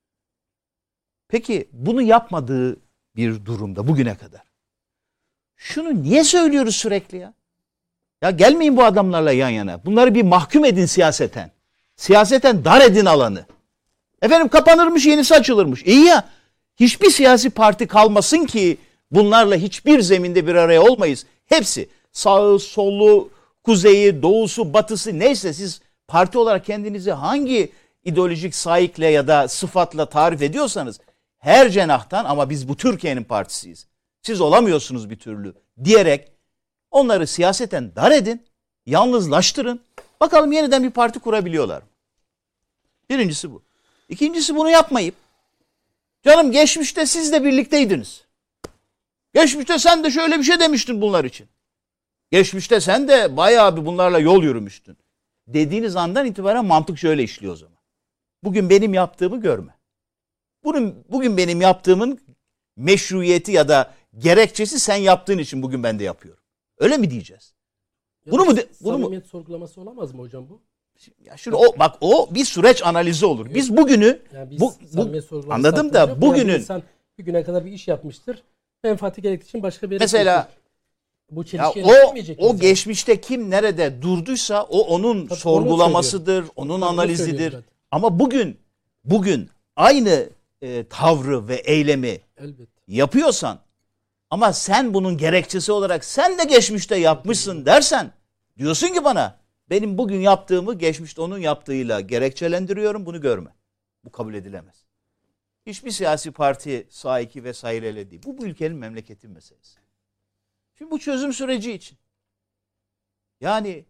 Speaker 3: Peki bunu yapmadığı bir durumda bugüne kadar şunu niye söylüyoruz sürekli ya? Ya gelmeyin bu adamlarla yan yana. Bunları bir mahkum edin siyaseten. Siyaseten dar edin alanı. Efendim kapanırmış, yenisi açılırmış. İyi ya. Hiçbir siyasi parti kalmasın ki bunlarla hiçbir zeminde bir araya olmayız. Hepsi sağı, solu, kuzeyi, doğusu, batısı neyse siz parti olarak kendinizi hangi ideolojik sahikle ya da sıfatla tarif ediyorsanız her cenahtan ama biz bu Türkiye'nin partisiyiz. Siz olamıyorsunuz bir türlü diyerek onları siyaseten dar edin, yalnızlaştırın. Bakalım yeniden bir parti kurabiliyorlar mı? Birincisi bu. İkincisi bunu yapmayıp canım geçmişte siz de birlikteydiniz. Geçmişte sen de şöyle bir şey demiştin bunlar için. Geçmişte sen de bayağı bir bunlarla yol yürümüştün. Dediğiniz andan itibaren mantık şöyle işliyor o zaman. Bugün benim yaptığımı görme. Bunun, bugün benim yaptığımın meşruiyeti ya da gerekçesi sen yaptığın için bugün ben de yapıyorum. Öyle mi diyeceğiz?
Speaker 5: Ya
Speaker 3: Bunu mu de, bunu mu?
Speaker 5: samimiyet sorgulaması olamaz mı hocam bu?
Speaker 3: Ya şunu o bak o bir süreç analizi olur. Biz bugünü
Speaker 5: Yani biz
Speaker 3: bu, bu
Speaker 5: samimiyet sorgulaması
Speaker 3: anladım da
Speaker 5: yapmayacak. Yani bir
Speaker 3: bugünün
Speaker 5: insan bir güne kadar bir iş yapmıştır. Menfaati gerektiği için başka bir yere
Speaker 3: mesela
Speaker 5: geçmiştir. Bu
Speaker 3: ya
Speaker 5: çelişkiye
Speaker 3: o
Speaker 5: düşmeyecek
Speaker 3: o
Speaker 5: miyiz
Speaker 3: geçmişte kim nerede durduysa o onun
Speaker 5: Tabii
Speaker 3: sorgulamasıdır,
Speaker 5: onu
Speaker 3: onun
Speaker 5: Tabii onu
Speaker 3: analizidir.
Speaker 5: söylüyorum zaten.
Speaker 3: Ama bugün bugün aynı e, tavrı ve eylemi
Speaker 5: Elbette.
Speaker 3: yapıyorsan ama sen bunun gerekçesi olarak sen de geçmişte yapmışsın dersen diyorsun ki bana benim bugün yaptığımı geçmişte onun yaptığıyla gerekçelendiriyorum, bunu görme. Bu kabul edilemez. Hiçbir siyasi parti sağ iki vesaireyle değil. Bu bu ülkenin memleketin meselesi. Şimdi bu çözüm süreci için yani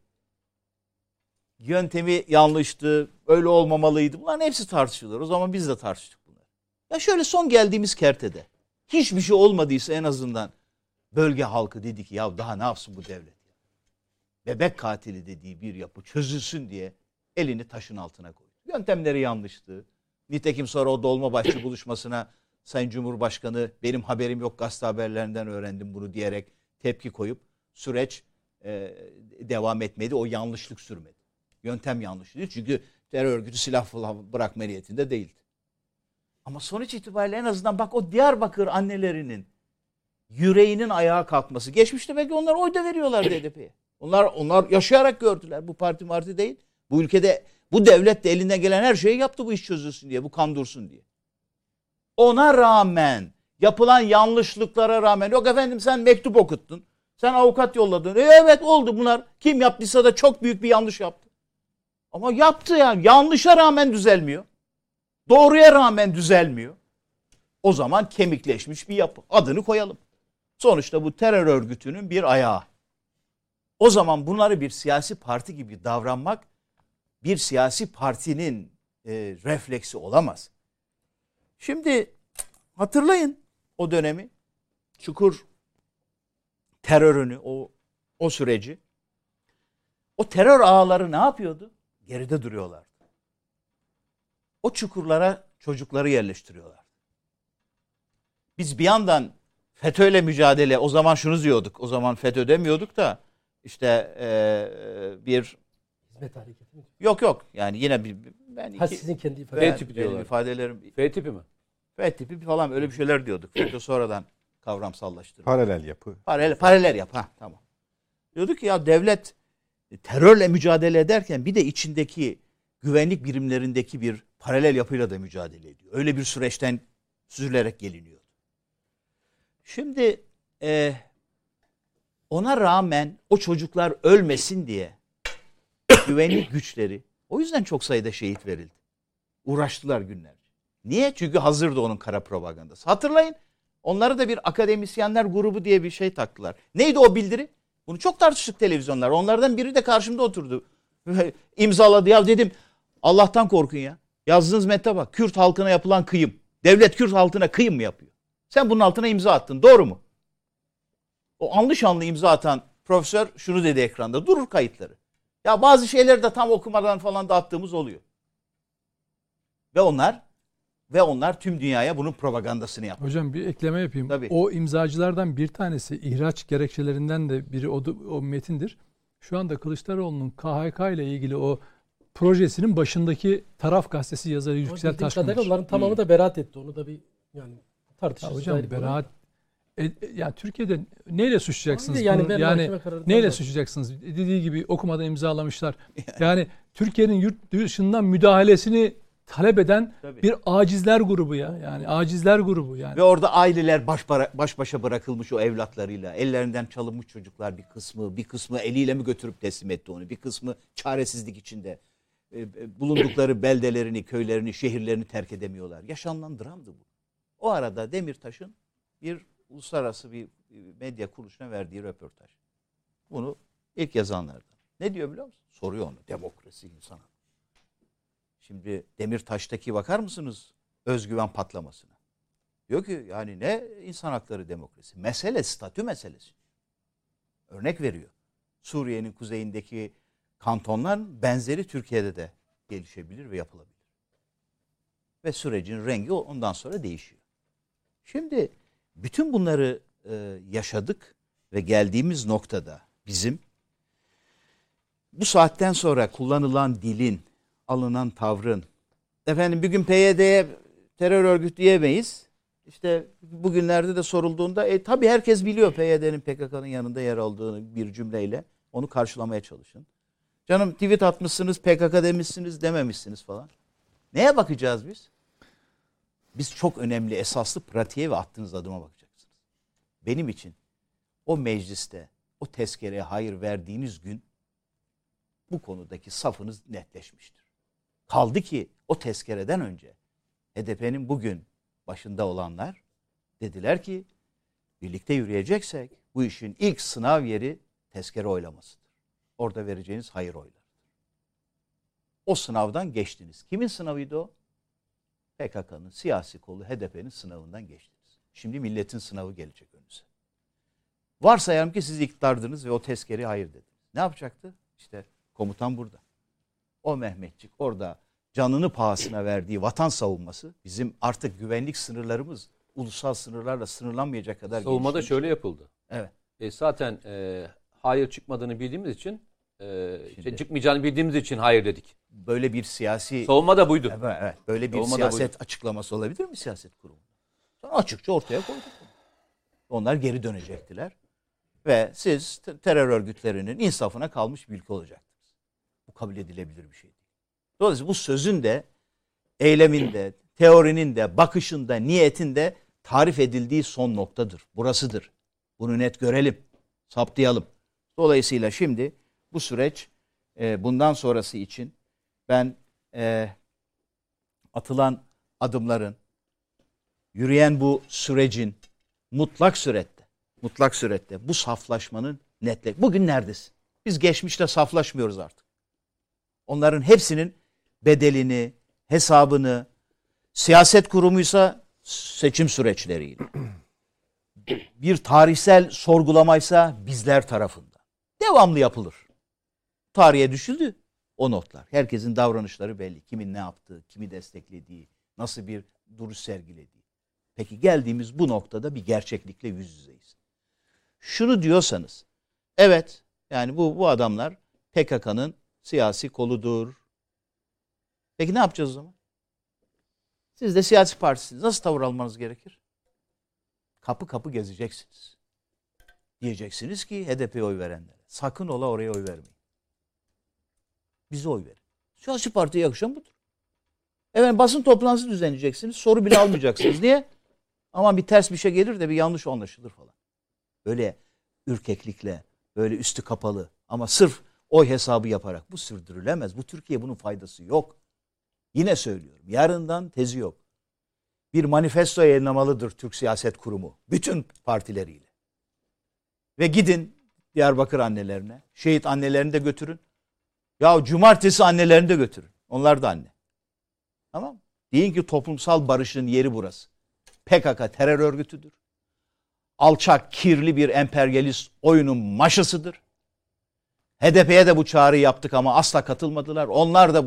Speaker 3: yöntemi yanlıştı, öyle olmamalıydı. Bunların hepsi tartışılır. O zaman biz de tartıştık bunları. Ya şöyle son geldiğimiz kertede hiçbir şey olmadıysa en azından bölge halkı dedi ki ya daha ne yapsın bu devlet? Bebek katili dediği bir yapı çözülsün diye elini taşın altına koydu. Yöntemleri yanlıştı. Nitekim sonra o Dolmabahçe buluşmasına Sayın Cumhurbaşkanı benim haberim yok gazete haberlerinden öğrendim bunu diyerek tepki koyup süreç e, devam etmedi. O yanlışlık sürmedi. Yöntem yanlıştı. Çünkü terör örgütü silah falan bırakma niyetinde değildi. Ama sonuç itibariyle en azından bak o Diyarbakır annelerinin yüreğinin ayağa kalkması. Geçmişte belki onlar oy da veriyorlardı H D P'ye. Onlar onlar yaşayarak gördüler. Bu parti marti değil. Bu ülkede bu devlet de elinden gelen her şeyi yaptı bu iş çözülsün diye, bu kan dursun diye. Ona rağmen, yapılan yanlışlıklara rağmen, yok efendim sen mektup okuttun, sen avukat yolladın. E evet oldu bunlar. Kim yaptıysa da çok büyük bir yanlış yaptı. Ama yaptı ya. Yanlışa rağmen düzelmiyor. Doğruya rağmen düzelmiyor. O zaman kemikleşmiş bir yapı. Adını koyalım. Sonuçta bu terör örgütünün bir ayağı. O zaman bunları bir siyasi parti gibi davranmak bir siyasi partinin e, refleksi olamaz. Şimdi hatırlayın o dönemi. Çukur terörünü, o o süreci. O terör ağları ne yapıyordu? Geride duruyorlardı. O çukurlara çocukları yerleştiriyorlardı. Biz bir yandan FETÖ'yle mücadele, o zaman şunu diyorduk. O zaman FETÖ demiyorduk da işte e, bir
Speaker 5: Hizmet hareketi mi?
Speaker 3: Yok yok. Yani yine bir ben
Speaker 5: Ha
Speaker 3: iki,
Speaker 5: sizin kendi
Speaker 3: ben,
Speaker 5: ifadeniz.
Speaker 4: F tipi
Speaker 3: benim
Speaker 4: diyorlar.
Speaker 3: ifadelerim
Speaker 4: F tipi mi?
Speaker 3: F tipi falan öyle bir şeyler diyorduk. FETÖ sonradan kavramsallaştırdı.
Speaker 1: Paralel yapı.
Speaker 3: Paralel, paralel yap. Ha tamam. Diyorduk ki ya devlet terörle mücadele ederken bir de içindeki güvenlik birimlerindeki bir paralel yapıyla da mücadele ediyor. Öyle bir süreçten süzülerek geliniyordu. Şimdi e, ona rağmen o çocuklar ölmesin diye güvenlik güçleri o yüzden çok sayıda şehit verildi. Uğraştılar günlerce. Niye? Çünkü hazırdı onun kara propagandası. Hatırlayın. Onlara da bir akademisyenler grubu diye bir şey taktılar. Neydi o bildiri? Bunu çok tartıştık televizyonlar. Onlardan biri de karşımda oturdu. İmzaladı. Ya dedim Allah'tan korkun ya. Yazdığınız metne bak. Kürt halkına yapılan kıyım. Devlet Kürt halkına kıyım mı yapıyor? Sen bunun altına imza attın. Doğru mu? O anlı şanlı imza atan profesör şunu dedi ekranda. Durur kayıtları. Ya bazı şeyleri de tam okumadan falan da attığımız oluyor. Ve onlar Ve onlar tüm dünyaya bunun propagandasını yapıyor.
Speaker 2: Hocam bir ekleme yapayım.
Speaker 3: Tabii.
Speaker 2: O imzacılardan bir tanesi, ihraç gerekçelerinden de biri o, o metindir. Şu anda Kılıçdaroğlu'nun K H K ile ilgili o projesinin başındaki Taraf Gazetesi yazarı Yüksel Taşkın'dır.
Speaker 5: Onların tamamı da beraat etti. Onu da bir yani tartışırız.
Speaker 2: Hocam beraat e, yani Türkiye'de neyle suçlayacaksınız?
Speaker 5: Yani,
Speaker 2: bunu? yani neyle suçlayacaksınız? Dediği gibi okumadan imzalamışlar. Yani Türkiye'nin yurt dışından müdahalesini talep eden Tabii. bir acizler grubu ya. Yani acizler grubu yani.
Speaker 3: Ve orada aileler baş, baş başa bırakılmış o evlatlarıyla. Ellerinden çalınmış çocuklar bir kısmı, bir kısmı eliyle mi götürüp teslim etti onu? Bir kısmı çaresizlik içinde e, bulundukları beldelerini, köylerini, şehirlerini terk edemiyorlar. Yaşanılan dramdı bu. O arada Demirtaş'ın bir uluslararası bir medya kuruluşuna verdiği röportaj. Bunu ilk yazanlardan. Ne diyor biliyor musun? Soruyor onu. Demokrasi insana. Şimdi Demirtaş'taki bakar mısınız özgüven patlamasına? Diyor ki yani ne insan hakları demokrasi? Mesele statü meselesi. Örnek veriyor. Suriye'nin kuzeyindeki kantonlar benzeri Türkiye'de de gelişebilir ve yapılabilir. Ve sürecin rengi ondan sonra değişiyor. Şimdi bütün bunları e, yaşadık ve geldiğimiz noktada bizim bu saatten sonra kullanılan dilin, alınan tavrın, efendim bir gün P Y D'ye terör örgütü diyemeyiz. İşte bugünlerde de sorulduğunda e, tabii herkes biliyor P Y D'nin P K K'nın yanında yer aldığını bir cümleyle onu karşılamaya çalışın. Canım tweet atmışsınız, P K K demişsiniz, dememişsiniz falan. Neye bakacağız biz? Biz çok önemli, esaslı pratiğe ve attığınız adıma bakacaksınız. Benim için o mecliste o tezkereye hayır verdiğiniz gün bu konudaki safınız netleşmiştir. Kaldı ki o tezkereden önce H D P'nin bugün başında olanlar dediler ki birlikte yürüyeceksek bu işin ilk sınav yeri tezkere oylamasıdır. Orada vereceğiniz hayır oylarıdır. O sınavdan geçtiniz. Kimin sınavıydı o? P K K'nın siyasi kolu H D P'nin sınavından geçtiniz. Şimdi milletin sınavı gelecek önünüze. Varsayalım ki siz iktidardınız ve o tezkereye hayır dediniz. Ne yapacaktı? İşte komutan burada. O Mehmetçik orada canını pahasına verdiği vatan savunması bizim artık güvenlik sınırlarımız ulusal sınırlarla sınırlanmayacak kadar
Speaker 4: savunmada
Speaker 3: gelişmiş.
Speaker 4: şöyle yapıldı.
Speaker 3: Evet.
Speaker 4: E, zaten e, hayır çıkmadığını bildiğimiz için e,
Speaker 3: Şimdi,
Speaker 4: çıkmayacağını bildiğimiz için hayır dedik.
Speaker 3: Böyle bir siyasi
Speaker 4: savunma da buydu.
Speaker 3: Evet, evet. Böyle bir
Speaker 4: savunma
Speaker 3: siyaset açıklaması olabilir mi siyaset kurumu? Sonra açıkça ortaya koyduk. Onlar geri dönecektiler. Ve siz terör örgütlerinin insafına kalmış bir ülke olacaktınız. Bu kabul edilebilir bir şey değil. Dolayısıyla bu sözün de, eylemin de, teorinin de, bakışın da, niyetin de tarif edildiği son noktadır. Burasıdır. Bunu net görelim, saptayalım. Dolayısıyla şimdi bu süreç e, bundan sonrası için ben e, atılan adımların, yürüyen bu sürecin mutlak surette, mutlak surette bu saflaşmanın netle. Bugün neredesin? Biz geçmişte saflaşmıyoruz artık. Onların hepsinin bedelini, hesabını, siyaset kurumuysa seçim süreçleriyle, bir tarihsel sorgulamaysa bizler tarafından devamlı yapılır. Tarihe düşüldü o notlar. Herkesin davranışları belli. Kimin ne yaptığı, kimi desteklediği, nasıl bir duruş sergilediği. Peki geldiğimiz bu noktada bir gerçeklikle yüz yüzeyiz. Şunu diyorsanız, evet yani bu bu adamlar P K K'nın siyasi koludur. Peki ne yapacağız o zaman? Siz de siyasi partisiniz. Nasıl tavır almanız gerekir? Kapı kapı gezeceksiniz. Diyeceksiniz ki H D P'ye oy verenlere. Sakın ola oraya oy vermeyin. Bize oy verin. Siyasi partiye yakışan budur. Evet, basın toplantısı düzenleyeceksiniz. Soru bile almayacaksınız. Niye? Aman bir ters bir şey gelir de bir yanlış anlaşılır falan. Böyle ürkeklikle, böyle üstü kapalı ama sırf oy hesabı yaparak bu sürdürülemez. Bu Türkiye bunun faydası yok. Yine söylüyorum. Yarından tezi yok. Bir manifesto yayınlamalıdır Türk Siyaset Kurumu. Bütün partileriyle. Ve gidin Diyarbakır annelerine, şehit annelerini de götürün. Ya cumartesi annelerini de götürün. Onlar da anne. Tamam mı? Deyin ki toplumsal barışın yeri burası. P K K terör örgütüdür. Alçak, kirli bir emperyalist oyunun maşasıdır. H D P'ye de bu çağrıyı yaptık ama asla katılmadılar. Onlar da bunun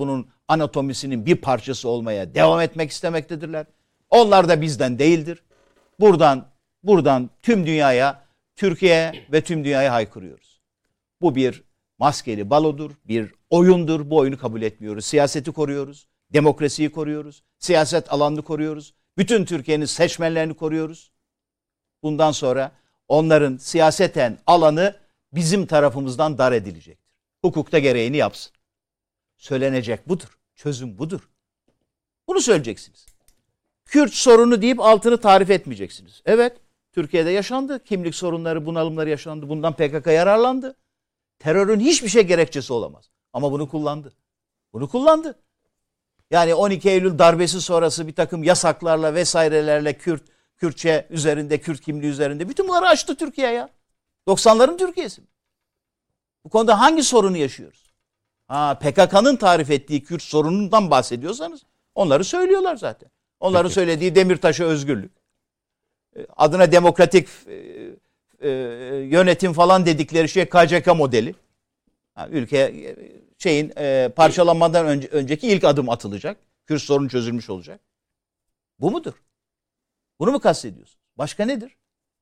Speaker 3: anatomisinin bir parçası olmaya devam etmek istemektedirler. Onlar da bizden değildir. Buradan buradan tüm dünyaya, Türkiye ve tüm dünyaya haykırıyoruz. Bu bir maskeli balodur, bir oyundur. Bu oyunu kabul etmiyoruz. Siyaseti koruyoruz, demokrasiyi koruyoruz, siyaset alanını koruyoruz. Bütün Türkiye'nin seçmenlerini koruyoruz. Bundan sonra onların siyaseten alanı bizim tarafımızdan dar edilecektir. Hukukta gereğini yapsın. Söylenecek budur. Çözüm budur. Bunu söyleyeceksiniz. Kürt sorunu deyip altını tarif etmeyeceksiniz. Evet, Türkiye'de yaşandı. Kimlik sorunları, bunalımları yaşandı. Bundan P K K yararlandı. Terörün hiçbir şey gerekçesi olamaz. Ama bunu kullandı. Bunu kullandı. Yani on iki Eylül darbesi sonrası bir takım yasaklarla vesairelerle Kürt, Kürtçe üzerinde, Kürt kimliği üzerinde bütün bunları açtı Türkiye ya. doksanların Türkiye'si. Bu konuda hangi sorunu yaşıyoruz? Ha, P K K'nın tarif ettiği Kürt sorunundan bahsediyorsanız onları söylüyorlar zaten. Onların Peki. söylediği Demirtaş'a özgürlük. Adına demokratik e, e, yönetim falan dedikleri şey K C K modeli. Ha, ülke e, şeyin e, parçalanmadan önce, önceki ilk adım atılacak. Kürt sorunu çözülmüş olacak. Bu mudur? Bunu mu kastediyorsun? Başka nedir?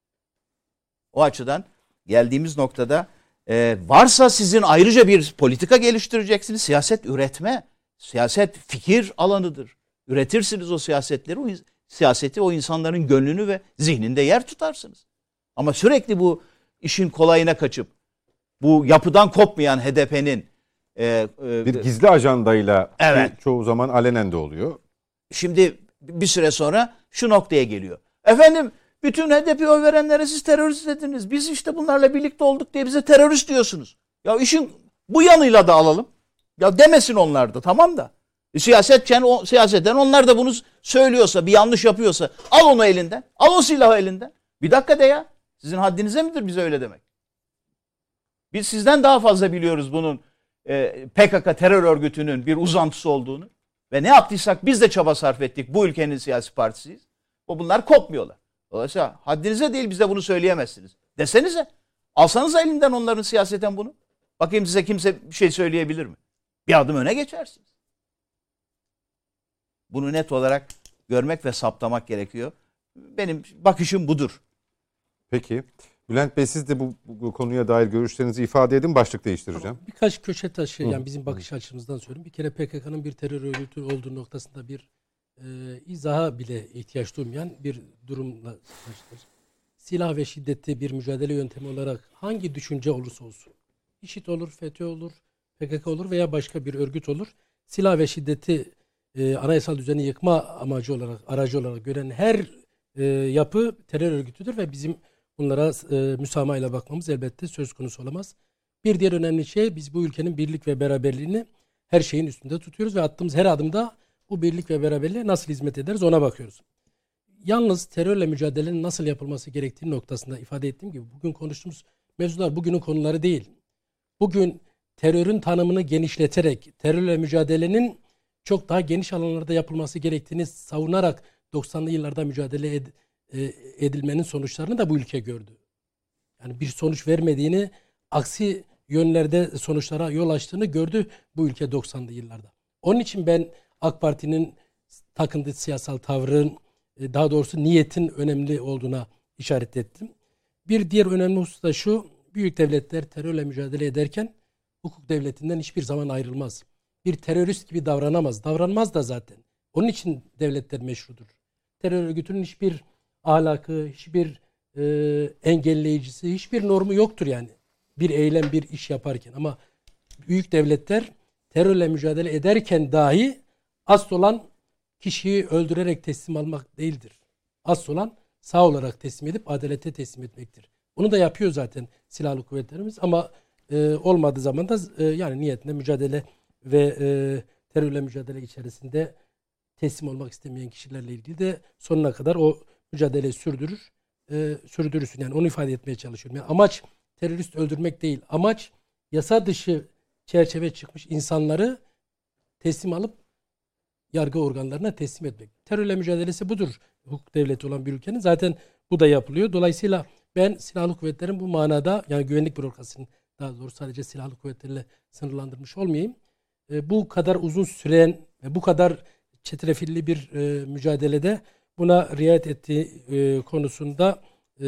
Speaker 3: O açıdan geldiğimiz noktada e, varsa sizin ayrıca bir politika geliştireceksiniz. Siyaset üretme, siyaset fikir alanıdır. Üretirsiniz o siyasetleri, o siyaseti o insanların gönlünü ve zihninde yer tutarsınız. Ama sürekli bu işin kolayına kaçıp bu yapıdan kopmayan H D P'nin e, e,
Speaker 1: bir gizli ajandayla
Speaker 3: evet.
Speaker 1: çoğu zaman alenen de oluyor.
Speaker 3: Şimdi bir süre sonra şu noktaya geliyor. Efendim bütün H D P'ye oy verenlere siz terörist dediniz. Biz işte bunlarla birlikte olduk diye bize terörist diyorsunuz. Ya işin bu yanıyla da alalım. Ya demesin onlar da, tamam da. E, siyasetçen, o, siyaseten onlar da bunu söylüyorsa, bir yanlış yapıyorsa al onu elinden. Al o silahı elinden. Bir dakika de ya. Sizin haddinize midir bize öyle demek? Biz sizden daha fazla biliyoruz bunun e, P K K terör örgütünün bir uzantısı olduğunu. Ve ne yaptıysak biz de çaba sarf ettik. Bu ülkenin siyasi partisiyiz. O bunlar kopmuyorlar. Dolayısıyla haddinize değil bize bunu söyleyemezsiniz. Desenize. Alsanıza elinden onların siyaseten bunu. Bakayım size kimse bir şey söyleyebilir mi? Bir adım öne geçersiniz. Bunu net olarak görmek ve saptamak gerekiyor. Benim bakışım budur.
Speaker 1: Peki. Bülent Bey siz de bu, bu konuya dair görüşlerinizi ifade edin. Başlık değiştireceğim.
Speaker 5: Birkaç köşe taşı yani bizim bakış açımızdan söyleyeyim. Bir kere P K K'nın bir terör örgütü olduğu noktasında bir e, izaha bile ihtiyaç duymayan bir durumla karşılaştık. Silah ve şiddetli bir mücadele yöntemi olarak hangi düşünce olursa olsun, İŞİD olur, FETÖ olur, P K K olur veya başka bir örgüt olur. Silah ve şiddeti e, anayasal düzeni yıkma amacı olarak, aracı olarak gören her e, yapı terör örgütüdür ve bizim bunlara e, müsamahayla bakmamız elbette söz konusu olamaz. Bir diğer önemli şey biz bu ülkenin birlik ve beraberliğini her şeyin üstünde tutuyoruz ve attığımız her adımda bu birlik ve beraberliğe nasıl hizmet ederiz ona bakıyoruz. Yalnız terörle mücadelenin nasıl yapılması gerektiği noktasında ifade ettiğim gibi bugün konuştuğumuz mevzular bugünün konuları değil. Bugün terörün tanımını genişleterek terörle mücadelenin çok daha geniş alanlarda yapılması gerektiğini savunarak doksanlı yıllarda mücadele ed- edilmenin sonuçlarını da bu ülke gördü. Yani bir sonuç vermediğini, aksi yönlerde sonuçlara yol açtığını gördü bu ülke doksanlı yıllarda. Onun için ben AK Parti'nin takıntılı siyasal tavrın, daha doğrusu niyetin önemli olduğuna işaret ettim. Bir diğer önemli husus da şu, büyük devletler terörle mücadele ederken hukuk devletinden hiçbir zaman ayrılmaz. Bir terörist gibi davranamaz. Davranmaz da zaten. Onun için devletler meşrudur. Terör örgütünün hiçbir ahlakı, hiçbir e, engelleyicisi, hiçbir normu yoktur yani. Bir eylem, bir iş yaparken. Ama büyük devletler terörle mücadele ederken dahi asıl olan kişiyi öldürerek teslim almak değildir. Asıl olan sağ olarak teslim edip adalete teslim etmektir. Bunu da yapıyor zaten silahlı kuvvetlerimiz ama e, olmadığı zaman da e, yani niyetinde mücadele ve e, terörle mücadele içerisinde teslim olmak istemeyen kişilerle ilgili de sonuna kadar o mücadeleyi sürdürür, e, sürdürürsün. Yani onu ifade etmeye çalışıyorum. Yani amaç terörist öldürmek değil. Amaç yasa dışı çerçeve çıkmış insanları teslim alıp yargı organlarına teslim etmek. Terörle mücadelesi budur. Hukuk devleti olan bir ülkenin zaten bu da yapılıyor. Dolayısıyla ben silahlı kuvvetlerin bu manada yani güvenlik bürokrasinin daha doğrusu sadece silahlı kuvvetlerle sınırlandırmış olmayayım. e, bu kadar uzun süren ve bu kadar çetrefilli bir e, mücadelede buna riayet ettiği e, konusunda e,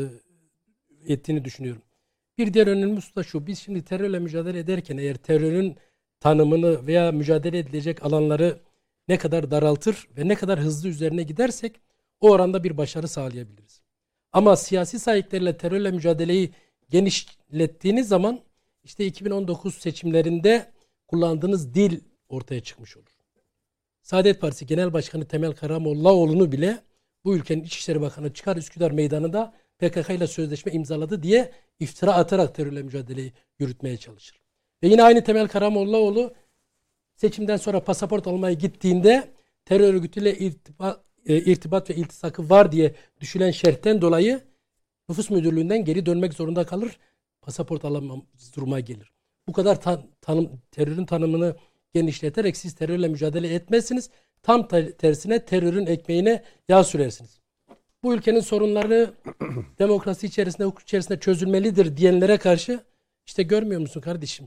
Speaker 5: ettiğini düşünüyorum. Bir diğer önemli husus da şu. Biz şimdi terörle mücadele ederken eğer terörün tanımını veya mücadele edilecek alanları ne kadar daraltır ve ne kadar hızlı üzerine gidersek o oranda bir başarı sağlayabiliriz. Ama siyasi sahiplerle terörle mücadeleyi genişlettiğiniz zaman işte iki bin on dokuz seçimlerinde kullandığınız dil ortaya çıkmış olur. Saadet Partisi Genel Başkanı Temel Karamollaoğlu'nu bile bu ülkenin İçişleri Bakanı çıkar Üsküdar Meydanı'nda P K K ile sözleşme imzaladı diye iftira atarak terörle mücadeleyi yürütmeye çalışır. Ve yine aynı Temel Karamollaoğlu seçimden sonra pasaport almaya gittiğinde terör örgütüyle irtibat, e, irtibat ve iltisakı var diye düşünen şerhten dolayı nüfus müdürlüğünden geri dönmek zorunda kalır. Pasaport alamam duruma gelir. Bu kadar tan- tanım, terörün tanımını genişleterek siz terörle mücadele etmezsiniz. Tam tersine terörün ekmeğine yağ sürersiniz. Bu ülkenin sorunları demokrasi içerisinde, hukuk içerisinde çözülmelidir diyenlere karşı işte görmüyor musun kardeşim?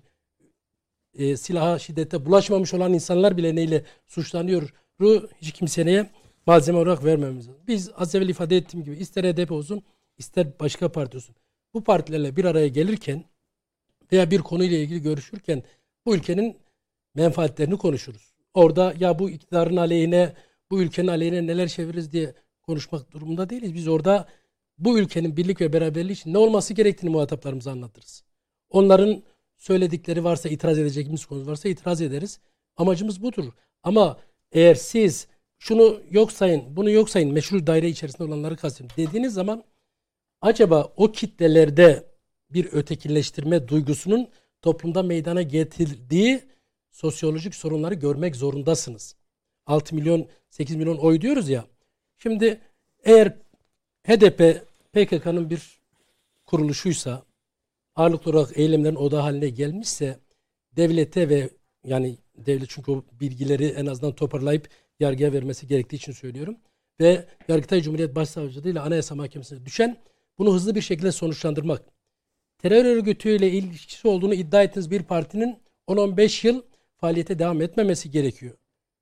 Speaker 5: E, silaha, şiddete bulaşmamış olan insanlar bile neyle suçlanıyor? Ru hiç kimseye malzeme olarak vermemiz lazım. Biz az evvel ifade ettiğim gibi ister H D P olsun, ister başka parti olsun. Bu partilerle bir araya gelirken veya bir konuyla ilgili görüşürken bu ülkenin menfaatlerini konuşuruz. Orada ya bu iktidarın aleyhine, bu ülkenin aleyhine neler çeviririz diye konuşmak durumunda değiliz. Biz orada bu ülkenin birlik ve beraberliği için ne olması gerektiğini muhataplarımıza anlatırız. Onların söyledikleri varsa, itiraz edeceğimiz konu varsa itiraz ederiz. Amacımız budur. Ama eğer siz şunu yok sayın, bunu yok sayın, meşru daire içerisinde olanları kastedin dediğiniz zaman acaba o kitlelerde bir ötekileştirme duygusunun toplumda meydana getirdiği sosyolojik sorunları görmek zorundasınız. altı milyon, sekiz milyon oy diyoruz ya. Şimdi eğer H D P P K K'nın bir kuruluşuysa, ağırlıklı olarak eylemlerin odağı haline gelmişse devlete ve yani devlet çünkü o bilgileri en azından toparlayıp yargıya vermesi gerektiği için söylüyorum. Ve Yargıtay Cumhuriyet Başsavcılığı ile Anayasa Mahkemesi'ne düşen bunu hızlı bir şekilde sonuçlandırmak. Terör örgütüyle ilişkisi olduğunu iddia ettiğiniz bir partinin on on beş yıl faaliyete devam etmemesi gerekiyor.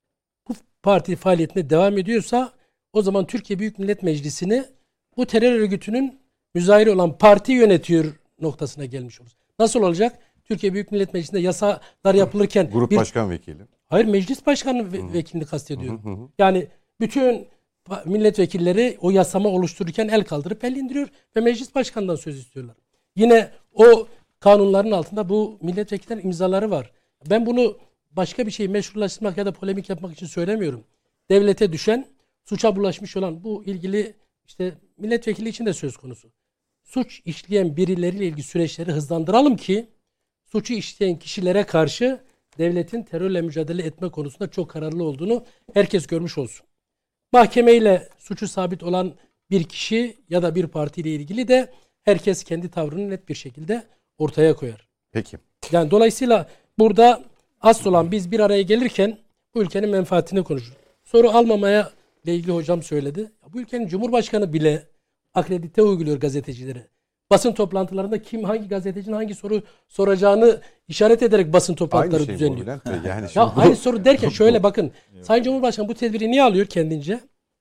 Speaker 5: Bu parti faaliyetine devam ediyorsa o zaman Türkiye Büyük Millet Meclisi'ni bu terör örgütünün müzahiri olan parti yönetiyor noktasına gelmiş oluruz. Nasıl olacak? Türkiye Büyük Millet Meclisi'nde yasalar yapılırken
Speaker 1: Grup
Speaker 5: bir,
Speaker 1: başkan vekili.
Speaker 5: Hayır, meclis başkanı ve, vekilini kastediyorum. Hı hı. Yani bütün milletvekilleri o yasama oluştururken el kaldırıp el indiriyor ve meclis başkanından söz istiyorlar. Yine o kanunların altında bu milletvekillerin imzaları var. Ben bunu başka bir şeyi meşrulaştırmak ya da polemik yapmak için söylemiyorum. Devlete düşen, suça bulaşmış olan bu ilgili işte milletvekili için de söz konusu. Suç işleyen birileriyle ilgili süreçleri hızlandıralım ki suçu işleyen kişilere karşı devletin terörle mücadele etme konusunda çok kararlı olduğunu herkes görmüş olsun. Mahkemeyle suçu sabit olan bir kişi ya da bir partiyle ilgili de herkes kendi tavrını net bir şekilde ortaya koyar.
Speaker 1: Peki.
Speaker 5: Yani dolayısıyla burada asıl olan biz bir araya gelirken bu ülkenin menfaatini konuşuruz. Soru almamaya ile ilgili hocam söyledi. Bu ülkenin Cumhurbaşkanı bile akredite uyguluyor gazetecilere. Basın toplantılarında kim hangi gazetecinin hangi soru soracağını işaret ederek basın toplantıları
Speaker 1: aynı şey
Speaker 5: düzenliyor.
Speaker 1: Bu, yani
Speaker 5: ya
Speaker 1: şimdi
Speaker 5: aynı soru derken şöyle bakın. Sayın Cumhurbaşkanı bu tedbiri niye alıyor kendince?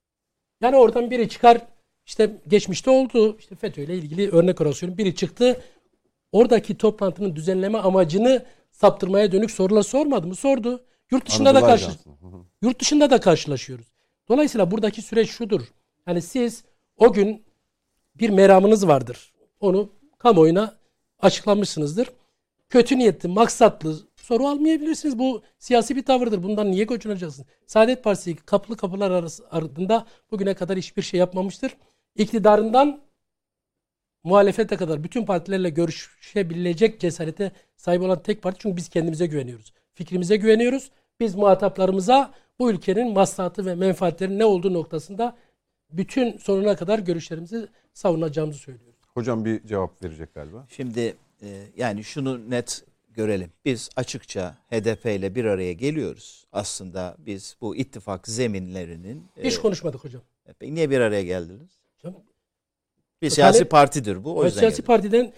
Speaker 5: Yani oradan biri çıkar, işte geçmişte oldu, işte FETÖ ile ilgili örnek olarak söylüyorum. Biri çıktı, oradaki toplantının düzenleme amacını saptırmaya dönük sorular sormadı mı? Sordu. Yurt dışında
Speaker 1: Anadolu
Speaker 5: da karşı
Speaker 1: Ajansı.
Speaker 5: Yurt dışında da karşılaşıyoruz. Dolayısıyla buradaki süreç şudur. Yani siz o gün bir meramınız vardır. Onu kamuoyuna açıklamışsınızdır. Kötü niyetli, maksatlı soru almayabilirsiniz. Bu siyasi bir tavırdır. Bundan niye gocunacaksınız? Saadet Partisi kapılı kapılar arası ardında bugüne kadar hiçbir şey yapmamıştır. İktidarından muhalefete kadar bütün partilerle görüşebilecek cesarete sahip olan tek parti. Çünkü biz kendimize güveniyoruz. Fikrimize güveniyoruz. Biz muhataplarımıza bu ülkenin maslahatı ve menfaatlerinin ne olduğu noktasında bütün sonuna kadar görüşlerimizi savunacağımızı söylüyoruz.
Speaker 1: Hocam bir cevap verecek galiba.
Speaker 3: Şimdi e, yani şunu net görelim. Biz açıkça H D P ile bir araya geliyoruz. Aslında biz bu ittifak zeminlerinin...
Speaker 5: Hiç
Speaker 3: e,
Speaker 5: konuşmadık hocam.
Speaker 3: Niye bir araya geldiniz?
Speaker 5: Hocam,
Speaker 3: Bir siyasi partidir bu. O yüzden
Speaker 5: siyasi
Speaker 3: geldik.
Speaker 5: partiden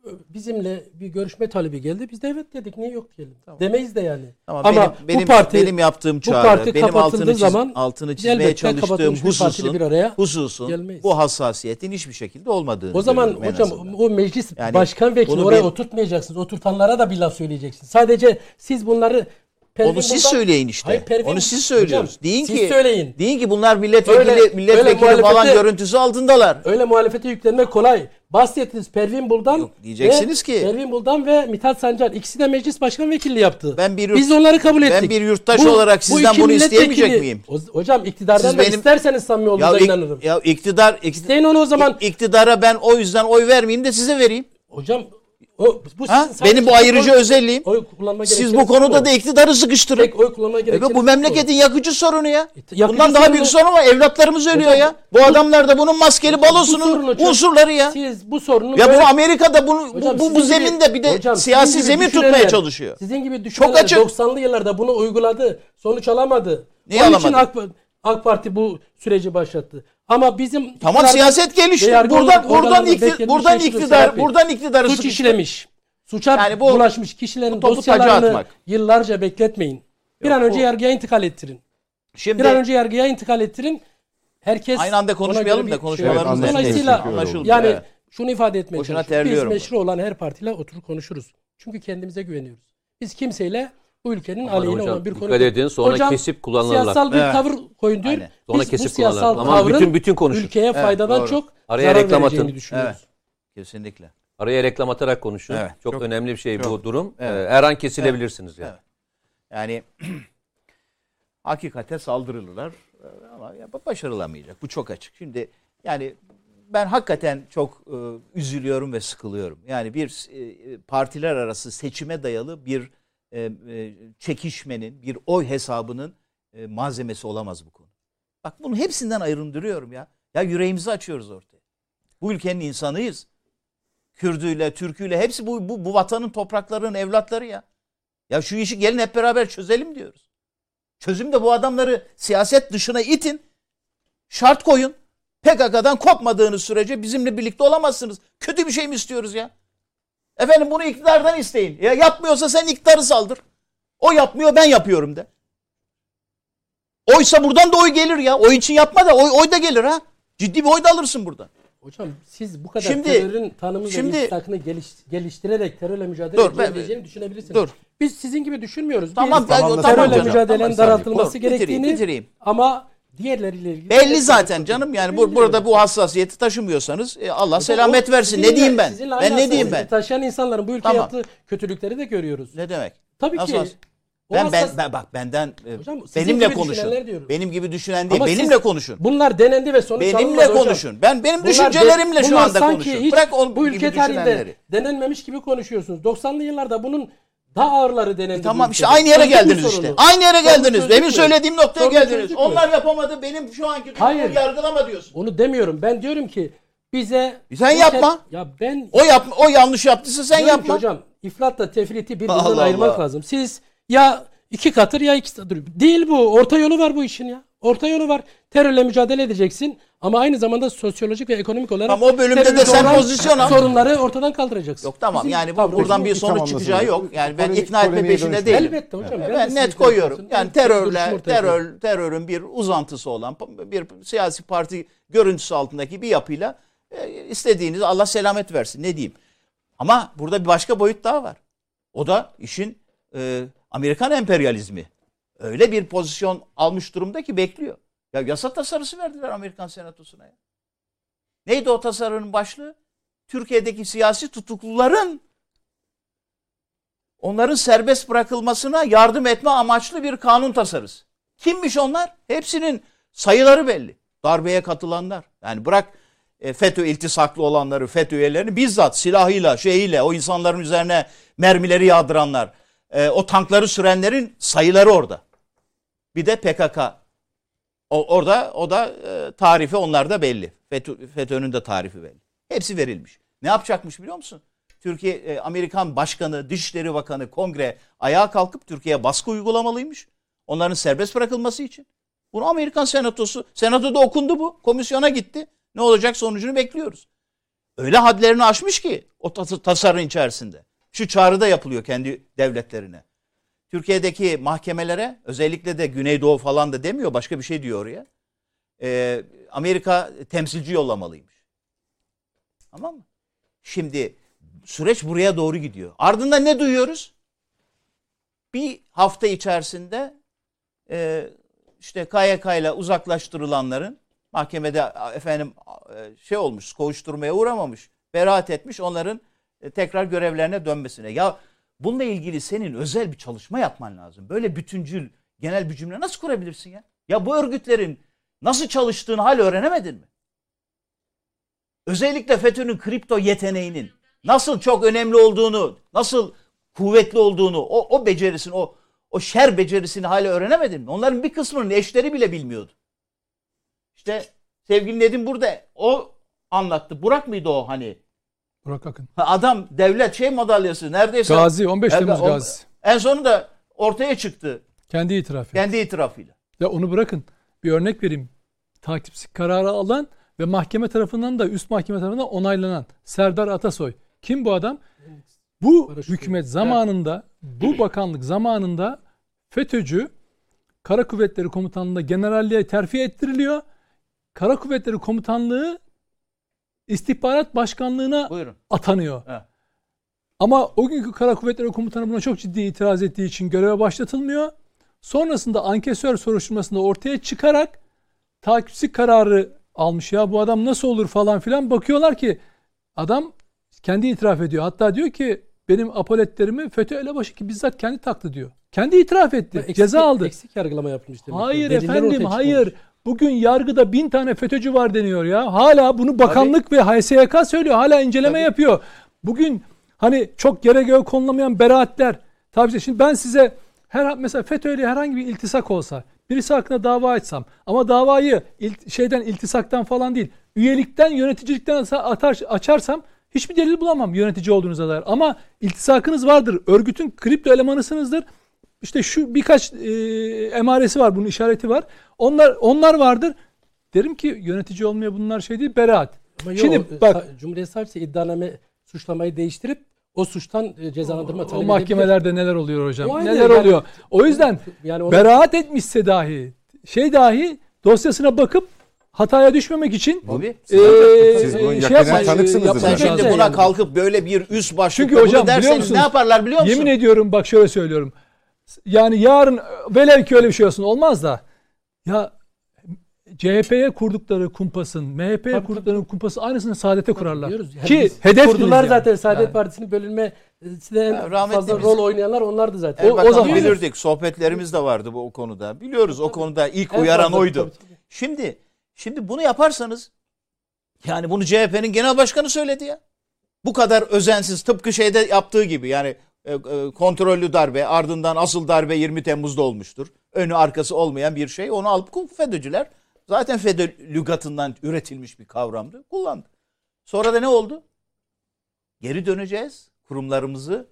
Speaker 5: bizimle bir görüşme talebi geldi. Biz de evet dedik. Niye yok diyelim.
Speaker 3: Tamam.
Speaker 5: Demeyiz de yani.
Speaker 3: Ama,
Speaker 5: Ama
Speaker 3: benim, benim,
Speaker 5: bu parti
Speaker 3: benim yaptığım
Speaker 5: bu
Speaker 3: çağrı,
Speaker 5: parti
Speaker 3: benim
Speaker 5: kapatıldığı
Speaker 3: altını, çiz,
Speaker 5: zaman
Speaker 3: altını çizmeye
Speaker 5: elbette
Speaker 3: çalıştığım
Speaker 5: kapatılmış bir partiyle
Speaker 3: hususun,
Speaker 5: bir araya
Speaker 3: hususun
Speaker 5: gelmeyiz.
Speaker 3: bu hassasiyetin hiçbir şekilde olmadığını
Speaker 5: O zaman
Speaker 3: görüyorum en
Speaker 5: hocam
Speaker 3: azından.
Speaker 5: o meclis
Speaker 3: Yani
Speaker 5: başkan vekili
Speaker 3: bunu
Speaker 5: oraya
Speaker 3: bir-
Speaker 5: oturtmayacaksınız. Oturtanlara da bir laf söyleyeceksiniz. Sadece siz bunları Pervin
Speaker 3: Onu siz
Speaker 5: buradan-
Speaker 3: söyleyin işte.
Speaker 5: Hayır, Pervin-
Speaker 3: Onu siz söylüyoruz.
Speaker 5: Hocam,
Speaker 3: deyin
Speaker 5: siz
Speaker 3: ki
Speaker 5: söyleyin.
Speaker 3: deyin ki bunlar milletvekili
Speaker 5: Öyle-
Speaker 3: milletvekili
Speaker 5: öyle
Speaker 3: falan
Speaker 5: muhalefete-
Speaker 3: görüntüsü altındalar.
Speaker 5: Öyle muhalefete yüklenmek kolay. Bahsettiniz Pervin Buldan
Speaker 3: Yok, diyeceksiniz
Speaker 5: ve
Speaker 3: ki-
Speaker 5: Pervin Buldan ve Mithat Sancar ikisi de meclis başkan vekilliği yaptı.
Speaker 3: Ben bir yurt-
Speaker 5: Biz onları kabul
Speaker 3: ben
Speaker 5: ettik.
Speaker 3: bir yurttaş olarak sizden
Speaker 5: iki
Speaker 3: bunu
Speaker 5: milletvekili-
Speaker 3: isteyemeyecek miyim?
Speaker 5: O- hocam iktidardan
Speaker 3: Siz
Speaker 5: da
Speaker 3: benim-
Speaker 5: isterseniz samimi
Speaker 3: Ya,
Speaker 5: olduğunuza
Speaker 3: ik-
Speaker 5: inanırım.
Speaker 3: ya iktidar, iktidar
Speaker 5: İsteyin onu o zaman.
Speaker 3: iktidara ben o yüzden oy vermeyeyim de size vereyim.
Speaker 5: Hocam o, bu
Speaker 3: Ha?
Speaker 5: sizin sadece
Speaker 3: Benim bu
Speaker 5: tek
Speaker 3: ayrıcı
Speaker 5: oy-
Speaker 3: özelliğim.
Speaker 5: Oy kullanma
Speaker 3: Siz
Speaker 5: gerekçeniz
Speaker 3: bu konuda
Speaker 5: bu.
Speaker 3: da iktidarı sıkıştırın.
Speaker 5: Tek oy kullanma
Speaker 3: Evet,
Speaker 5: gerekçeniz
Speaker 3: bu memleketin yakıcı sorunu ya.
Speaker 5: yakıcı
Speaker 3: Bundan daha
Speaker 5: sorunu-
Speaker 3: büyük sorun var. Evlatlarımız ölüyor
Speaker 5: Hocam,
Speaker 3: ya. Bu,
Speaker 5: bu-
Speaker 3: adamlar da bunun maskeli
Speaker 5: Bu
Speaker 3: balosunun
Speaker 5: sorunu çok-
Speaker 3: unsurları ya.
Speaker 5: Siz bu sorunu
Speaker 3: Ya
Speaker 5: böyle-
Speaker 3: bu Amerika'da bunu
Speaker 5: Hocam
Speaker 3: bu, bu,
Speaker 5: sizin
Speaker 3: bu
Speaker 5: gibi-
Speaker 3: zeminde bir de
Speaker 5: hocam sizin
Speaker 3: siyasi
Speaker 5: gibi
Speaker 3: zemin
Speaker 5: düşünenler-
Speaker 3: tutmaya çalışıyor.
Speaker 5: Sizin gibi düşünenler
Speaker 3: açık.
Speaker 5: doksanlı yıllarda bunu uyguladı. Sonuç alamadı.
Speaker 3: Neyi
Speaker 5: Onun için
Speaker 3: alamadı?
Speaker 5: AK, AK Parti bu süreci başlattı. Ama bizim
Speaker 3: Tamam,
Speaker 5: iktidar-
Speaker 3: siyaset gelişti.
Speaker 5: ve yargı
Speaker 3: Buradan buradan
Speaker 5: organlarında
Speaker 3: ikti-
Speaker 5: beklenmiş
Speaker 3: buradan
Speaker 5: şey şudur,
Speaker 3: iktidar
Speaker 5: Serap Bey.
Speaker 3: buradan iktidarı
Speaker 5: suç
Speaker 3: sıkıştı.
Speaker 5: işlemiş. Suça
Speaker 3: Yani bu-
Speaker 5: bulaşmış kişilerin
Speaker 3: bu topu taca
Speaker 5: dosyalarını
Speaker 3: atmak.
Speaker 5: yıllarca bekletmeyin. Bir
Speaker 3: Yok,
Speaker 5: an önce
Speaker 3: bu-
Speaker 5: yargıya intikal ettirin.
Speaker 3: Şimdi
Speaker 5: Bir an önce yargıya intikal ettirin. Herkes
Speaker 3: aynı anda
Speaker 5: ona
Speaker 3: konuşmayalım
Speaker 5: göre
Speaker 3: da
Speaker 5: bir
Speaker 3: konuşmalarımız
Speaker 1: Evet,
Speaker 3: da
Speaker 5: Dolayısıyla
Speaker 1: anlaşıldı.
Speaker 3: anlaşıldı.
Speaker 5: yani
Speaker 3: Evet.
Speaker 5: şunu ifade etmeye
Speaker 3: Boşuna
Speaker 5: çalışıyorum. Biz
Speaker 3: terliyorum.
Speaker 5: meşru olan her partiyle oturup konuşuruz. Çünkü kendimize güveniyoruz. Biz kimseyle bu ülkenin
Speaker 4: Aman
Speaker 5: aleyhine
Speaker 4: hocam,
Speaker 5: olan bir konu
Speaker 4: dikkat edin, sonra
Speaker 5: Hocam,
Speaker 4: kesip kullanırlar.
Speaker 5: Siyasal bir
Speaker 3: Evet.
Speaker 5: tavır koyun diyor.
Speaker 3: Aynen.
Speaker 4: Sonra
Speaker 5: Biz bu
Speaker 4: kesip
Speaker 5: siyasal
Speaker 4: kullanırlar. Ama
Speaker 5: tavrın
Speaker 4: bütün bütün konuşun.
Speaker 5: ülkeye faydadan
Speaker 3: doğru.
Speaker 5: çok
Speaker 4: Araya
Speaker 5: zarar
Speaker 4: reklam
Speaker 5: vereceğini
Speaker 4: atın.
Speaker 5: düşünüyoruz.
Speaker 3: Evet. Kesinlikle.
Speaker 4: Araya reklam atarak konuşun.
Speaker 3: Evet,
Speaker 4: çok,
Speaker 1: çok-
Speaker 4: önemli bir şey bu
Speaker 1: çok.
Speaker 4: durum.
Speaker 3: Evet.
Speaker 4: Ee, her an kesilebilirsiniz yani.
Speaker 3: Evet. Yani hakikate saldırırlar ama ya başarılamayacak. Bu çok açık. Şimdi yani ben hakikaten çok e, üzülüyorum ve sıkılıyorum. Yani bir e, partiler arası seçime dayalı bir e, e, çekişmenin, bir oy hesabının e, malzemesi olamaz bu konu. Bak bunu hepsinden ayrındırıyorum ya. Ya yüreğimizi açıyoruz ortaya. Bu ülkenin insanıyız. Kürdüyle, Türküyle hepsi bu, bu, bu vatanın topraklarının evlatları ya. Ya şu işi gelin hep beraber çözelim diyoruz. Çözüm de bu adamları siyaset dışına itin. Şart koyun. P K K'dan kopmadığınız sürece bizimle birlikte olamazsınız. Kötü bir şey mi istiyoruz ya? Efendim bunu iktidardan isteyin. Ya yapmıyorsa sen iktidarı saldır. O yapmıyor, ben yapıyorum de. Oysa buradan da oy gelir ya. Oy için yapma da oy, oy da gelir ha. Ciddi bir oy da alırsın buradan.
Speaker 5: Hocam siz bu kadar
Speaker 3: Şimdi-
Speaker 5: terörün tanımı
Speaker 3: şimdi-
Speaker 5: ve iltisakını geliş, geliştirerek terörle mücadele
Speaker 3: Dur, ben-
Speaker 5: edebileceğini düşünebilirsiniz.
Speaker 3: Dur.
Speaker 5: Biz sizin gibi düşünmüyoruz.
Speaker 3: Tamam,
Speaker 5: Biz
Speaker 3: ben-
Speaker 1: tamam
Speaker 5: terörle
Speaker 1: canım.
Speaker 5: mücadelenin
Speaker 1: Tamam, bir saniye.
Speaker 5: daraltılması
Speaker 3: Dur, bitireyim,
Speaker 5: gerektiğini
Speaker 3: bitireyim.
Speaker 5: ama diğerleriyle ilgili
Speaker 3: Belli zaten canım. Yani bu, burada bu hassasiyeti taşımıyorsanız e, Allah selamet versin. Ne
Speaker 5: Sizinle-
Speaker 3: diyeyim ben?
Speaker 5: sizinle
Speaker 3: Ben
Speaker 5: aynı
Speaker 3: ne diyeyim ben?
Speaker 5: hassasiyeti taşıyan insanların bu ülkeye
Speaker 3: Tamam.
Speaker 5: yaptığı kötülükleri de görüyoruz.
Speaker 3: Ne demek?
Speaker 5: Tabii
Speaker 3: Nasıl
Speaker 5: ki.
Speaker 3: hass-
Speaker 5: o
Speaker 3: Ben, ben,
Speaker 5: hassas-
Speaker 3: ben bak benden e,
Speaker 5: Hocam, sizin
Speaker 3: benimle
Speaker 5: gibi
Speaker 3: konuşun.
Speaker 5: düşünenler diyorum.
Speaker 3: Benim gibi düşünen değil.
Speaker 5: Ama
Speaker 3: Benimle
Speaker 5: siz-
Speaker 3: konuşun.
Speaker 5: Bunlar denendi ve sonuç
Speaker 3: Benimle
Speaker 5: alınmadı hocam.
Speaker 3: konuşun. Ben benim
Speaker 5: Bunlar
Speaker 3: düşüncelerimle
Speaker 5: de-
Speaker 3: şu
Speaker 5: bunlar
Speaker 3: anda
Speaker 5: sanki
Speaker 3: konuşun.
Speaker 5: hiç
Speaker 3: Bırak o
Speaker 5: bu
Speaker 3: gibi
Speaker 5: ülke tarihinde
Speaker 3: düşünenleri.
Speaker 5: denenmemiş gibi konuşuyorsunuz. doksanlı yıllarda bunun daha ağırları denendi.
Speaker 3: E tamam
Speaker 5: bu
Speaker 3: işte
Speaker 5: ülkede.
Speaker 3: aynı yere
Speaker 5: Çözdük mü
Speaker 3: geldiniz
Speaker 5: sorunu?
Speaker 3: işte. Aynı yere
Speaker 5: Sorunu
Speaker 3: geldiniz.
Speaker 5: çözdük
Speaker 3: Benim
Speaker 5: mü?
Speaker 3: söylediğim noktaya
Speaker 5: Sorunu
Speaker 3: geldiniz.
Speaker 5: çözdük mü?
Speaker 3: Onlar yapamadı. Benim şu anki
Speaker 5: Hayır.
Speaker 3: durumumu yargılama diyorsun.
Speaker 5: Onu demiyorum. Ben diyorum ki bize...
Speaker 3: Sen
Speaker 5: bu
Speaker 3: yapma.
Speaker 5: ülke- Ya ben...
Speaker 3: O yap o yanlış yaptıysa sen
Speaker 5: diyorum ki
Speaker 3: yapma.
Speaker 5: hocam iflatla tefriti birbirinden
Speaker 3: Allah
Speaker 5: ayırmak
Speaker 3: Allah.
Speaker 5: lazım. Siz ya iki katır ya iki katır. Değil bu. Orta yolu var bu işin ya. Orta yolu var. Terörle mücadele edeceksin ama aynı zamanda sosyolojik ve ekonomik olarak
Speaker 3: Ama o bölümde
Speaker 5: terörü
Speaker 3: de sen
Speaker 5: doğuran
Speaker 3: pozisyon al.
Speaker 5: sorunları ortadan kaldıracaksın.
Speaker 3: Yok tamam
Speaker 5: Bizim
Speaker 3: yani bu,
Speaker 5: tavrımız
Speaker 3: buradan
Speaker 5: bu.
Speaker 3: bir sonuç
Speaker 1: Tamam,
Speaker 3: çıkacağı
Speaker 1: nasıl?
Speaker 3: yok. Yani ben
Speaker 1: Polemi-
Speaker 3: ikna etme
Speaker 1: polemiğe
Speaker 3: peşinde
Speaker 1: dönüştü.
Speaker 3: değilim.
Speaker 5: Elbette hocam.
Speaker 3: Ben,
Speaker 5: Ben de
Speaker 3: net
Speaker 5: sizin
Speaker 3: koyuyorum.
Speaker 5: görüşünüzü-
Speaker 3: Yani
Speaker 5: görüşümü
Speaker 3: terörle
Speaker 5: ortaya koyuyorum.
Speaker 3: terör terörün bir uzantısı olan bir siyasi parti görüntüsü altındaki bir yapıyla e, istediğiniz Allah selamet versin ne diyeyim. Ama burada bir başka boyut daha var. O da işin e, Amerikan emperyalizmi. Öyle bir pozisyon almış durumda ki bekliyor. Ya yasa tasarısı verdiler Amerikan Senatosu'na ya. Neydi o tasarının başlığı? Türkiye'deki siyasi tutukluların onların serbest bırakılmasına yardım etme amaçlı bir kanun tasarısı. Kimmiş onlar? Hepsinin sayıları belli. Darbeye katılanlar. Yani bırak e, FETÖ iltisaklı olanları, FETÖ üyelerini bizzat silahıyla, şeyiyle o insanların üzerine mermileri yağdıranlar, e, o tankları sürenlerin sayıları orada. Bir de P K K. O, orada o da e, tarifi onlarda belli. FETÖ, FETÖ'nün de tarifi belli. Hepsi verilmiş. Ne yapacakmış biliyor musun? Türkiye, e, Amerikan Başkanı, Dışişleri Bakanı, Kongre ayağa kalkıp Türkiye'ye baskı uygulamalıymış. Onların serbest bırakılması için. Bunu Amerikan Senatosu, Senatoda okundu bu. Komisyona gitti. Ne olacak sonucunu bekliyoruz. öyle hadlerini aşmış ki o tas- tasarının içerisinde. Şu çağrı da yapılıyor kendi devletlerine. Türkiye'deki mahkemelere, özellikle de Güneydoğu falan da demiyor, başka bir şey diyor oraya. Ee, Amerika temsilci yollamalıymış. Tamam mı? Şimdi süreç buraya doğru gidiyor. Ardından ne duyuyoruz? Bir hafta içerisinde e, işte K Y K ile uzaklaştırılanların mahkemede efendim şey olmuş, kovuşturmaya uğramamış, beraat etmiş, onların tekrar görevlerine dönmesine. Ya bununla ilgili senin özel bir çalışma yapman lazım. Böyle bütüncül, genel bir cümle nasıl kurabilirsin ya? Ya bu örgütlerin nasıl çalıştığını hala öğrenemedin mi? Özellikle FETÖ'nün kripto yeteneğinin nasıl çok önemli olduğunu, nasıl kuvvetli olduğunu, o, o becerisini, o, o şer becerisini hala öğrenemedin mi? Onların bir kısmının eşleri bile bilmiyordu. İşte sevgili Nedim burada o anlattı. Burak mıydı o hani?
Speaker 2: Burak Akın.
Speaker 3: Adam devlet şey madalyası neredeyse.
Speaker 2: Gazi, on beş Temmuz Gazi.
Speaker 3: En sonunda ortaya çıktı.
Speaker 2: Kendi itirafı.
Speaker 3: Kendi itirafıyla.
Speaker 2: Ya onu bırakın. Bir örnek vereyim. Takipsiz kararı alan ve mahkeme tarafından da üst mahkeme tarafından onaylanan Serdar Atasoy. Kim bu adam? Bu hükümet zamanında, bu bakanlık zamanında FETÖ'cü Kara Kuvvetleri Komutanlığı'nda generalliğe terfi ettiriliyor. Kara Kuvvetleri Komutanlığı İstihbarat Başkanlığı'na
Speaker 3: Buyurun.
Speaker 2: atanıyor.
Speaker 3: Evet.
Speaker 2: Ama o günkü Kara Kuvvetleri Komutanı buna çok ciddi itiraz ettiği için göreve başlatılmıyor. Sonrasında ankesör soruşturmasında ortaya çıkarak takipsiz kararı almış. Ya bu adam nasıl olur falan filan. Bakıyorlar ki adam kendi itiraf ediyor. Hatta diyor ki benim apoletlerimi FETÖ elebaşı ki bizzat kendi taktı diyor. Kendi itiraf etti.
Speaker 5: Eksik,
Speaker 2: ceza aldı.
Speaker 5: Eksik yargılama yapılmış demek.
Speaker 2: Hayır
Speaker 5: Deliller
Speaker 2: efendim
Speaker 5: ortaya
Speaker 2: hayır.
Speaker 5: çıkmamış.
Speaker 2: Bugün yargıda bin tane FETÖ'cü var deniyor ya. Hala bunu bakanlık Abi, ve H S Y K söylüyor. Hala inceleme tabii. yapıyor. Bugün hani çok yere göğe konulamayan beraatler. Tabii şimdi ben size her mesela FETÖ'yle herhangi bir iltisak olsa, birisi hakkında dava açsam ama davayı il, şeyden iltisaktan falan değil, üyelikten, yöneticilikten atar, açarsam hiçbir delil bulamam yönetici olduğunuza dair. Ama iltisakınız vardır. Örgütün kripto elemanısınızdır. İşte şu birkaç e, emaresi var, bunun işareti var. Onlar onlar vardır. Derim ki yönetici olmaya bunlar şey değil, beraat.
Speaker 5: Ama
Speaker 2: Şimdi
Speaker 5: yok,
Speaker 2: bak
Speaker 5: Cumhuriyet Savcısı iddianame suçlamayı değiştirip o suçtan cezalandırma talep
Speaker 2: o
Speaker 5: edebilir.
Speaker 2: mahkemelerde neler oluyor hocam?
Speaker 5: O
Speaker 2: neler
Speaker 5: yani,
Speaker 2: oluyor? O yüzden
Speaker 5: yani onu,
Speaker 2: beraat etmişse dahi şey dahi dosyasına bakıp hataya düşmemek için
Speaker 3: Abi,
Speaker 1: siz,
Speaker 2: ee,
Speaker 1: siz bunun
Speaker 2: şey
Speaker 1: yakinen
Speaker 2: yapmayın,
Speaker 1: tanıksınızdır.
Speaker 3: Sen
Speaker 1: zaten.
Speaker 3: şimdi buna kalkıp böyle bir üst başlıkta
Speaker 2: Çünkü hocam
Speaker 3: bunu
Speaker 2: biliyor
Speaker 3: derseniz
Speaker 2: musunuz?
Speaker 3: ne yaparlar biliyor musun?
Speaker 2: Yemin ediyorum bak şöyle söylüyorum. Yani yarın velev ki öyle bir şey olsun olmaz da ya C H P'ye kurdukları kumpasın, M H P'ye kurdukları kumpasın aynısını Saadet'e kurarlar.
Speaker 5: Yani
Speaker 2: Ki hedef
Speaker 5: kurdular
Speaker 2: yani.
Speaker 5: zaten Saadet
Speaker 2: yani.
Speaker 5: Partisi'nin bölünmesine en fazla
Speaker 3: biz,
Speaker 5: rol oynayanlar onlardı zaten.
Speaker 3: O, o zaman
Speaker 2: biliyoruz.
Speaker 3: bilirdik. Sohbetlerimiz de vardı bu o konuda. Biliyoruz o konuda ilk
Speaker 5: En
Speaker 3: uyaran
Speaker 5: fazla,
Speaker 3: oydu.
Speaker 5: tabii, tabii.
Speaker 3: Şimdi şimdi bunu yaparsanız yani bunu C H P'nin genel başkanı söyledi ya. Bu kadar özensiz tıpkı şeyde yaptığı gibi yani e, e, kontrollü darbe ardından asıl darbe yirmi Temmuz'da olmuştur. Önü arkası olmayan bir şey. Onu alıp FETÖ'cüler zaten FETÖ lügatından üretilmiş bir kavramdı. Kullandı. Sonra da ne oldu? Geri döneceğiz. Kurumlarımızı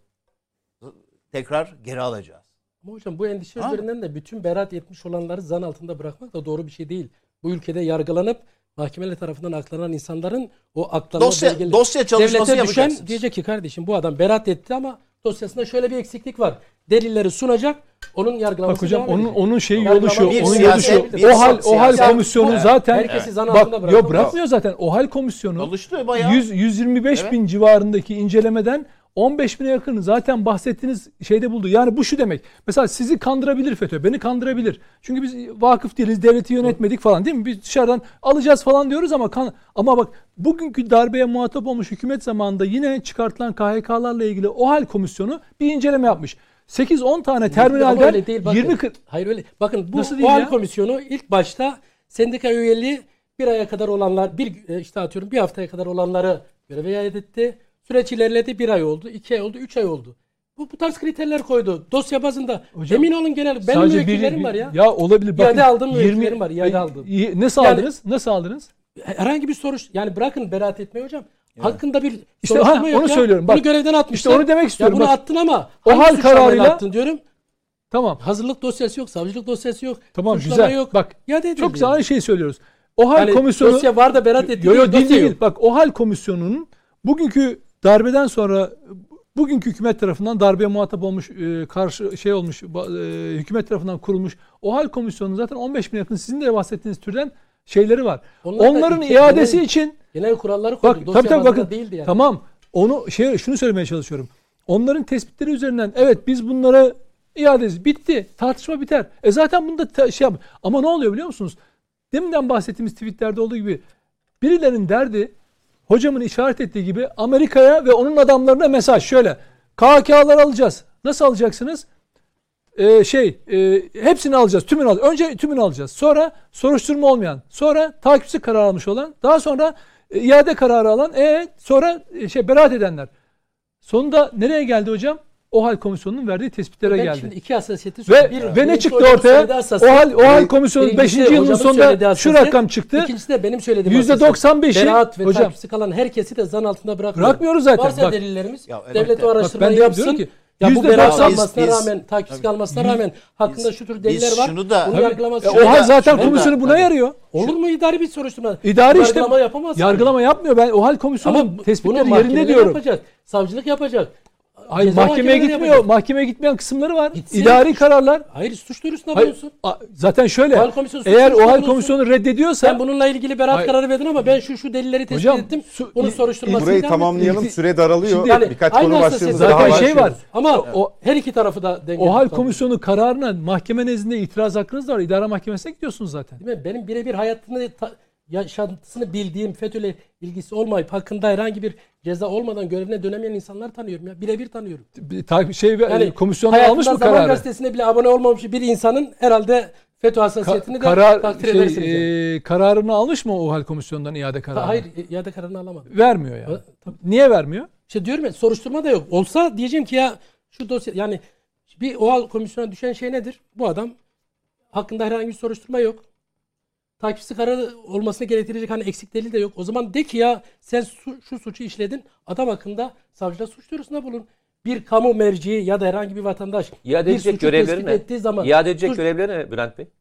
Speaker 3: tekrar geri alacağız.
Speaker 5: Ama hocam bu endişe
Speaker 3: Ha?
Speaker 5: üzerinden de bütün beraat etmiş olanları zan altında bırakmak da doğru bir şey değil. Bu ülkede yargılanıp mahkemeler tarafından aklanan insanların o aklanma
Speaker 3: Dosya,
Speaker 5: belgeleri...
Speaker 3: dosya çalışması
Speaker 5: Devlete
Speaker 3: yapacaksınız.
Speaker 5: düşen diyecek ki kardeşim bu adam beraat etti ama dosyasında şöyle bir eksiklik var. Delilleri sunacak. Onun yargılaması
Speaker 2: Bak hocam
Speaker 5: devam
Speaker 2: onun
Speaker 5: edecek.
Speaker 2: onun şeyi
Speaker 5: Yargılama
Speaker 2: yolu şu.
Speaker 5: bir
Speaker 2: Onun
Speaker 3: siyaset,
Speaker 2: yolu şu.
Speaker 3: bir
Speaker 2: O hal o hal
Speaker 3: siyaset.
Speaker 2: komisyonu
Speaker 3: Evet.
Speaker 2: zaten
Speaker 5: Herkesi zan altında
Speaker 2: bak
Speaker 5: bırakıyor.
Speaker 2: yok bırakmıyor zaten. O hal komisyonu
Speaker 3: Çalıştı bayağı.
Speaker 2: yüz yüz yirmi beş
Speaker 3: Evet.
Speaker 2: bin civarındaki incelemeden on beş bine yakın zaten bahsettiğiniz şeyde buldu. Yani bu şu demek. Mesela sizi kandırabilir FETÖ. Beni kandırabilir. Çünkü biz vakıf değiliz. Devleti yönetmedik falan değil mi? Biz dışarıdan alacağız falan diyoruz ama kan ama bak bugünkü darbeye muhatap olmuş hükümet zamanında yine çıkartılan K H K'larla ilgili o hal komisyonu bir inceleme yapmış. sekiz on tane terminalden
Speaker 5: öyle değil, bakın.
Speaker 2: yirmi kırk
Speaker 5: Hayır öyle. Bakın bu
Speaker 2: Nasıl değil
Speaker 5: o hal
Speaker 2: ya?
Speaker 5: komisyonu ilk başta sendika üyeliği bir aya kadar olanlar bir e, işte atıyorum bir haftaya kadar olanları göreve iade etti. Süreç ilerledi. Bir ay oldu, iki ay oldu, üç ay oldu. Bu, bu tarz kriterler koydu. Dosya bazında.
Speaker 2: Hocam,
Speaker 5: emin olun genel. Benim
Speaker 2: sadece
Speaker 5: müvekkillerim
Speaker 2: bir-
Speaker 5: var ya.
Speaker 2: Ya olabilir. Bakın,
Speaker 5: İade aldım,
Speaker 2: yirmi
Speaker 5: müvekkillerim var, iade aldım.
Speaker 2: Y- Nasıl
Speaker 5: Yani-
Speaker 2: aldınız? Nasıl aldınız?
Speaker 5: Herhangi bir soruş yani bırakın beraat etmeyi hocam. Hakkında bir
Speaker 2: İşte
Speaker 5: soruşturma
Speaker 2: ha,
Speaker 5: yok
Speaker 2: onu
Speaker 5: ya.
Speaker 2: söylüyorum.
Speaker 5: Bunu
Speaker 2: Bak,
Speaker 5: görevden atmışlar.
Speaker 2: işte onu demek istiyorum.
Speaker 5: Ya bunu
Speaker 2: Bak,
Speaker 5: attın ama
Speaker 2: o
Speaker 5: hangi
Speaker 2: hal
Speaker 5: suçlamayla
Speaker 2: kararıyla-
Speaker 5: attın diyorum.
Speaker 2: Tamam.
Speaker 5: Hazırlık dosyası yok, savcılık dosyası yok.
Speaker 2: Tamam
Speaker 5: suçlama
Speaker 2: güzel.
Speaker 5: yok.
Speaker 2: Bak
Speaker 5: İade edildi
Speaker 2: çok güzel
Speaker 5: yani.
Speaker 2: aynı şeyi söylüyoruz. OHAL
Speaker 5: Yani
Speaker 2: komisyonu
Speaker 5: dosya var da beraat ettiği
Speaker 2: Yo yo değil
Speaker 5: dosya yok.
Speaker 2: değil. Bak OHAL komisyonunun bugünkü darbeden sonra bugünkü hükümet tarafından darbeye muhatap olmuş, e, karşı şey olmuş, e, hükümet tarafından kurulmuş OHAL komisyonunun zaten on beş bin yakın sizin de bahsettiğiniz türden şeyleri var.
Speaker 5: Onlar da
Speaker 2: Onların
Speaker 5: iki-
Speaker 2: iadesi
Speaker 5: genel-
Speaker 2: için
Speaker 5: Genel kuralları koydu.
Speaker 2: bak
Speaker 5: Dosya
Speaker 2: tabii tabii
Speaker 5: bazında
Speaker 2: bakın.
Speaker 5: değildi yani.
Speaker 2: Tamam. Onu şey şunu söylemeye çalışıyorum. Onların tespitleri üzerinden evet biz bunlara iadesi bitti. Tartışma biter. E zaten bunda ta- şey yap. Ama ne oluyor biliyor musunuz? Deminden bahsettiğimiz tweetlerde olduğu gibi birilerinin derdi hocamın işaret ettiği gibi Amerika'ya ve onun adamlarına mesaj şöyle. K K K'lar alacağız. Nasıl alacaksınız? Ee, şey e, hepsini alacağız. Tümünü alacağız. Önce tümünü alacağız. Sonra soruşturma olmayan. Sonra takipsiz karar almış olan. Daha sonra e, iade kararı alan. E sonra e, şey beraat edenler. Sonunda nereye geldi hocam? OHAL komisyonunun verdiği tespitlere
Speaker 5: Ben
Speaker 2: geldi.
Speaker 5: şimdi iki hassasiyeti
Speaker 2: Ve
Speaker 5: söyleyeyim.
Speaker 2: ve ne
Speaker 5: Birincisi
Speaker 2: çıktı
Speaker 5: hocamın
Speaker 2: ortaya?
Speaker 5: söylediği hassasiyet.
Speaker 2: OHAL OHAL
Speaker 5: Bir-
Speaker 2: komisyonun
Speaker 5: birincisi
Speaker 2: beşinci yılın
Speaker 5: hocamın
Speaker 2: sonunda
Speaker 5: söylediği
Speaker 2: şu
Speaker 5: hassasiyet.
Speaker 2: rakam çıktı.
Speaker 5: İkincisi de benim söylediğim
Speaker 2: yüzde
Speaker 5: hassasiyet.
Speaker 2: doksan beşi
Speaker 5: Beraat ve
Speaker 2: hocam
Speaker 5: takipsiz kalan herkesi de zan altında bırakmıyoruz.
Speaker 2: Bırakmıyoruz zaten.
Speaker 5: Varsa
Speaker 2: Bak.
Speaker 5: delillerimiz
Speaker 3: Ya evet
Speaker 5: devlet
Speaker 3: de.
Speaker 5: o
Speaker 3: Bak
Speaker 5: araştırmayı
Speaker 2: ben de
Speaker 5: yapsın.
Speaker 2: diyorum ki,
Speaker 5: Ya bu
Speaker 2: yüzde
Speaker 5: beraat
Speaker 2: doksan-
Speaker 5: almasına
Speaker 3: biz-
Speaker 5: rağmen, takipsiz kalmasına rağmen hakkında şu tür deliller
Speaker 3: biz
Speaker 5: var.
Speaker 3: şunu da-
Speaker 5: Bunu
Speaker 3: Tabii.
Speaker 5: yargılaması
Speaker 2: E,
Speaker 5: şöyle-
Speaker 2: OHAL zaten
Speaker 3: şunu da-
Speaker 2: komisyonu buna
Speaker 3: tabii.
Speaker 2: yarıyor.
Speaker 5: Olur mu idari bir soruşturma?
Speaker 2: İdari işte
Speaker 5: Yargılama yapamaz.
Speaker 2: yargılama yapmıyor. Ben OHAL komisyonu
Speaker 5: Ama bunu
Speaker 2: tespitleri yerinde
Speaker 5: mahkemeler
Speaker 2: diyorum.
Speaker 5: yapacak. Savcılık yapacak.
Speaker 2: Hayır
Speaker 5: Ceza
Speaker 2: mahkemeye
Speaker 5: mahkemeleri
Speaker 2: gitmiyor.
Speaker 5: yapacak.
Speaker 2: Mahkemeye gitmeyen kısımları var.
Speaker 5: Gitsin.
Speaker 2: İdari kararlar.
Speaker 5: Hayır suç duyurusunda
Speaker 2: Hayır,
Speaker 5: bulunsun.
Speaker 2: a- zaten şöyle.
Speaker 5: OHAL komisyonu suç
Speaker 2: Eğer
Speaker 5: duyurusunda
Speaker 2: OHAL
Speaker 5: bulunsun.
Speaker 2: komisyonu reddediyorsa
Speaker 5: Sen bununla ilgili beraat
Speaker 2: Hayır.
Speaker 5: kararı verdin ama ben şu şu delilleri tespit
Speaker 2: Hocam,
Speaker 5: ettim.
Speaker 2: su-
Speaker 5: Bunun
Speaker 2: il-
Speaker 5: soruşturmasını
Speaker 1: Burayı
Speaker 5: devam
Speaker 1: tamamlayalım.
Speaker 2: Şimdi-
Speaker 1: Süre daralıyor.
Speaker 2: Şimdi-
Speaker 5: Yani
Speaker 1: Birkaç
Speaker 5: aynı
Speaker 1: konu
Speaker 5: hassasiyet
Speaker 1: başlığımız
Speaker 2: zaten
Speaker 1: daha var.
Speaker 2: şey var.
Speaker 5: Ama
Speaker 2: O-
Speaker 5: her iki tarafı da dengeli
Speaker 2: OHAL
Speaker 5: tutalım.
Speaker 2: komisyonu kararına mahkeme nezdinde itiraz hakkınız da var. İdare mahkemesine gidiyorsunuz zaten.
Speaker 5: Değil mi? Benim birebir hayatını ta- yaşantısını bildiğim FETÖ'yle ilgisi olmayıp hakkında herhangi bir ceza olmadan görevine dönemeyen insanlar tanıyorum ya. Birebir tanıyorum.
Speaker 2: Bir takip şey
Speaker 5: Yani
Speaker 2: komisyonlar
Speaker 5: hayatında
Speaker 2: almış mı
Speaker 5: Zaman
Speaker 2: kararı?
Speaker 5: Gazetesi'ne bile abone olmamış bir insanın herhalde FETÖ hassasiyetini
Speaker 2: Ka-
Speaker 5: de
Speaker 2: karar
Speaker 5: takdir
Speaker 2: şey,
Speaker 5: edersiniz. yani.
Speaker 2: e, kararını almış mı OHAL komisyonundan iade kararı?
Speaker 5: Ha, hayır iade kararını alamadım.
Speaker 2: Vermiyor yani.
Speaker 5: Ha, tabii.
Speaker 2: Niye vermiyor?
Speaker 5: İşte diyorum ya soruşturma da yok. Olsa diyeceğim ki ya şu dosya yani bir OHAL komisyona düşen şey nedir? Bu adam hakkında herhangi bir soruşturma yok. Takipsiz kararı olmasını gerektirecek hani eksik delil de yok. O zaman de ki ya sen su- şu suçu işledin. Adam hakkında savcıda suç duyurusunda bulun. Bir kamu merciği ya da herhangi bir vatandaş
Speaker 4: İade
Speaker 5: bir
Speaker 4: edecek
Speaker 5: suçu
Speaker 4: görevleri
Speaker 5: tespit
Speaker 4: ne?
Speaker 5: ettiği zaman
Speaker 4: İade edecek
Speaker 5: suç-
Speaker 4: görevleri ne Bülent Bey?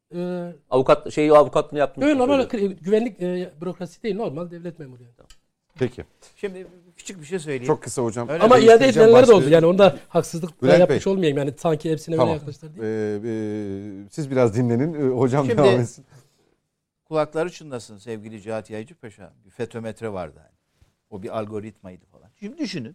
Speaker 5: e,
Speaker 4: Avukat şeyi avukatlığını yaptım.
Speaker 5: öyle normal kri- güvenlik e, bürokrasi değil, normal devlet memuru yani.
Speaker 1: Peki.
Speaker 3: Şimdi küçük bir şey söyleyeyim.
Speaker 1: Çok kısa hocam.
Speaker 3: Öyle
Speaker 5: Ama
Speaker 3: bir
Speaker 5: iade
Speaker 1: değiştireceğim
Speaker 5: edilenler de oldu.
Speaker 1: başlığı.
Speaker 5: Yani onda haksızlık da
Speaker 1: Bülent
Speaker 5: yapmış
Speaker 1: Bey.
Speaker 5: olmayayım. Yani sanki hepsine
Speaker 1: Tamam.
Speaker 5: öyle yaklaştılar değil.
Speaker 1: Ee, e, siz biraz dinlenin. Ee, hocam
Speaker 3: Şimdi-
Speaker 1: devam etsin.
Speaker 3: Kulakları çınlasın sevgili Cihat Yaycı Paşa. Bir fetometre vardı. Hani. O bir algoritmaydı falan. Şimdi düşünün.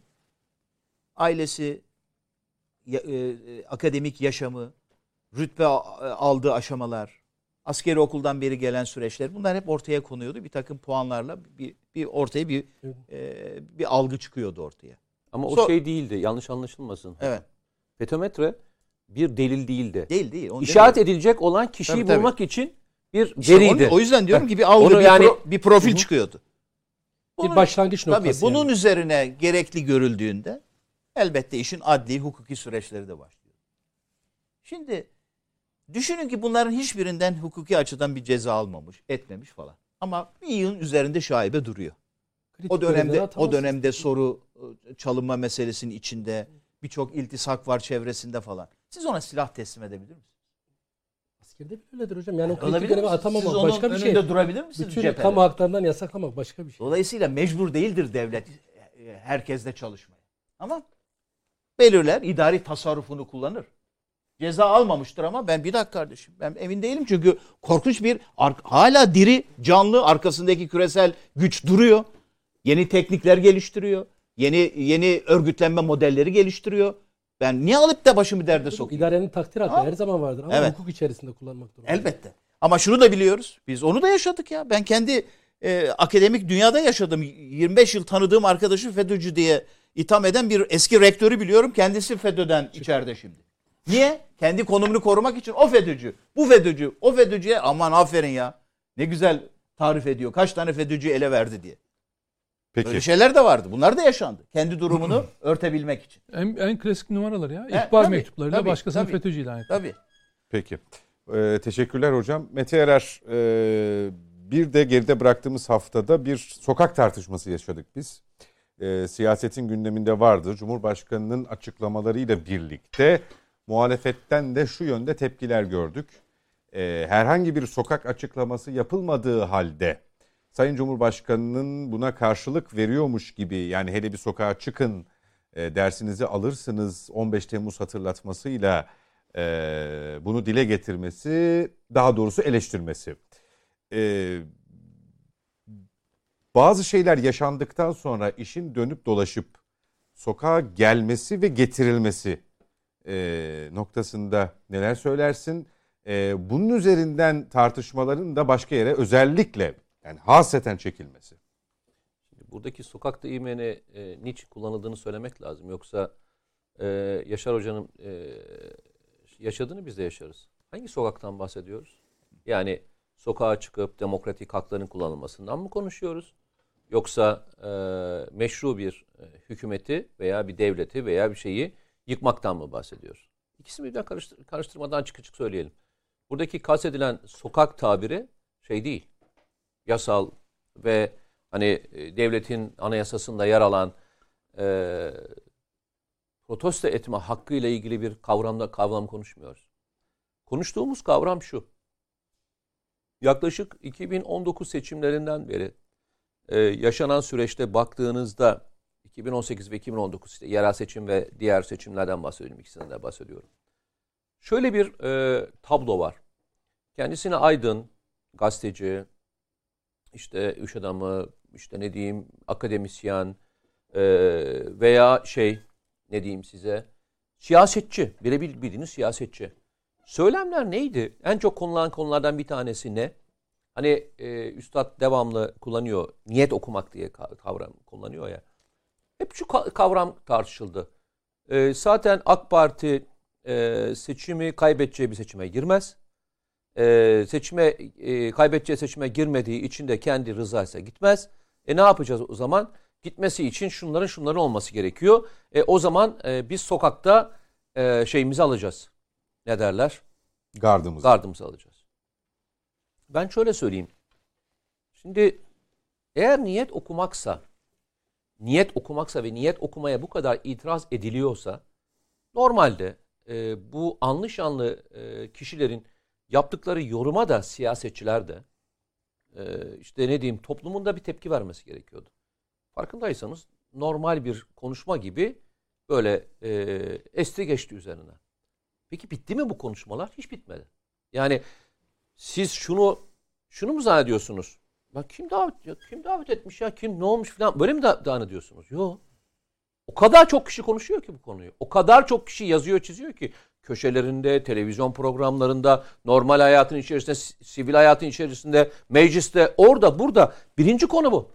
Speaker 3: Ailesi, ya- e, e, akademik yaşamı, rütbe a- aldığı aşamalar, askeri okuldan beri gelen süreçler bunlar hep ortaya konuyordu. Bir takım puanlarla bir, bir ortaya bir e, bir algı çıkıyordu ortaya.
Speaker 4: Ama o
Speaker 3: So-
Speaker 4: şey değildi. Yanlış anlaşılmasın.
Speaker 3: Evet.
Speaker 4: Fetometre bir delil değildi.
Speaker 3: Değil değil. Onu
Speaker 4: İşaret
Speaker 3: demiyorum.
Speaker 4: edilecek olan kişiyi
Speaker 3: Tabii, tabii.
Speaker 4: bulmak için bir
Speaker 3: İşte
Speaker 4: veriydi.
Speaker 3: onu- o yüzden diyorum ki bir algı,
Speaker 4: Onu
Speaker 3: bir,
Speaker 4: yani-
Speaker 3: pro- bir profil
Speaker 4: Hı hı.
Speaker 3: çıkıyordu.
Speaker 5: Bir
Speaker 3: Bunun-
Speaker 5: başlangıç
Speaker 3: Tabii
Speaker 5: noktası.
Speaker 3: bunun
Speaker 5: yani.
Speaker 3: üzerine gerekli görüldüğünde elbette işin adli, hukuki süreçleri de başlıyor. Şimdi düşünün ki bunların hiçbirinden hukuki açıdan bir ceza almamış, etmemiş falan. Ama bir yılın üzerinde şaibe duruyor.
Speaker 5: Kritik
Speaker 3: O
Speaker 5: görevlere
Speaker 3: dönemde o
Speaker 5: atamazsınız.
Speaker 3: dönemde soru e, çalınma meselesinin içinde birçok iltisak var çevresinde falan. Siz ona silah teslim edebilir misiniz?
Speaker 5: Askerde bile öyledir hocam. Yani o kritik
Speaker 3: Olabilir
Speaker 5: göreve
Speaker 3: misiniz?
Speaker 5: atamamak
Speaker 3: Siz onun
Speaker 5: başka bir şey.
Speaker 3: önünde durabilir misiniz
Speaker 5: Bütün
Speaker 3: cephede?
Speaker 5: kamu haklarından yasaklamak başka bir şey.
Speaker 3: Dolayısıyla mecbur değildir devlet e, herkesle çalışmaya. Ama belirler, idari tasarrufunu kullanır. Ceza almamıştır ama ben bir dakika kardeşim ben emin değilim çünkü korkunç bir ar- hala diri, canlı arkasındaki küresel güç duruyor. Yeni teknikler geliştiriyor. Yeni yeni örgütlenme modelleri geliştiriyor. Ben niye alıp da başımı derde sokayım?
Speaker 5: İdarenin takdir hakkı
Speaker 3: Ha?
Speaker 5: her zaman vardır ama
Speaker 3: Evet.
Speaker 5: hukuk içerisinde kullanmak durumunda.
Speaker 3: Elbette. Ama şunu da biliyoruz. Biz onu da yaşadık ya. Ben kendi e, akademik dünyada yaşadım. yirmi beş yıl tanıdığım arkadaşı FETÖ'cü diye itham eden bir eski rektörü biliyorum. Kendisi FETÖ'den içeride şimdi. Niye? Kendi konumunu korumak için o FETÖ'cü, bu FETÖ'cü, o FETÖ'cüye aman aferin ya. Ne güzel tarif ediyor. Kaç tane FETÖ'cüyü ele verdi diye.
Speaker 1: Peki.
Speaker 3: Böyle şeyler de vardı. Bunlar da yaşandı. Kendi durumunu örtebilmek için.
Speaker 2: En, en klasik numaralar ya.
Speaker 3: E,
Speaker 2: İhbar
Speaker 3: tabii,
Speaker 2: mektuplarıyla
Speaker 3: tabii,
Speaker 2: başkasını
Speaker 3: tabii.
Speaker 2: FETÖ'cü ilan etti.
Speaker 3: Tabii.
Speaker 1: Peki. Ee, teşekkürler hocam. Mete Erer, e, bir de geride bıraktığımız haftada bir sokak tartışması yaşadık biz. E, siyasetin gündeminde vardı. Cumhurbaşkanının açıklamalarıyla birlikte muhalefetten de şu yönde tepkiler gördük. e, herhangi bir sokak açıklaması yapılmadığı halde Sayın Cumhurbaşkanı'nın buna karşılık veriyormuş gibi, yani hele bir sokağa çıkın e, dersinizi alırsınız on beş Temmuz hatırlatmasıyla e, bunu dile getirmesi, daha doğrusu eleştirmesi. E, bazı şeyler yaşandıktan sonra işin dönüp dolaşıp sokağa gelmesi ve getirilmesi e, noktasında neler söylersin? E, bunun üzerinden tartışmaların da başka yere özellikle, yani hasreten çekilmesi.
Speaker 4: Buradaki sokak deyimini e, niçin kullanıldığını söylemek lazım. Yoksa e, Yaşar Hoca'nın e, yaşadığını biz de yaşarız. Hangi sokaktan bahsediyoruz? Yani sokağa çıkıp demokratik hakların kullanılmasından mı konuşuyoruz? Yoksa e, meşru bir e, hükümeti veya bir devleti veya bir şeyi yıkmaktan mı bahsediyoruz? İkisini birden karıştır, karıştırmadan açık açık söyleyelim. Buradaki kastedilen sokak tabiri şey değil. Yasal ve hani devletin anayasasında yer alan e, protesto etme hakkıyla ilgili bir kavramda kavram konuşmuyoruz. Konuştuğumuz kavram şu. Yaklaşık iki bin on dokuz seçimlerinden beri e, yaşanan süreçte baktığınızda iki bin on sekiz ve iki bin on dokuz işte yerel seçim ve diğer seçimlerden bahsediyorum. İkisinden de bahsediyorum. Şöyle bir e, tablo var. Kendisine aydın, gazeteci, işte iş adamı, işte ne diyeyim akademisyen e, veya şey ne diyeyim size siyasetçi, birebir bildiğiniz siyasetçi. Söylemler neydi? En çok konulan konulardan bir tanesi ne? Hani e, üstad devamlı kullanıyor, niyet okumak diye kavram kullanıyor ya. Hep şu kavram tartışıldı. E, zaten AK Parti e, seçimi kaybedeceği bir seçime girmez. Ee, seçime e, kaybedeceği seçime girmediği için de kendi rızaysa gitmez. E ne yapacağız o zaman? Gitmesi için şunların şunların olması gerekiyor. E o zaman e, biz sokakta e, şeyimizi alacağız. Ne derler?
Speaker 1: Gardımızı.
Speaker 4: Gardımızı alacağız. Ben şöyle söyleyeyim. Şimdi eğer niyet okumaksa, niyet okumaksa ve niyet okumaya bu kadar itiraz ediliyorsa, normalde e, bu anlı şanlı e, kişilerin yaptıkları yoruma da siyasetçiler de e, işte ne diyeyim toplumun da bir tepki vermesi gerekiyordu. Farkındaysanız normal bir konuşma gibi böyle e, esti geçti üzerine. Peki bitti mi bu konuşmalar? Hiç bitmedi. Yani siz şunu şunu mu zannediyorsunuz? Bak kim davet ya, kim davet etmiş ya, kim ne olmuş falan böyle mi zannediyorsunuz? Yok. O kadar çok kişi konuşuyor ki bu konuyu. O kadar çok kişi yazıyor, çiziyor ki köşelerinde, televizyon programlarında, normal hayatın içerisinde, sivil hayatın içerisinde, mecliste, orada, burada. Birinci konu bu.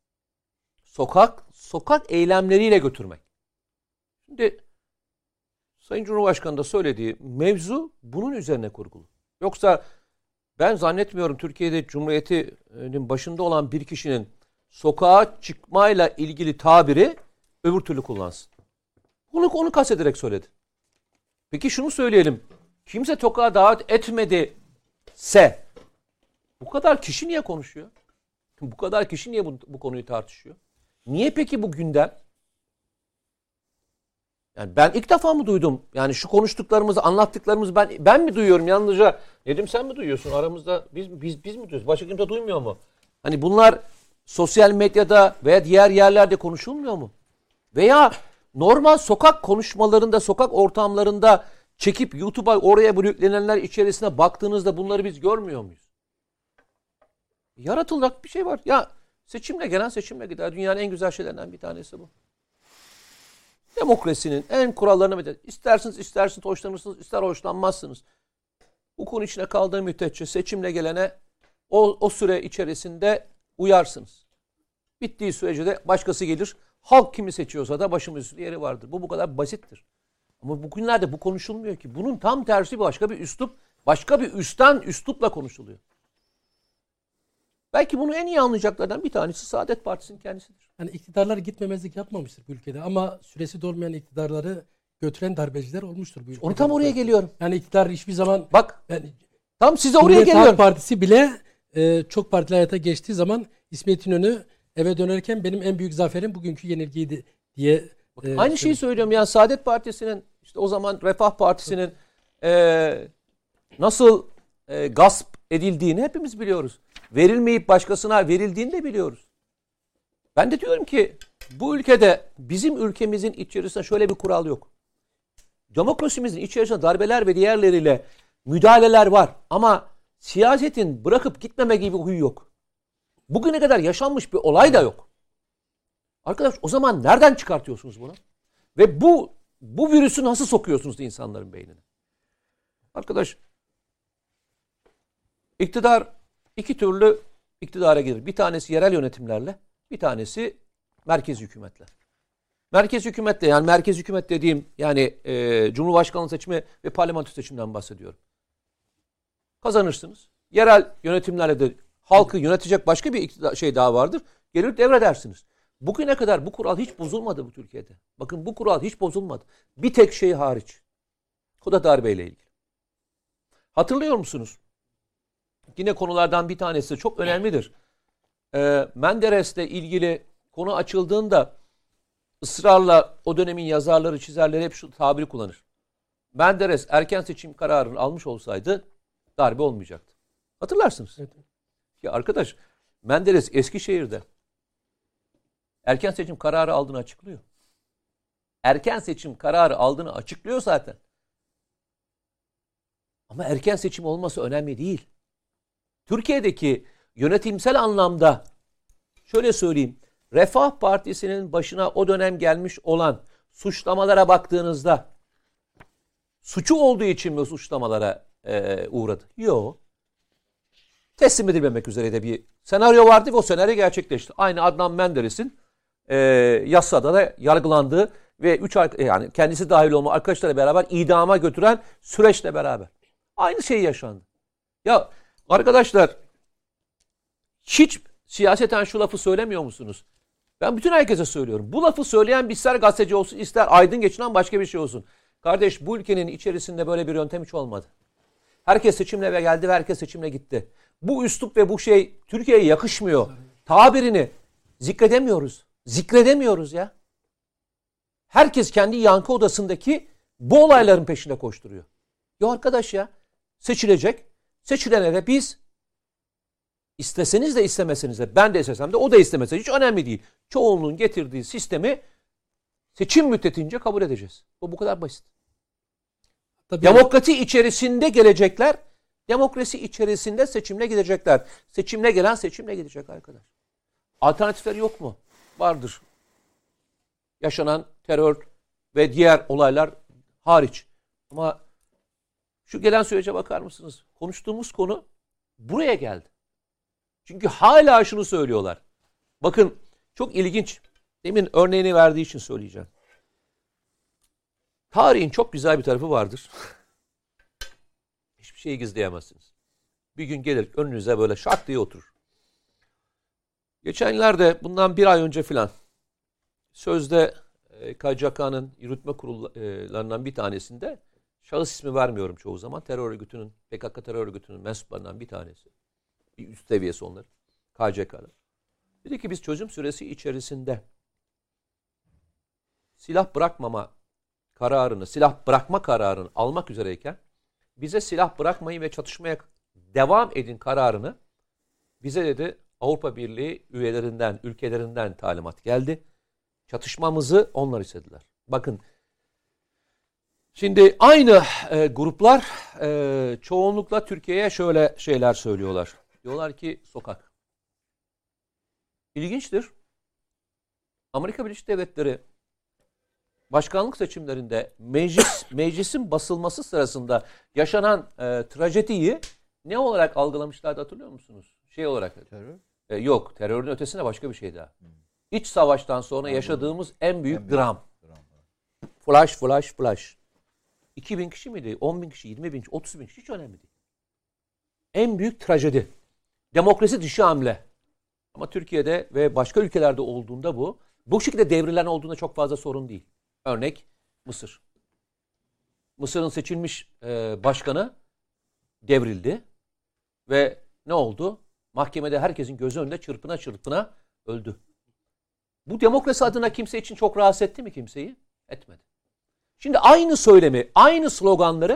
Speaker 4: Sokak, sokak eylemleriyle götürmek. Şimdi Sayın Cumhurbaşkanı da söylediği mevzu bunun üzerine kurgulu. Yoksa ben zannetmiyorum Türkiye'de Cumhuriyet'in başında olan bir kişinin sokağa çıkmayla ilgili tabiri öbür türlü kullansın. Bunu onu kastederek söyledi. Peki şunu söyleyelim. Kimse sokağa davet etmediyse bu kadar kişi niye konuşuyor? Bu kadar kişi niye bu, bu konuyu tartışıyor? Niye peki bu gündem? Yani ben ilk defa mı duydum? Yani şu konuştuklarımızı, anlattıklarımızı ben ben mi duyuyorum yalnızca? Nedim sen mi duyuyorsun? Aramızda biz biz biz mi duyuyoruz? Başka kimse duymuyor mu? Hani bunlar sosyal medyada veya diğer yerlerde konuşulmuyor mu? Veya normal sokak konuşmalarında, sokak ortamlarında çekip YouTube'a oraya bu yüklenenler içerisine baktığınızda bunları biz görmüyor muyuz? Yaratılacak bir şey var. Ya seçimle gelen seçimle gider. Dünyanın en güzel şeylerinden bir tanesi bu. Demokrasinin en kurallarına medet. İstersiniz, istersiniz, hoşlanırsınız, ister hoşlanmazsınız. Bu konu içine kaldığı müddetçe seçimle gelene o, o süre içerisinde uyarsınız. Bittiği sürece de başkası gelir. Halk kimi seçiyorsa da başımız üstünde yeri vardır. Bu bu kadar basittir. Ama bugünlerde bu konuşulmuyor ki. Bunun tam tersi başka bir üslup, başka bir üstten üslupla konuşuluyor. Belki bunu en iyi anlayacaklardan bir tanesi Saadet Partisi'nin kendisidir.
Speaker 5: Yani iktidarlar gitmemezlik yapmamıştır bu ülkede ama süresi dolmayan iktidarları götüren darbeciler olmuştur bu ülkede.
Speaker 4: Onu tam oraya geliyorum.
Speaker 5: Yani iktidar hiçbir zaman
Speaker 4: bak
Speaker 5: yani,
Speaker 4: tam size oraya
Speaker 5: Cumhuriyet
Speaker 4: geliyorum.
Speaker 5: Halk Partisi bile e, çok partili hayata geçtiği zaman İsmet İnönü eve dönerken benim en büyük zaferim bugünkü yenilgiydi diye.
Speaker 4: E, Aynı şeyi söylüyorum. Yani Saadet Partisi'nin işte o zaman Refah Partisi'nin e, nasıl e, gasp edildiğini hepimiz biliyoruz. Verilmeyip başkasına verildiğini de biliyoruz. Ben de diyorum ki bu ülkede bizim ülkemizin içerisinde şöyle bir kural yok. Demokrasimizin içerisinde darbeler ve diğerleriyle müdahaleler var ama siyasetin bırakıp gitmeme gibi huyu yok. Bugüne kadar yaşanmış bir olay da yok. Arkadaş o zaman nereden çıkartıyorsunuz bunu? Ve bu bu virüsü nasıl sokuyorsunuz insanların beynine? Arkadaş iktidar iki türlü iktidara gelir. Bir tanesi yerel yönetimlerle, bir tanesi merkez hükümetle. Merkez hükümetle yani merkez hükümet dediğim yani e, Cumhurbaşkanlığı seçimi ve parlamento seçiminden bahsediyorum. Kazanırsınız. Yerel yönetimlerle de halkı yönetecek başka bir iktidar, şey daha vardır. Gelir devredersiniz. Bugüne kadar bu kural hiç bozulmadı bu Türkiye'de. Bakın bu kural hiç bozulmadı. Bir tek şey hariç. O da darbeyle ilgili. Hatırlıyor musunuz? Yine konulardan bir tanesi çok önemlidir. Ee, Menderes'le ilgili konu açıldığında ısrarla o dönemin yazarları, çizerleri hep şu tabiri kullanır. Menderes erken seçim kararını almış olsaydı darbe olmayacaktı. Hatırlarsınız. Evet. Ya arkadaş Menderes Eskişehir'de erken seçim kararı aldığını açıklıyor. Erken seçim kararı aldığını açıklıyor zaten. Ama erken seçim olması önemli değil. Türkiye'deki yönetimsel anlamda şöyle söyleyeyim. Refah Partisi'nin başına o dönem gelmiş olan suçlamalara baktığınızda suçu olduğu için mi suçlamalara e, uğradı? Yok. Teslim edilmemek üzere de bir senaryo vardı ve o senaryo gerçekleşti. Aynı Adnan Menderes'in e, yasada da yargılandığı ve üç yani kendisi dahil olma arkadaşlarla beraber idama götüren süreçle beraber. Aynı şey yaşandı. Ya arkadaşlar hiç siyaseten şu lafı söylemiyor musunuz? Ben bütün herkese söylüyorum. Bu lafı söyleyen ister gazeteci olsun ister aydın geçinen başka bir şey olsun. Kardeş bu ülkenin içerisinde böyle bir yöntem hiç olmadı. Herkes seçimle geldi ve herkes seçimle gitti. Bu üslup ve bu şey Türkiye'ye yakışmıyor. Tabirini zikredemiyoruz. Zikredemiyoruz ya. Herkes kendi yankı odasındaki bu olayların peşinde koşturuyor. Ya arkadaş ya seçilecek. Seçilene de biz isteseniz de istemeseniz de ben de istesem de o da istemese hiç önemli değil. Çoğunluğun getirdiği sistemi seçim müddetince kabul edeceğiz. Bu bu kadar basit. Tabii demokrasi içerisinde gelecekler. Demokrasi içerisinde seçimle gidecekler. Seçimle gelen seçimle gidecek arkadaş. Alternatifleri yok mu? Vardır. Yaşanan terör ve diğer olaylar hariç. Ama şu gelen sürece bakar mısınız? Konuştuğumuz konu buraya geldi. Çünkü hala şunu söylüyorlar. Bakın çok ilginç. Demin örneğini verdiği için söyleyeceğim. Tarihin çok güzel bir tarafı vardır. Hiçbir şeyi gizleyemezsiniz. Bir gün gelir önünüze böyle şak diye oturur. Geçenlerde bundan bir ay önce filan sözde K C K'nın yürütme kurullarından bir tanesinde şahıs ismi vermiyorum çoğu zaman. Terör örgütünün, P K K terör örgütünün mensuplarından bir tanesi. Bir üst seviyesi onların. K C K'lar. Dedi ki biz çözüm süresi içerisinde silah bırakmama kararını, silah bırakma kararını almak üzereyken bize silah bırakmayın ve çatışmaya devam edin kararını bize dedi Avrupa Birliği üyelerinden, ülkelerinden talimat geldi. Çatışmamızı onlar istediler. Bakın şimdi aynı e, gruplar e, çoğunlukla Türkiye'ye şöyle şeyler söylüyorlar. Diyorlar ki sokak. İlginçtir. Amerika Birleşik Devletleri başkanlık seçimlerinde meclis meclisin basılması sırasında yaşanan e, trajediyi ne olarak algılamışlardı hatırlıyor musunuz? Şey olarak. Terör? E, yok. Terörün ötesine başka bir şey daha. Hmm. İç savaştan sonra Anladım. yaşadığımız en büyük en dram. Büyük. Flash, flash, flash. iki bin kişi miydi? on bin kişi, yirmi bin kişi, otuz bin kişi hiç önemli değil. En büyük trajedi. Demokrasi dışı hamle. Ama Türkiye'de ve başka ülkelerde olduğunda bu, bu şekilde devrilen olduğunda çok fazla sorun değil. Örnek Mısır. Mısır'ın seçilmiş e, başkanı devrildi ve ne oldu? Mahkemede herkesin gözü önünde çırpına çırpına öldü. Bu demokrasi adına kimse için çok rahatsız etti mi kimseyi? Etmedi. Şimdi aynı söylemi, aynı sloganları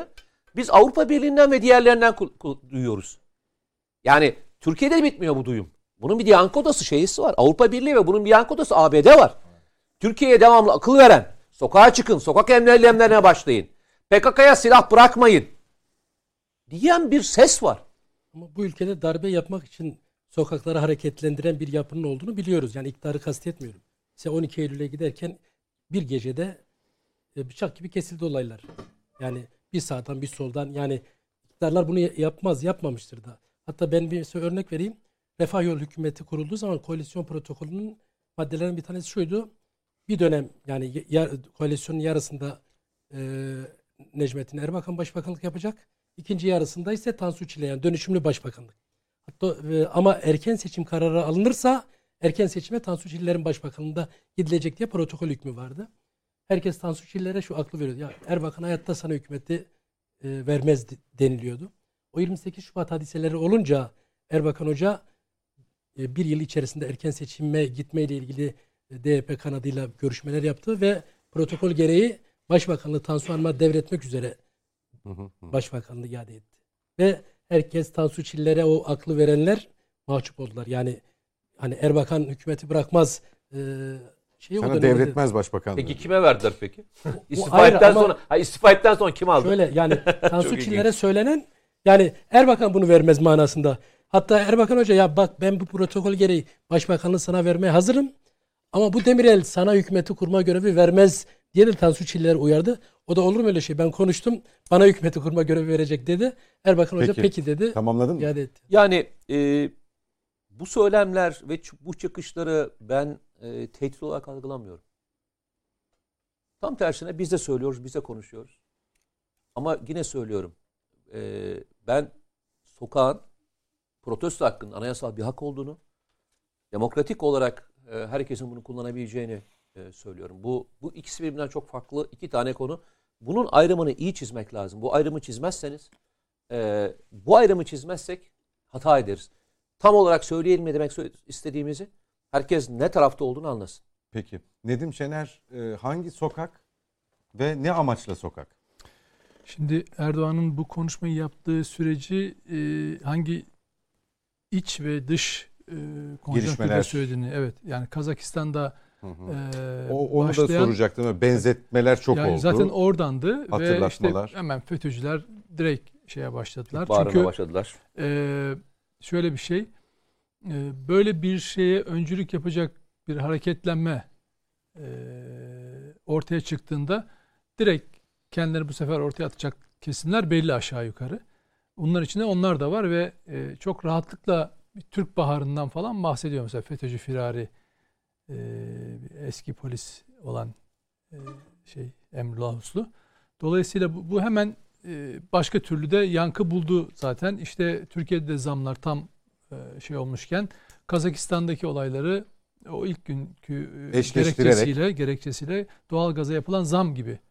Speaker 4: Biz Avrupa Birliği'nden ve diğerlerinden ku- ku- duyuyoruz. Yani Türkiye'de de bitmiyor bu duyum. Bunun bir Diyankodası şeysi var. Avrupa Birliği ve bunun bir Diyankodası A B D var. Türkiye'ye devamlı akıl veren, sokağa çıkın, sokak eylemlerine başlayın, P K K'ya silah bırakmayın diyen bir ses var.
Speaker 5: Ama bu ülkede darbe yapmak için sokakları hareketlendiren bir yapının olduğunu biliyoruz. Yani iktidarı kastetmiyorum. Mesela on iki Eylül'e giderken bir gecede e, bıçak gibi kesildi olaylar. Yani bir sağdan bir soldan, yani iktidarlar bunu yapmaz, yapmamıştır da. Hatta ben bir size örnek vereyim. Refah Yol hükümeti kurulduğu zaman koalisyon protokolünün maddelerinden bir tanesi şuydu. Bir dönem, yani ya, koalisyonun yarısında e, Necmettin Erbakan başbakanlık yapacak. İkinci yarısında ise Tansu Çiller, yani dönüşümlü başbakanlık. Hatta e, ama erken seçim kararı alınırsa erken seçime Tansu Çiller'in başbakanlığında gidilecek diye protokol hükmü vardı. Herkes Tansu Çiller'e şu aklı veriyordu. Ya Erbakan hayatta sana hükümeti e, vermez deniliyordu. O yirmi sekiz Şubat hadiseleri olunca Erbakan Hoca e, bir yıl içerisinde erken seçime gitmeyle ilgili e, D H P kanadıyla görüşmeler yaptı ve protokol gereği Başbakanlığı Tansu Hanım'a devretmek üzere Başbakanlığı iade etti. Ve herkes Tansu Çiller'e o aklı verenler mahcup oldular. Yani hani Erbakan hükümeti bırakmaz e, şeyi
Speaker 1: Sana
Speaker 5: o dönemde
Speaker 1: devretmez başbakanlığı.
Speaker 4: Peki kime verdiler peki? İstifa
Speaker 5: ayrı
Speaker 4: ettikten
Speaker 5: ama-
Speaker 4: sonra, ha, istifa ettikten sonra kim aldı?
Speaker 5: Şöyle, yani Tansu
Speaker 4: Çok
Speaker 5: Çiller'e söylenen, yani Erbakan bunu vermez manasında. Hatta Erbakan Hoca, ya bak ben bu protokol gereği başbakanlığı sana vermeye hazırım ama bu Demirel sana hükümeti kurma görevi vermez diye de Tansu Çiller uyardı. O da olur mu öyle şey, ben konuştum, bana hükümeti kurma görevi verecek dedi. Erbakan Hoca
Speaker 1: Peki,
Speaker 5: peki dedi.
Speaker 1: Tamamladın mı?
Speaker 5: iade etti.
Speaker 4: Yani e, bu söylemler ve ç- bu çıkışları ben e, tehdit olarak algılamıyorum. Tam tersine biz de söylüyoruz, biz de konuşuyoruz. Ama yine söylüyorum. E, ben sokağın protesto hakkının anayasal bir hak olduğunu, demokratik olarak e, herkesin bunu kullanabileceğini e, söylüyorum. Bu bu ikisi birbirinden çok farklı iki tane konu. Bunun ayrımını iyi çizmek lazım. Bu ayrımı çizmezseniz, e, bu ayrımı çizmezsek hata ederiz. Tam olarak söyleyelim ne demek sö- istediğimizi. Herkes ne tarafta olduğunu anlasın.
Speaker 1: Peki. Nedim Şener e, hangi sokak ve ne amaçla sokak?
Speaker 2: Şimdi Erdoğan'ın bu konuşmayı yaptığı süreci e, hangi iç ve dış e, konjonktürde
Speaker 1: Gelişmeler.
Speaker 2: söylediğini, evet, yani Kazakistan'da
Speaker 1: Hı hı.
Speaker 2: e,
Speaker 1: O, onu
Speaker 2: başlayan,
Speaker 1: da soracaktım. Benzetmeler çok
Speaker 2: yani
Speaker 1: oldu.
Speaker 2: zaten oradandı ve işte
Speaker 1: Hatırlatmalar.
Speaker 2: hemen FETÖ'cüler direkt şeye başladılar.
Speaker 4: Bağırmaya
Speaker 2: Çünkü
Speaker 4: başladılar.
Speaker 2: e, şöyle bir şey, e, böyle bir şeye öncülük yapacak bir hareketlenme e, ortaya çıktığında direkt kendileri bu sefer ortaya atacak kesimler belli aşağı yukarı. Bunlar içinde onlar da var ve e, çok rahatlıkla bir Türk Baharı'ndan falan bahsediyor. Mesela FETÖ'cü firari e, eski polis olan e, şey Emrullah Uslu. Dolayısıyla bu, bu hemen e, başka türlü de yankı buldu zaten. İşte Türkiye'de de zamlar tam e, şey olmuşken Kazakistan'daki olayları o ilk günkü e,
Speaker 1: Eşleştirerek.
Speaker 2: gerekçesiyle, gerekçesiyle doğalgaza yapılan zam gibi,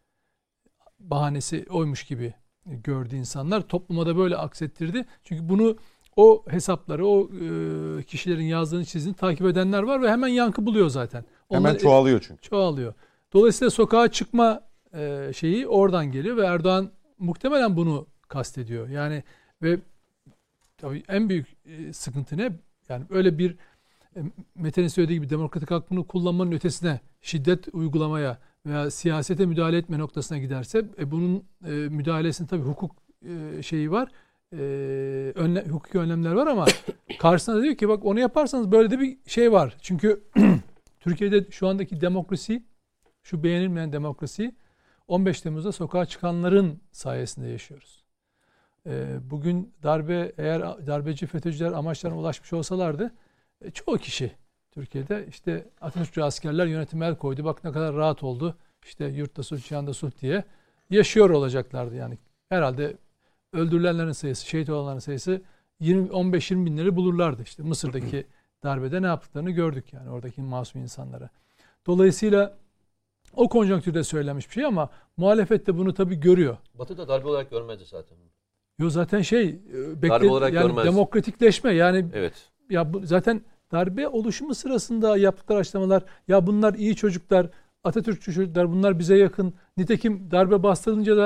Speaker 2: bahanesi oymuş gibi gördü insanlar. Topluma da böyle aksettirdi. Çünkü bunu, o hesapları, o e, kişilerin yazdığını, çizdiğini takip edenler var ve hemen yankı buluyor zaten.
Speaker 1: Hemen
Speaker 2: Onlar-
Speaker 1: çoğalıyor çünkü.
Speaker 2: çoğalıyor. Dolayısıyla sokağa çıkma e, şeyi oradan geliyor ve Erdoğan muhtemelen bunu kastediyor. Yani ve tabii en büyük e, sıkıntı ne? Yani öyle bir e, Mete'nin söylediği gibi demokratik hakkını kullanmanın ötesine şiddet uygulamaya veya siyasete müdahale etme noktasına giderse e, bunun e, müdahalesinin tabii hukuk e, şeyi var. E, önle, hukuki önlemler var ama karşısına da diyor ki bak onu yaparsanız böyle de bir şey var. Çünkü Türkiye'de şu andaki demokrasi, şu beğenilmeyen demokrasi on beş Temmuz'da sokağa çıkanların sayesinde yaşıyoruz. E, bugün darbe, eğer darbeci FETÖ'cüler amaçlarına ulaşmış olsalardı e, çoğu kişi Türkiye'de işte Atatürkçü askerler yönetime el koydu. Bak ne kadar rahat oldu. İşte yurtta sulh, cihanda sulh diye yaşıyor olacaklardı yani. Herhalde öldürülenlerin sayısı, şehit olanların sayısı on beş yirmi binleri bulurlardı. İşte Mısır'daki darbede ne yaptıklarını gördük yani oradaki masum insanlara. Dolayısıyla o konjonktürde söylenmiş bir şey ama muhalefet de bunu tabii görüyor.
Speaker 4: Batı da darbe olarak görmedi zaten.
Speaker 2: Yo zaten şey bekle,
Speaker 4: Darbe olarak
Speaker 2: yani
Speaker 4: görmez.
Speaker 2: demokratikleşme yani
Speaker 4: Evet.
Speaker 2: ya bu, zaten darbe oluşumu sırasında yaptıkları açıklamalar, ya bunlar iyi çocuklar, Atatürkçü çocuklar, bunlar bize yakın. Nitekim darbe bastırılınca da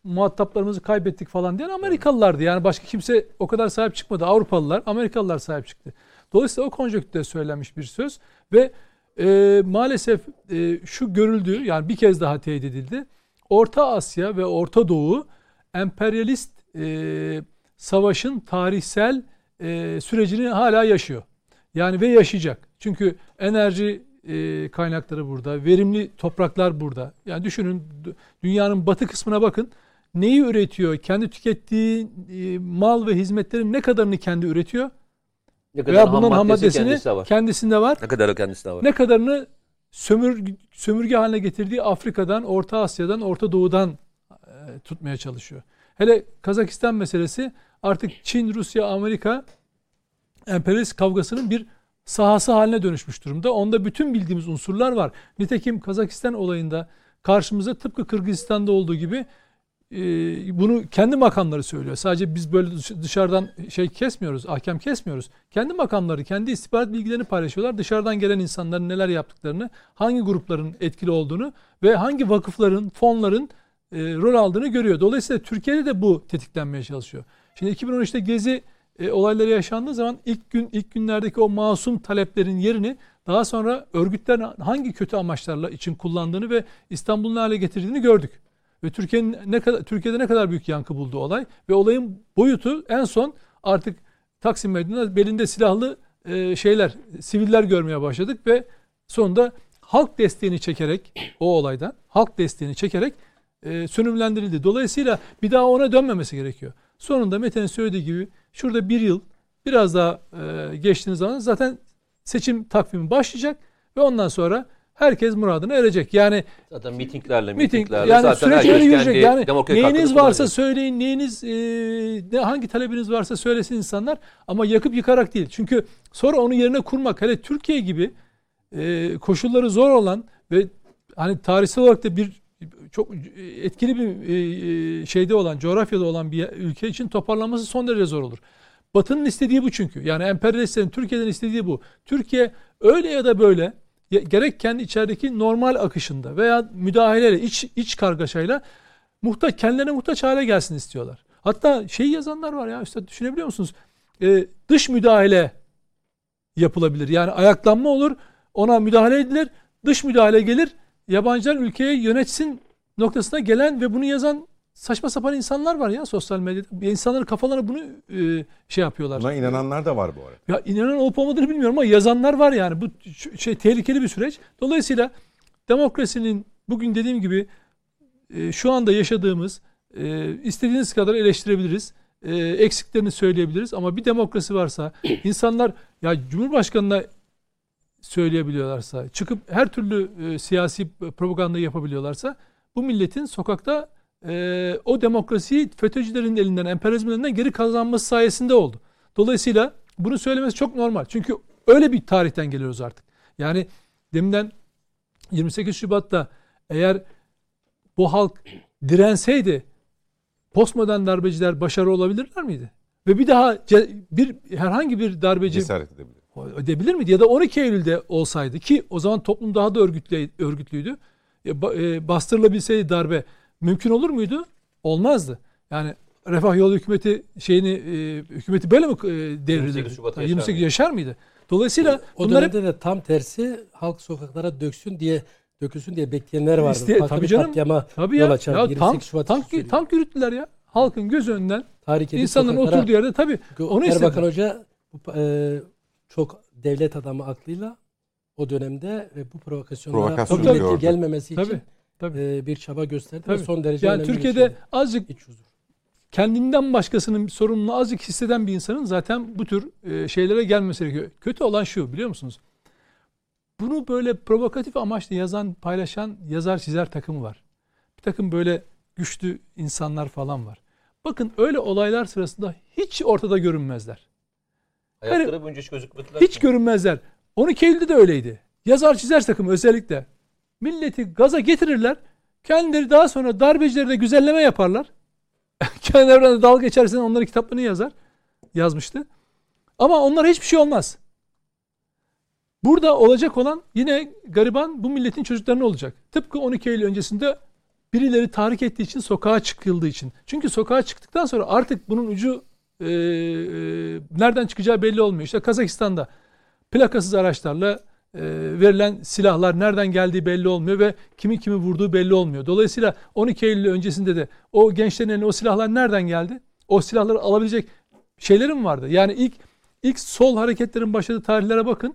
Speaker 2: muhataplarımızı kaybettik falan diyen Amerikalılardı. Yani başka kimse o kadar sahip çıkmadı. Avrupalılar, Amerikalılar sahip çıktı. Dolayısıyla o konjonktürde söylenmiş bir söz ve e, maalesef e, şu görüldü, yani bir kez daha teyit edildi. Orta Asya ve Orta Doğu emperyalist e, savaşın tarihsel e, sürecini hala yaşıyor. Yani ve yaşayacak. Çünkü enerji e, kaynakları burada, verimli topraklar burada. Yani düşünün, dünyanın batı kısmına bakın. Neyi üretiyor? Kendi tükettiği e, mal ve hizmetlerin ne kadarını kendi üretiyor?
Speaker 4: Ne kadar
Speaker 2: Veya bunların ham
Speaker 4: ham maddesi
Speaker 2: maddesini
Speaker 4: kendisi de var.
Speaker 2: kendisinde var.
Speaker 4: Ne kadar kendisi de var.
Speaker 2: Ne kadarını sömür, sömürge haline getirdiği Afrika'dan, Orta Asya'dan, Orta Doğu'dan e, tutmaya çalışıyor. Hele Kazakistan meselesi artık Çin, Rusya, Amerika emperyalist kavgasının bir sahası haline dönüşmüş durumda. Onda bütün bildiğimiz unsurlar var. Nitekim Kazakistan olayında karşımıza tıpkı Kırgızistan'da olduğu gibi e, bunu kendi makamları söylüyor. Sadece biz böyle dışarıdan şey kesmiyoruz, ahkam kesmiyoruz. Kendi makamları, kendi istihbarat bilgilerini paylaşıyorlar. Dışarıdan gelen insanların neler yaptıklarını, hangi grupların etkili olduğunu ve hangi vakıfların, fonların e, rol aldığını görüyor. Dolayısıyla Türkiye'de de bu tetiklenmeye çalışıyor. Şimdi iki bin on üçte Gezi e, olayları yaşandığı zaman ilk gün ilk günlerdeki o masum taleplerin yerini daha sonra örgütlerin hangi kötü amaçlarla için kullandığını ve İstanbul'un ne hale getirdiğini gördük. Ve Türkiye'nin ne kadar Türkiye'de ne kadar büyük yankı buldu olay ve olayın boyutu en son artık Taksim Meydanı'nda belinde silahlı e, şeyler, siviller görmeye başladık ve sonunda halk desteğini çekerek o olaydan halk desteğini çekerek e, sönümlendirildi. Dolayısıyla bir daha ona dönmemesi gerekiyor. Sonunda Mete'nin söylediği gibi şurada bir yıl biraz daha e, geçtiğiniz zaman zaten seçim takvimi başlayacak ve ondan sonra herkes muradına erecek. Yani
Speaker 4: zaten mitinglerle
Speaker 2: miting,
Speaker 4: mitinglerle
Speaker 2: yani
Speaker 4: zaten
Speaker 2: süreç öyle yürüyecek. Yani neyiniz varsa
Speaker 4: kullanacak.
Speaker 2: söyleyin, neyiniz e, ne hangi talebiniz varsa söylesin insanlar ama yakıp yıkarak değil. Çünkü sonra onu yerine kurmak, hele Türkiye gibi e, koşulları zor olan ve hani tarihsel olarak da bir çok etkili bir e, şeyde olan, coğrafyada olan bir ülke için toparlanması son derece zor olur. Batı'nın istediği bu çünkü. Yani emperyalistlerin Türkiye'den istediği bu. Türkiye öyle ya da böyle gerek kendi içerideki normal akışında veya müdahaleyle, iç, iç kargaşayla muhtaç, kendilerine muhtaç hale gelsin istiyorlar. Hatta şey yazanlar var ya, işte düşünebiliyor musunuz? Ee, dış müdahale yapılabilir. Yani ayaklanma olur, ona müdahale edilir, dış müdahale gelir, yabancılar ülkeyi yönetsin noktasına gelen ve bunu yazan saçma sapan insanlar var ya sosyal medyada. İnsanların kafalarına bunu e, şey yapıyorlar.
Speaker 1: Buna inananlar da var bu arada.
Speaker 2: Ya inanan olup olmadığını bilmiyorum ama yazanlar var yani. Bu şey tehlikeli bir süreç. Dolayısıyla demokrasinin bugün dediğim gibi e, şu anda yaşadığımız e, istediğiniz kadar eleştirebiliriz. E, eksiklerini söyleyebiliriz ama bir demokrasi varsa insanlar ya Cumhurbaşkanı'na söyleyebiliyorlarsa, çıkıp her türlü e, siyasi propaganda yapabiliyorlarsa bu milletin sokakta e, o demokrasiyi FETÖ'cülerin elinden, emperyalizmin elinden geri kazanması sayesinde oldu. Dolayısıyla bunu söylemesi çok normal. Çünkü öyle bir tarihten geliyoruz artık. Yani deminden yirmi sekiz Şubat'ta eğer bu halk direnseydi postmodern darbeciler başarılı olabilirler miydi? Ve bir daha bir herhangi bir darbeci
Speaker 1: cesaret edebilir.
Speaker 2: Edebilir miydi? Ya da on iki Eylül'de olsaydı ki o zaman toplum daha da örgütlü, örgütlüydü. E, bastırılabilseydi darbe mümkün olur muydu? Olmazdı. Yani Refah Yolu hükümeti şeyini e, hükümeti böyle mi e, devrilirdi?
Speaker 4: yirmi sekiz Şubat'ta
Speaker 2: yirmi sekiz
Speaker 4: yaşar,
Speaker 2: yaşar mıydı? Dolayısıyla
Speaker 5: o
Speaker 2: bunlar
Speaker 5: dönemde de tam tersi halk sokaklara döksün diye dökülsün diye bekleyenler vardı.
Speaker 2: İste,
Speaker 5: Farklı
Speaker 2: tabii
Speaker 5: bir
Speaker 2: canım.
Speaker 5: katliama
Speaker 2: Tabii
Speaker 5: yol
Speaker 2: ya.
Speaker 5: açar.
Speaker 2: ya
Speaker 5: yirmi sekiz
Speaker 2: tank,
Speaker 5: Şubat
Speaker 2: tank,
Speaker 5: söylüyor.
Speaker 2: tank yürüttüler ya. Halkın göz önünden
Speaker 5: Tahrik edip
Speaker 2: insanların
Speaker 5: sokaklara-
Speaker 2: oturduğu yerde tabii. Onu
Speaker 5: Erbakan
Speaker 2: istediler.
Speaker 5: Hoca bu, e, çok devlet adamı aklıyla o dönemde ve bu provokasyonlara
Speaker 1: Provokasyon
Speaker 5: milletin
Speaker 1: gördü.
Speaker 5: gelmemesi için
Speaker 2: Tabii. Tabii.
Speaker 5: e, bir çaba gösterdi
Speaker 2: Tabii.
Speaker 5: ve son derece
Speaker 2: Yani
Speaker 5: önemli bir
Speaker 2: Türkiye'de
Speaker 5: şeydi.
Speaker 2: azıcık
Speaker 5: İç huzur.
Speaker 2: kendinden başkasının sorumluluğunu azıcık hisseden bir insanın zaten bu tür e, şeylere gelmesi gerekiyor. Kötü olan şu, biliyor musunuz? Bunu böyle provokatif amaçla yazan, paylaşan yazar çizer takımı var. Bir takım böyle güçlü insanlar falan var. Bakın öyle olaylar sırasında hiç ortada görünmezler.
Speaker 4: Hayatları boyunca hiç gözükmediler.
Speaker 2: Hiç görünmezler. on iki Eylül'de de öyleydi. Yazar çizer takımı özellikle. Milleti gaza getirirler. Kendileri daha sonra darbecileri de güzelleme yaparlar. Kendilerine dalga geçersen onların kitaplarını yazar. Yazmıştı. Ama onlara hiçbir şey olmaz. Burada olacak olan yine gariban bu milletin çocuklarına olacak. Tıpkı on iki Eylül öncesinde birileri tahrik ettiği için, sokağa çıkıldığı için. Çünkü sokağa çıktıktan sonra artık bunun ucu e, e, nereden çıkacağı belli olmuyor. İşte Kazakistan'da plakasız araçlarla e, verilen silahlar nereden geldiği belli olmuyor ve kimin kimi vurduğu belli olmuyor. Dolayısıyla on iki Eylül öncesinde de o gençlerin eline o silahlar nereden geldi? O silahları alabilecek şeylerim vardı. Yani ilk ilk sol hareketlerin başladığı tarihlere bakın.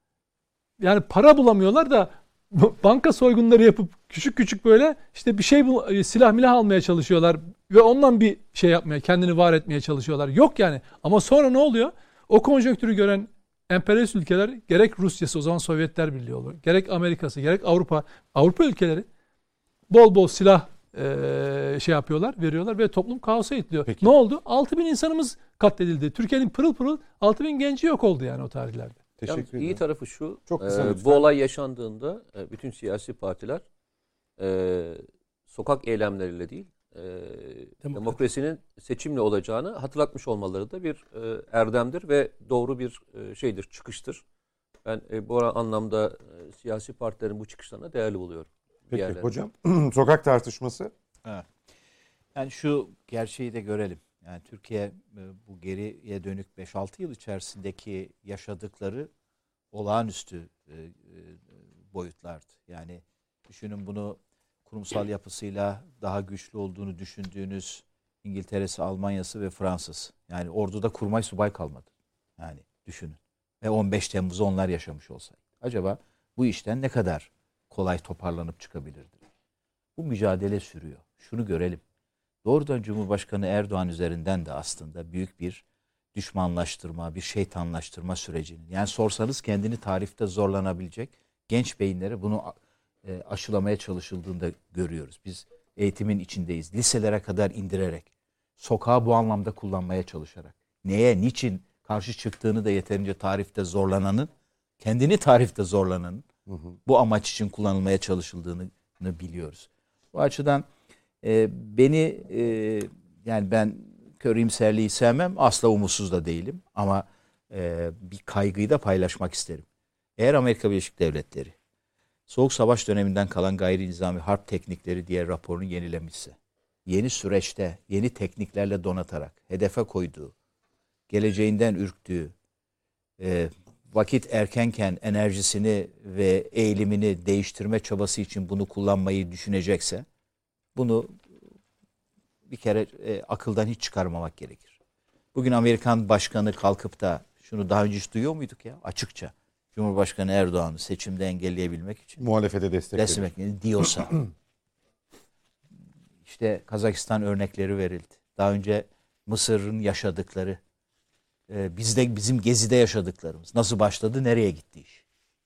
Speaker 2: Yani para bulamıyorlar da banka soygunları yapıp küçük küçük böyle işte bir şey bul- silah milah almaya çalışıyorlar ve ondan bir şey yapmaya, kendini var etmeye çalışıyorlar. Yok yani. Ama sonra ne oluyor? O konjonktürü gören emperyalist ülkeler, gerek Rusya'sı, o zaman Sovyetler Birliği olur, gerek Amerika'sı, gerek Avrupa, Avrupa ülkeleri bol bol silah e, şey yapıyorlar, veriyorlar ve toplum kaosa itiliyor.
Speaker 1: Peki.
Speaker 2: Ne oldu? altı bin insanımız katledildi. Türkiye'nin pırıl pırıl altı bin genci yok oldu yani o tarihlerde.
Speaker 4: Yalnız
Speaker 1: Teşekkür
Speaker 4: iyi
Speaker 1: ederim.
Speaker 4: tarafı şu,
Speaker 1: Çok kısa
Speaker 4: e,
Speaker 1: lütfen.
Speaker 4: bu olay yaşandığında e, bütün siyasi partiler e, sokak eylemleriyle değil, e, demokrasinin seçimle olacağını hatırlatmış olmaları da bir e, erdemdir ve doğru bir e, şeydir, çıkıştır. Ben e, bu anlamda e, siyasi partilerin bu çıkışlarına değerli buluyorum.
Speaker 1: Peki
Speaker 4: Diğerlerine.
Speaker 1: hocam, sokak tartışması.
Speaker 3: Evet. Yani şu gerçeği de görelim. Yani Türkiye e, bu geriye dönük beş altı yıl içerisindeki yaşadıkları olağanüstü e, e, boyutlardı. Yani düşünün, bunu kurumsal yapısıyla daha güçlü olduğunu düşündüğünüz İngiltere'si, Almanya'sı ve Fransa'sı. Yani orduda kurmay subay kalmadı. Yani düşünün. Ve on beş Temmuz'u onlar yaşamış olsaydı. Acaba bu işten ne kadar kolay toparlanıp çıkabilirdi? Bu mücadele sürüyor. Şunu görelim. Doğrudan Cumhurbaşkanı Erdoğan üzerinden de aslında büyük bir düşmanlaştırma, bir şeytanlaştırma sürecinin. Yani sorsanız kendini tarifte zorlanabilecek genç beyinlere bunu e, aşılamaya çalışıldığını da görüyoruz. Biz eğitimin içindeyiz. Liselere kadar indirerek, sokağı bu anlamda kullanmaya çalışarak, neye, niçin karşı çıktığını da yeterince tarifte zorlananın, kendini tarifte zorlananın hı hı. bu amaç için kullanılmaya çalışıldığını biliyoruz. Bu açıdan e, beni e, yani ben kör iyimserliği sevmem, asla umutsuz da değilim ama e, bir kaygıyı da paylaşmak isterim. Eğer Amerika Birleşik Devletleri Soğuk Savaş döneminden kalan gayri nizami harp teknikleri diye raporunu yenilemişse, yeni süreçte yeni tekniklerle donatarak hedefe koyduğu, geleceğinden ürktüğü, e, vakit erkenken enerjisini ve eğilimini değiştirme çabası için bunu kullanmayı düşünecekse, bunu bir kere e, akıldan hiç çıkarmamak gerekir. Bugün Amerikan Başkanı kalkıp da şunu daha önce hiç duyuyor muyduk ya açıkça? Cumhurbaşkanı Erdoğan'ı seçimde engelleyebilmek için
Speaker 1: Muhalefete destek
Speaker 3: desteklerini diyorsa, işte Kazakistan örnekleri verildi. Daha önce Mısır'ın yaşadıkları, e, bizde bizim Gezi'de yaşadıklarımız nasıl başladı, nereye gitti iş?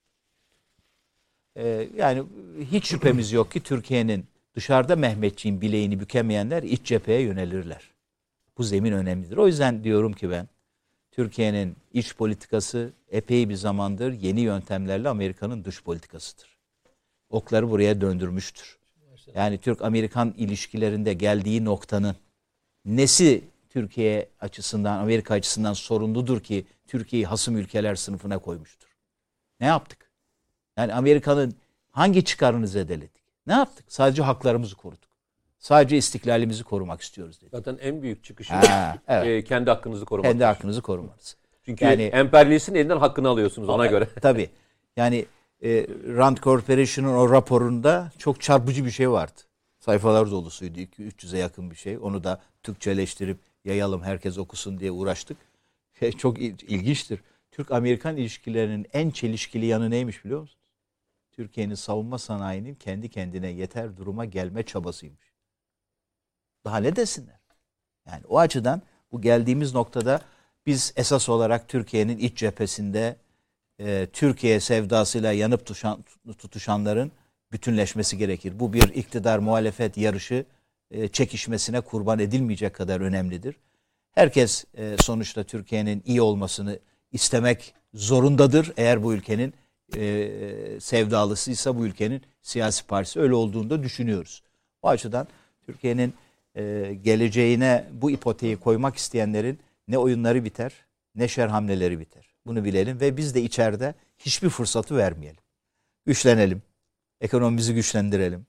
Speaker 3: E, yani hiç şüphemiz yok ki Türkiye'nin dışarıda Mehmetçiğin bileğini bükemeyenler iç cepheye yönelirler. Bu zemin önemlidir. O yüzden diyorum ki ben, Türkiye'nin iç politikası epey bir zamandır yeni yöntemlerle Amerika'nın dış politikasıdır. Okları buraya döndürmüştür. Yani Türk-Amerikan ilişkilerinde geldiği noktanın nesi Türkiye açısından, Amerika açısından sorunludur ki Türkiye'yi hasım ülkeler sınıfına koymuştur? Ne yaptık? Yani Amerika'nın hangi çıkarını zedeledik? Ne yaptık? Sadece haklarımızı koruduk. Sadece istiklalimizi korumak istiyoruz dedi.
Speaker 4: Zaten en büyük çıkışı
Speaker 3: Ha, evet.
Speaker 4: e, kendi hakkınızı korumak.
Speaker 3: Kendi hakkınızı korumanız.
Speaker 4: Çünkü
Speaker 3: yani,
Speaker 4: emperyalistin elinden hakkını alıyorsunuz ona göre.
Speaker 3: Tabii. Yani e, Rand Corporation'ın o raporunda çok çarpıcı bir şey vardı. Sayfalar dolusuydu. iki üç yüze yakın bir şey. Onu da Türkçeleştirip yayalım, herkes okusun diye uğraştık. Şey, çok ilginçtir. Türk-Amerikan ilişkilerinin en çelişkili yanı neymiş biliyor musunuz? Türkiye'nin savunma sanayinin kendi kendine yeter duruma gelme çabasıymış. Daha ne desinler? Yani o açıdan bu geldiğimiz noktada biz esas olarak Türkiye'nin iç cephesinde e, Türkiye sevdasıyla yanıp tutuşan, tutuşanların bütünleşmesi gerekir. Bu bir iktidar muhalefet yarışı e, çekişmesine kurban edilmeyecek kadar önemlidir. Herkes e, sonuçta Türkiye'nin iyi olmasını istemek zorundadır. Eğer bu ülkenin e, sevdalısıysa bu ülkenin siyasi partisi, öyle olduğunu da düşünüyoruz. O açıdan Türkiye'nin e, geleceğine bu ipoteği koymak isteyenlerin ne oyunları biter, ne şer hamleleri biter. Bunu bilelim ve biz de içeride hiçbir fırsatı vermeyelim. Güçlenelim, ekonomimizi güçlendirelim,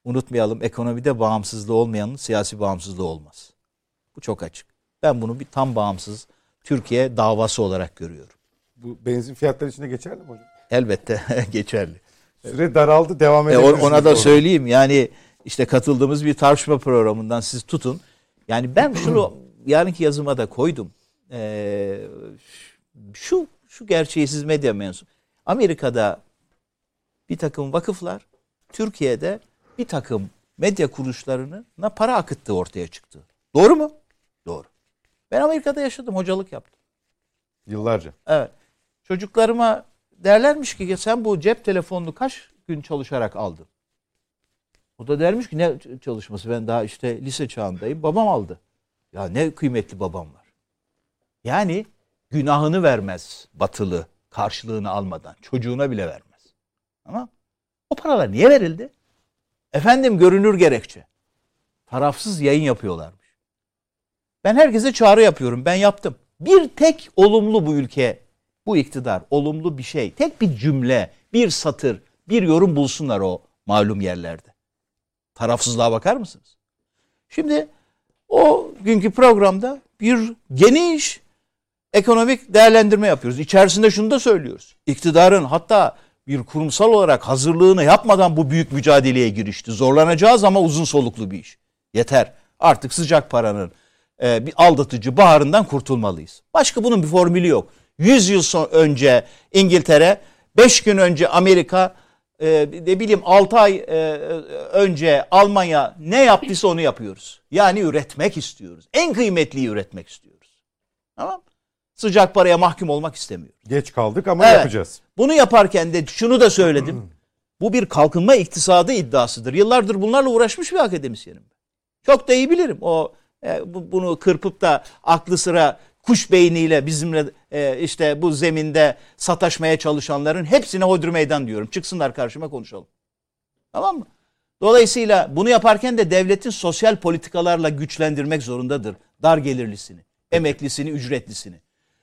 Speaker 3: unutmayalım, ekonomide bağımsızlığı olmayanın siyasi bağımsızlığı olmaz. Bu çok açık. Ben bunu bir tam bağımsız Türkiye davası olarak görüyorum.
Speaker 1: Bu benzin fiyatları için de geçerli mi hocam?
Speaker 3: Elbette geçerli.
Speaker 1: Süre daraldı, devam
Speaker 3: E,
Speaker 1: edebiliriz.
Speaker 3: ona da söyleyeyim, yani işte katıldığımız bir tartışma programından siz tutun. Yani ben şunu yarınki yazıma da koydum. Ee, şu şu gerçeği siz medya mensup. Amerika'da bir takım vakıflar Türkiye'de bir takım medya kuruluşlarına para akıttığı ortaya çıktı. Doğru mu? Doğru. Ben Amerika'da yaşadım, hocalık yaptım.
Speaker 1: Yıllarca.
Speaker 3: Evet. Çocuklarıma derlermiş ki sen bu cep telefonunu kaç gün çalışarak aldın? O da dermiş ki ne çalışması, ben daha işte lise çağındayım, babam aldı. Ya ne kıymetli babam var. Yani günahını vermez batılı karşılığını almadan, çocuğuna bile vermez. Ama o paralar niye verildi? Efendim görünür gerekçe. Tarafsız yayın yapıyorlarmış. Ben herkese çağrı yapıyorum, ben yaptım. Bir tek olumlu bu ülke, bu iktidar, olumlu bir şey, tek bir cümle, bir satır, bir yorum bulsunlar o malum yerlerde. Tarafsızlığa bakar mısınız? Şimdi o günkü programda bir geniş ekonomik değerlendirme yapıyoruz. İçerisinde şunu da söylüyoruz. İktidarın hatta bir kurumsal olarak hazırlığını yapmadan bu büyük mücadeleye girişti. Zorlanacağız ama uzun soluklu bir iş. Yeter. Artık sıcak paranın e, bir aldatıcı baharından kurtulmalıyız. Başka bunun bir formülü yok. yüz yıl son önce İngiltere, beş gün önce Amerika, e, ne bileyim altı ay e, önce Almanya ne yaptıysa onu yapıyoruz. Yani üretmek istiyoruz. En kıymetliyi üretmek istiyoruz. Tamam? Sıcak paraya mahkum olmak istemiyoruz.
Speaker 1: Geç kaldık ama
Speaker 3: Evet.
Speaker 1: yapacağız.
Speaker 3: Bunu yaparken de şunu da söyledim. Bu bir kalkınma iktisadı iddiasıdır. Yıllardır bunlarla uğraşmış bir akademisyenim. Çok da iyi bilirim. O e, bu, bunu kırpıp da aklı sıra kuş beyniyle bizimle e, işte bu zeminde sataşmaya çalışanların hepsine hodri meydan diyorum. Çıksınlar karşıma, konuşalım. Tamam mı? Dolayısıyla bunu yaparken de devletin sosyal politikalarla güçlendirmek zorundadır. Dar gelirlisini, emeklisini, ücretlisini.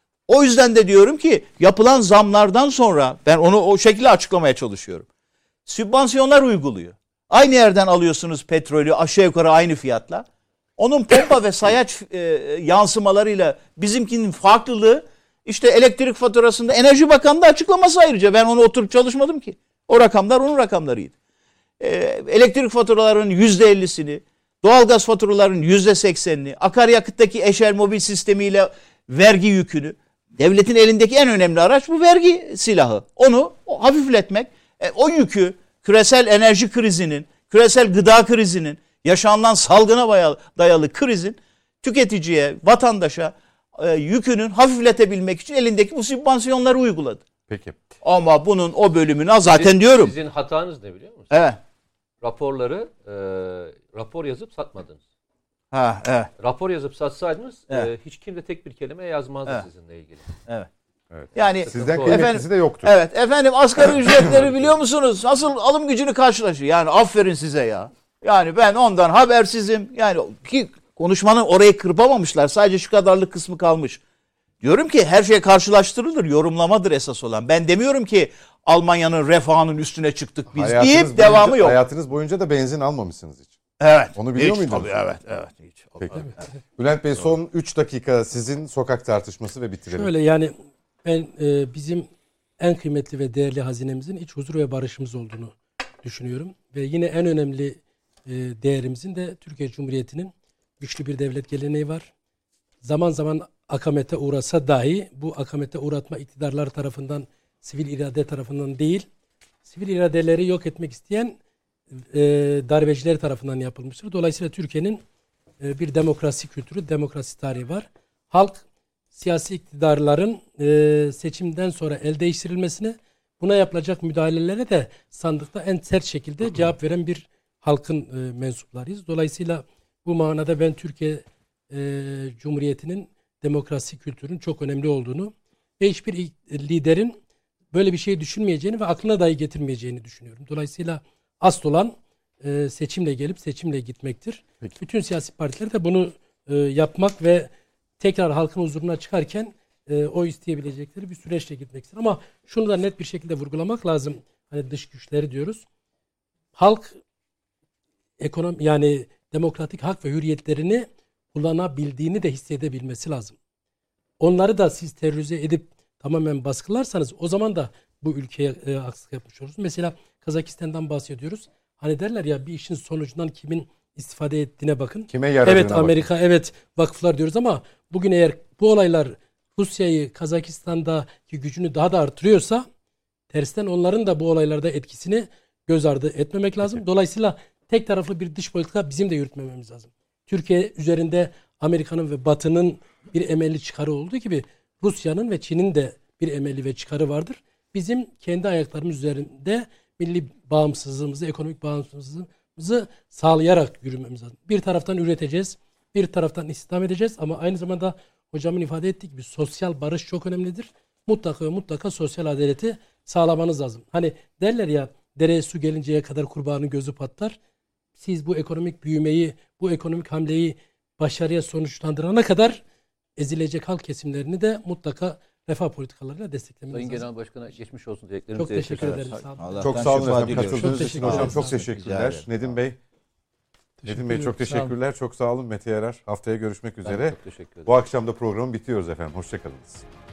Speaker 3: O yüzden de diyorum ki yapılan zamlardan sonra ben onu o şekilde açıklamaya çalışıyorum. Sübvansiyonlar uyguluyor. Aynı yerden alıyorsunuz petrolü aşağı yukarı aynı fiyatla. Onun pompa ve sayaç e, yansımalarıyla bizimkinin farklılığı işte elektrik faturasında Enerji Bakanı da açıklaması ayrıca. Ben onu oturup çalışmadım ki. O rakamlar onun rakamlarıydı. E, elektrik faturalarının yüzde ellisini, doğalgaz faturalarının yüzde seksenini, akaryakıttaki eşer mobil sistemiyle vergi yükünü, devletin elindeki en önemli araç bu vergi silahı. Onu hafifletmek, e, o yükü küresel enerji krizinin, küresel gıda krizinin, yaşanılan salgına dayalı krizin tüketiciye, vatandaşa e, yükünün hafifletebilmek için elindeki bu sübvansiyonları uyguladı.
Speaker 1: Peki.
Speaker 3: Ama bunun o bölümünü zaten
Speaker 4: Sizin,
Speaker 3: diyorum.
Speaker 4: Sizin hatanız ne biliyor musunuz?
Speaker 3: Evet.
Speaker 4: Raporları e, rapor yazıp satmadınız.
Speaker 3: Ha, evet.
Speaker 4: Rapor yazıp satsaydınız
Speaker 3: Evet.
Speaker 4: e, hiç kimse tek bir kelime yazmazdı
Speaker 3: Evet.
Speaker 4: sizinle ilgili.
Speaker 3: Evet.
Speaker 1: Evet.
Speaker 3: Yani
Speaker 1: Sizden
Speaker 4: Doğru.
Speaker 1: kıymetlisi
Speaker 3: efendim,
Speaker 1: de yoktur.
Speaker 3: Evet efendim, asgari ücretleri biliyor musunuz? Nasıl alım gücünü karşılaşıyor. Yani aferin size ya. Yani ben ondan habersizim. Yani ki konuşmanın orayı kırpamamışlar. Sadece şu kadarlık kısmı kalmış. Diyorum ki her şey karşılaştırılır. Yorumlamadır esas olan. Ben demiyorum ki Almanya'nın refahının üstüne çıktık biz
Speaker 1: Hayatınız
Speaker 3: deyip
Speaker 1: boyunca-
Speaker 3: devamı yok.
Speaker 1: Hayatınız boyunca da benzin almamışsınız hiç.
Speaker 3: Evet.
Speaker 1: Onu biliyor
Speaker 3: Hiç,
Speaker 1: muydunuz?
Speaker 3: tabii, evet, evet. Hiç.
Speaker 1: Peki.
Speaker 3: Evet.
Speaker 1: Bülent Bey, son üç dakika sizin sokak tartışması ve bitirelim.
Speaker 5: Şöyle yani ben e, bizim en kıymetli ve değerli hazinemizin iç huzur ve barışımız olduğunu düşünüyorum. Ve yine en önemli e, değerimizin de Türkiye Cumhuriyeti'nin güçlü bir devlet geleneği var. Zaman zaman akamete uğrasa dahi bu akamete uğratma iktidarlar tarafından, sivil irade tarafından değil, sivil iradeleri yok etmek isteyen e, darbeciler tarafından yapılmıştır. Dolayısıyla Türkiye'nin e, bir demokrasi kültürü, demokrasi tarihi var. Halk siyasi iktidarların e, seçimden sonra el değiştirilmesine, buna yapılacak müdahalelere de sandıkta en sert şekilde cevap veren bir halkın e, mensuplarıyız. Dolayısıyla bu manada ben Türkiye e, Cumhuriyeti'nin demokrasi kültürünün çok önemli olduğunu ve hiçbir liderin böyle bir şey düşünmeyeceğini ve aklına dahi getirmeyeceğini düşünüyorum. Dolayısıyla asıl olan e, seçimle gelip seçimle gitmektir.
Speaker 1: Peki.
Speaker 5: Bütün siyasi partiler de bunu e, yapmak ve tekrar halkın huzuruna çıkarken e, oy isteyebilecekleri bir süreçle gitmektir. Ama şunu da net bir şekilde vurgulamak lazım. Hani dış güçleri diyoruz. Halk ekonomi yani demokratik hak ve hürriyetlerini kullanabildiğini de hissedebilmesi lazım. Onları da siz terörize edip tamamen baskılarsanız o zaman da bu ülkeye e, haksızlık yapmış oluruz. Mesela Kazakistan'dan bahsediyoruz. Hani derler ya bir işin sonucundan kimin istifade ettiğine bakın.
Speaker 1: Kime yaradığına
Speaker 5: Evet
Speaker 1: bakın.
Speaker 5: Amerika, evet vakıflar diyoruz ama bugün eğer bu olaylar Rusya'yı Kazakistan'daki gücünü daha da artırıyorsa tersten onların da bu olaylarda etkisini göz ardı etmemek lazım. Dolayısıyla tek taraflı bir dış politika bizim de yürütmememiz lazım. Türkiye üzerinde Amerika'nın ve Batı'nın bir emelli çıkarı olduğu gibi Rusya'nın ve Çin'in de bir emelli ve çıkarı vardır. Bizim kendi ayaklarımız üzerinde milli bağımsızlığımızı, ekonomik bağımsızlığımızı sağlayarak yürümemiz lazım. Bir taraftan üreteceğiz, bir taraftan istihdam edeceğiz ama aynı zamanda hocamın ifade ettiği gibi sosyal barış çok önemlidir. Mutlaka ve mutlaka sosyal adaleti sağlamanız lazım. Hani derler ya dereye su gelinceye kadar kurbanın gözü patlar. Siz bu ekonomik büyümeyi, bu ekonomik hamleyi başarıya sonuçlandırana kadar ezilecek halk kesimlerini de mutlaka refah politikalarıyla desteklemeniz
Speaker 4: Sayın
Speaker 5: lazım.
Speaker 4: Genel Başkan'a geçmiş olsun dileklerimizi
Speaker 5: Çok teşekkür
Speaker 4: ediyoruz.
Speaker 5: ederim. Sağ olun.
Speaker 3: Allah'tan
Speaker 1: Çok sağ olun
Speaker 3: şifa
Speaker 1: efendim
Speaker 3: diliyoruz.
Speaker 1: katıldığınız
Speaker 5: Çok
Speaker 1: için
Speaker 5: teşekkür
Speaker 1: hocam.
Speaker 5: ederim.
Speaker 1: Çok
Speaker 3: Rica
Speaker 1: teşekkürler.
Speaker 3: ederim.
Speaker 1: Nedim Bey. Nedim Bey çok
Speaker 2: ederim. Sağ olun.
Speaker 1: teşekkürler. Çok sağ olun Mete Yarar. Haftaya görüşmek
Speaker 4: Ben
Speaker 1: üzere.
Speaker 4: çok teşekkür ederim.
Speaker 1: Bu akşam da programı bitiyoruz efendim. Hoşçakalınız.